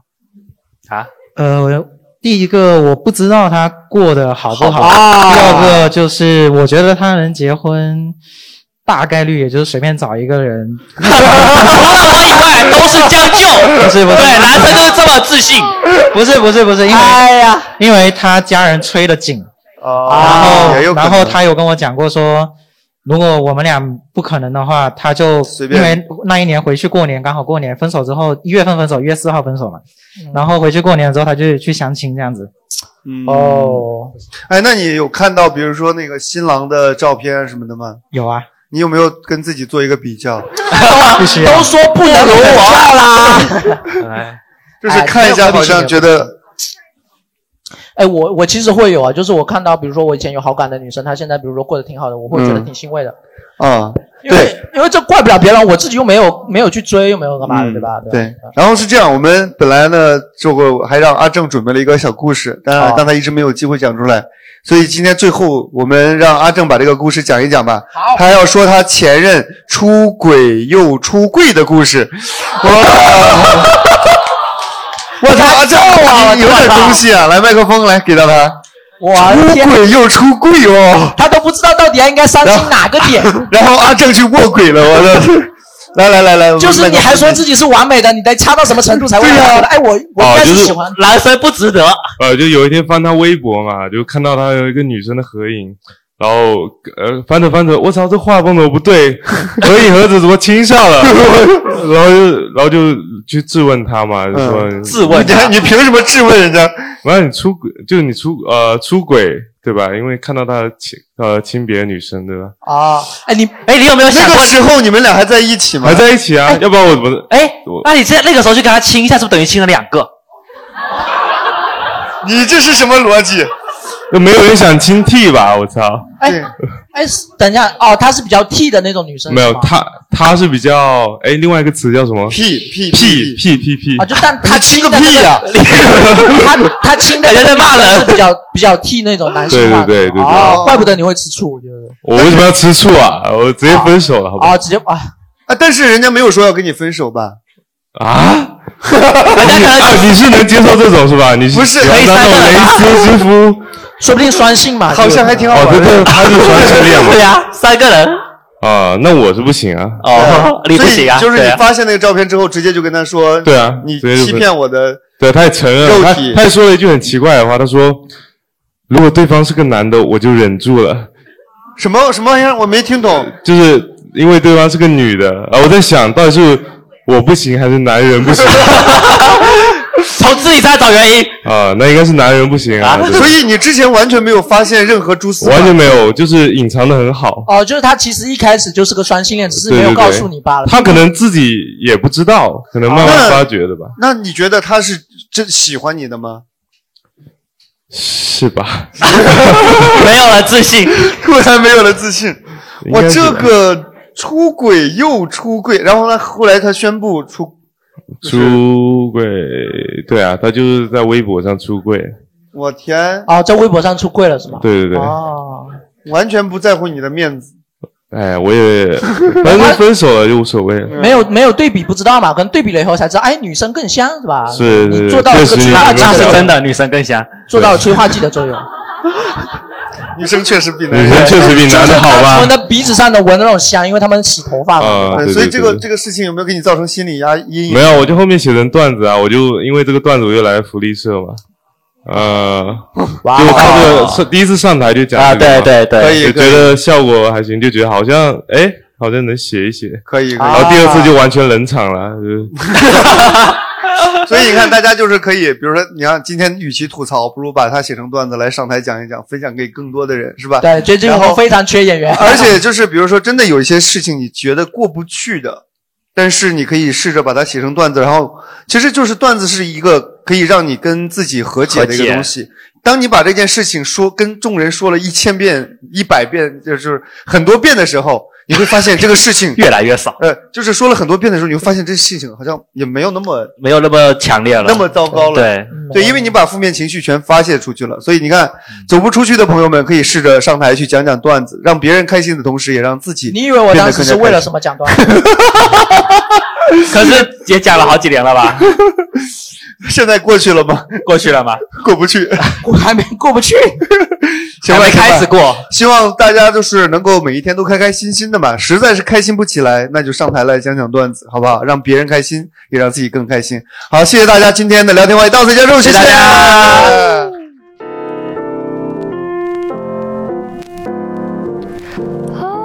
第一个我不知道他过得好不好，第二个就是我觉得他能结婚，大概率也就是随便找一个人，除了我以外都是将就，不是，对，男生就是这么自信， 不是，因为他家人催得紧。然后他有跟我讲过说，如果我们俩不可能的话，他就因为那一年回去过年，刚好过年，分手之后1月份分手，1月4号分手嘛，然后回去过年之后他就去相亲这样子。 那你有看到比如说那个新郎的照片什么的吗？ 有啊。 你有没有跟自己做一个比较？ 不需要。都说不能比较啦。 就是看一下，好像觉得。 哎，我其实会有啊，就是我看到，比如说我以前有好感的女生，她现在比如说过得挺好的，我会觉得挺欣慰的。 对， 因为这怪不了别人，我自己又没有去追，又没有干嘛的，对吧？ 对。然后是这样，我们本来呢，还让阿正准备了一个小故事，但是刚才一直没有机会讲出来，所以今天最后我们让阿正把这个故事讲一讲吧。好，他要说他前任出轨又出柜的故事。我操，阿正你有点东西啊！来，麦克风来给到他。 哇， 出轨又出柜哦， 他都不知道到底应该伤心哪个点。 然后阿正去卧轨了，我的。来， 就是你还说自己是完美的，你得差到什么程度才会完美的？哎，我应该是喜欢男生不值得。 就有一天翻他微博嘛，就看到他有一个女生的合影，然后翻着，我操，这画风怎么不对？合影盒子怎么清笑了？然后就去质问他嘛，就说质问你凭什么质问人家？ 完了，你出轨就是你出轨对吧？因为看到他亲别的女生对吧？ 你有没有想过那个时候你们俩还在一起吗？ 还在一起啊，要不然我怎么？ 那你那个时候就跟他亲一下，是不是等于亲了2个？ 你这是什么逻辑？ 没有人想亲 T 吧？我操！ 等一下她是比较 T 的那种女生。 没有，她是比较另外一个词叫什么 ？P 就但她亲个屁呀！ 她亲的人在骂人， 是比较 T 那种男性化。 对， 怪不得你会吃醋，我觉得。 我为什么要吃醋啊？我直接分手了，好不好？ 直接但是人家没有说要跟你分手吧？ 你是能接受这种是吧？你不是可以那种蕾丝之夫， 说不定双性嘛， 好像还挺好玩的。他是双性恋嘛？ 对呀，3个人。 那我是不行啊。 你不行啊。 就是你发现那个照片之后，直接就跟他说， 对啊， 你欺骗我的。 对，他也承认了，他也说了一句很奇怪的话，他说，如果对方是个男的，我就忍住了。 什么玩意儿？我没听懂。 就是因为对方是个女的，我在想到底是我不行还是男人不行？ 从自己在找原因那应该是男人不行啊。 所以你之前完全没有发现任何蛛丝， 完全没有，就是隐藏的很好。 就是他其实一开始就是个双性恋，只是没有告诉你罢了。 他可能自己也不知道，可能慢慢发觉的吧。 那你觉得他是真喜欢你的吗？ 是吧？ 没有了自信， 果然没有了自信。我这个出轨又出轨，然后呢，后来他宣布出轨，对啊，他就是在微博上出柜。 我天！ 在微博上出柜了是吗？ 对。 完全不在乎你的面子。 我也，反正分手了就无所谓了。 没有对比不知道嘛，可能对比了以后才知道，女生更香是吧？ 是， 你做到了个催化剂， 那是真的，女生更香， 做到了催化剂的作用。 女生确实比男的好吧？ 他们的鼻子上的闻那种香，因为他们洗头发嘛。 所以这个事情有没有给你造成心理阴影？ 没有，我就后面写成段子啊，我就因为这个段子我又来福利社嘛。就他这个第一次上台就讲对， 可以， 就觉得效果还行，就觉得好像能写一写， 可以。 然后第2次就完全冷场了。 所以你看，大家就是可以，比如说，你看今天与其吐槽，不如把它写成段子来上台讲一讲，分享给更多的人，是吧？ 对，最近我们非常缺演员。 而且就是比如说，真的有一些事情你觉得过不去的，但是你可以试着把它写成段子，然后其实就是段子是一个可以让你跟自己和解的一个东西。当你把这件事情跟众人说了1000遍、100遍，就是很多遍的时候，你会发现这个事情越来越少。 就是说了很多遍的时候，你会发现这事情好像也没有那么强烈了， 那么糟糕了。对，因为你把负面情绪全发泄出去了。所以你看，走不出去的朋友们可以试着上台去讲讲段子，让别人开心的同时，也让自己。 你以为我当时是为了什么讲段子？ 可是也讲了好几年了吧？ 现在过去了吗？ 过去了吗？ 过不去， 我还没过不去。 还没开始过。 希望大家就是能够每一天都开开心心的嘛。实在是开心不起来，那就上台来讲讲段子，好不好？让别人开心，也让自己更开心。好，谢谢大家今天的聊天会到此结束，谢谢大家。 Oh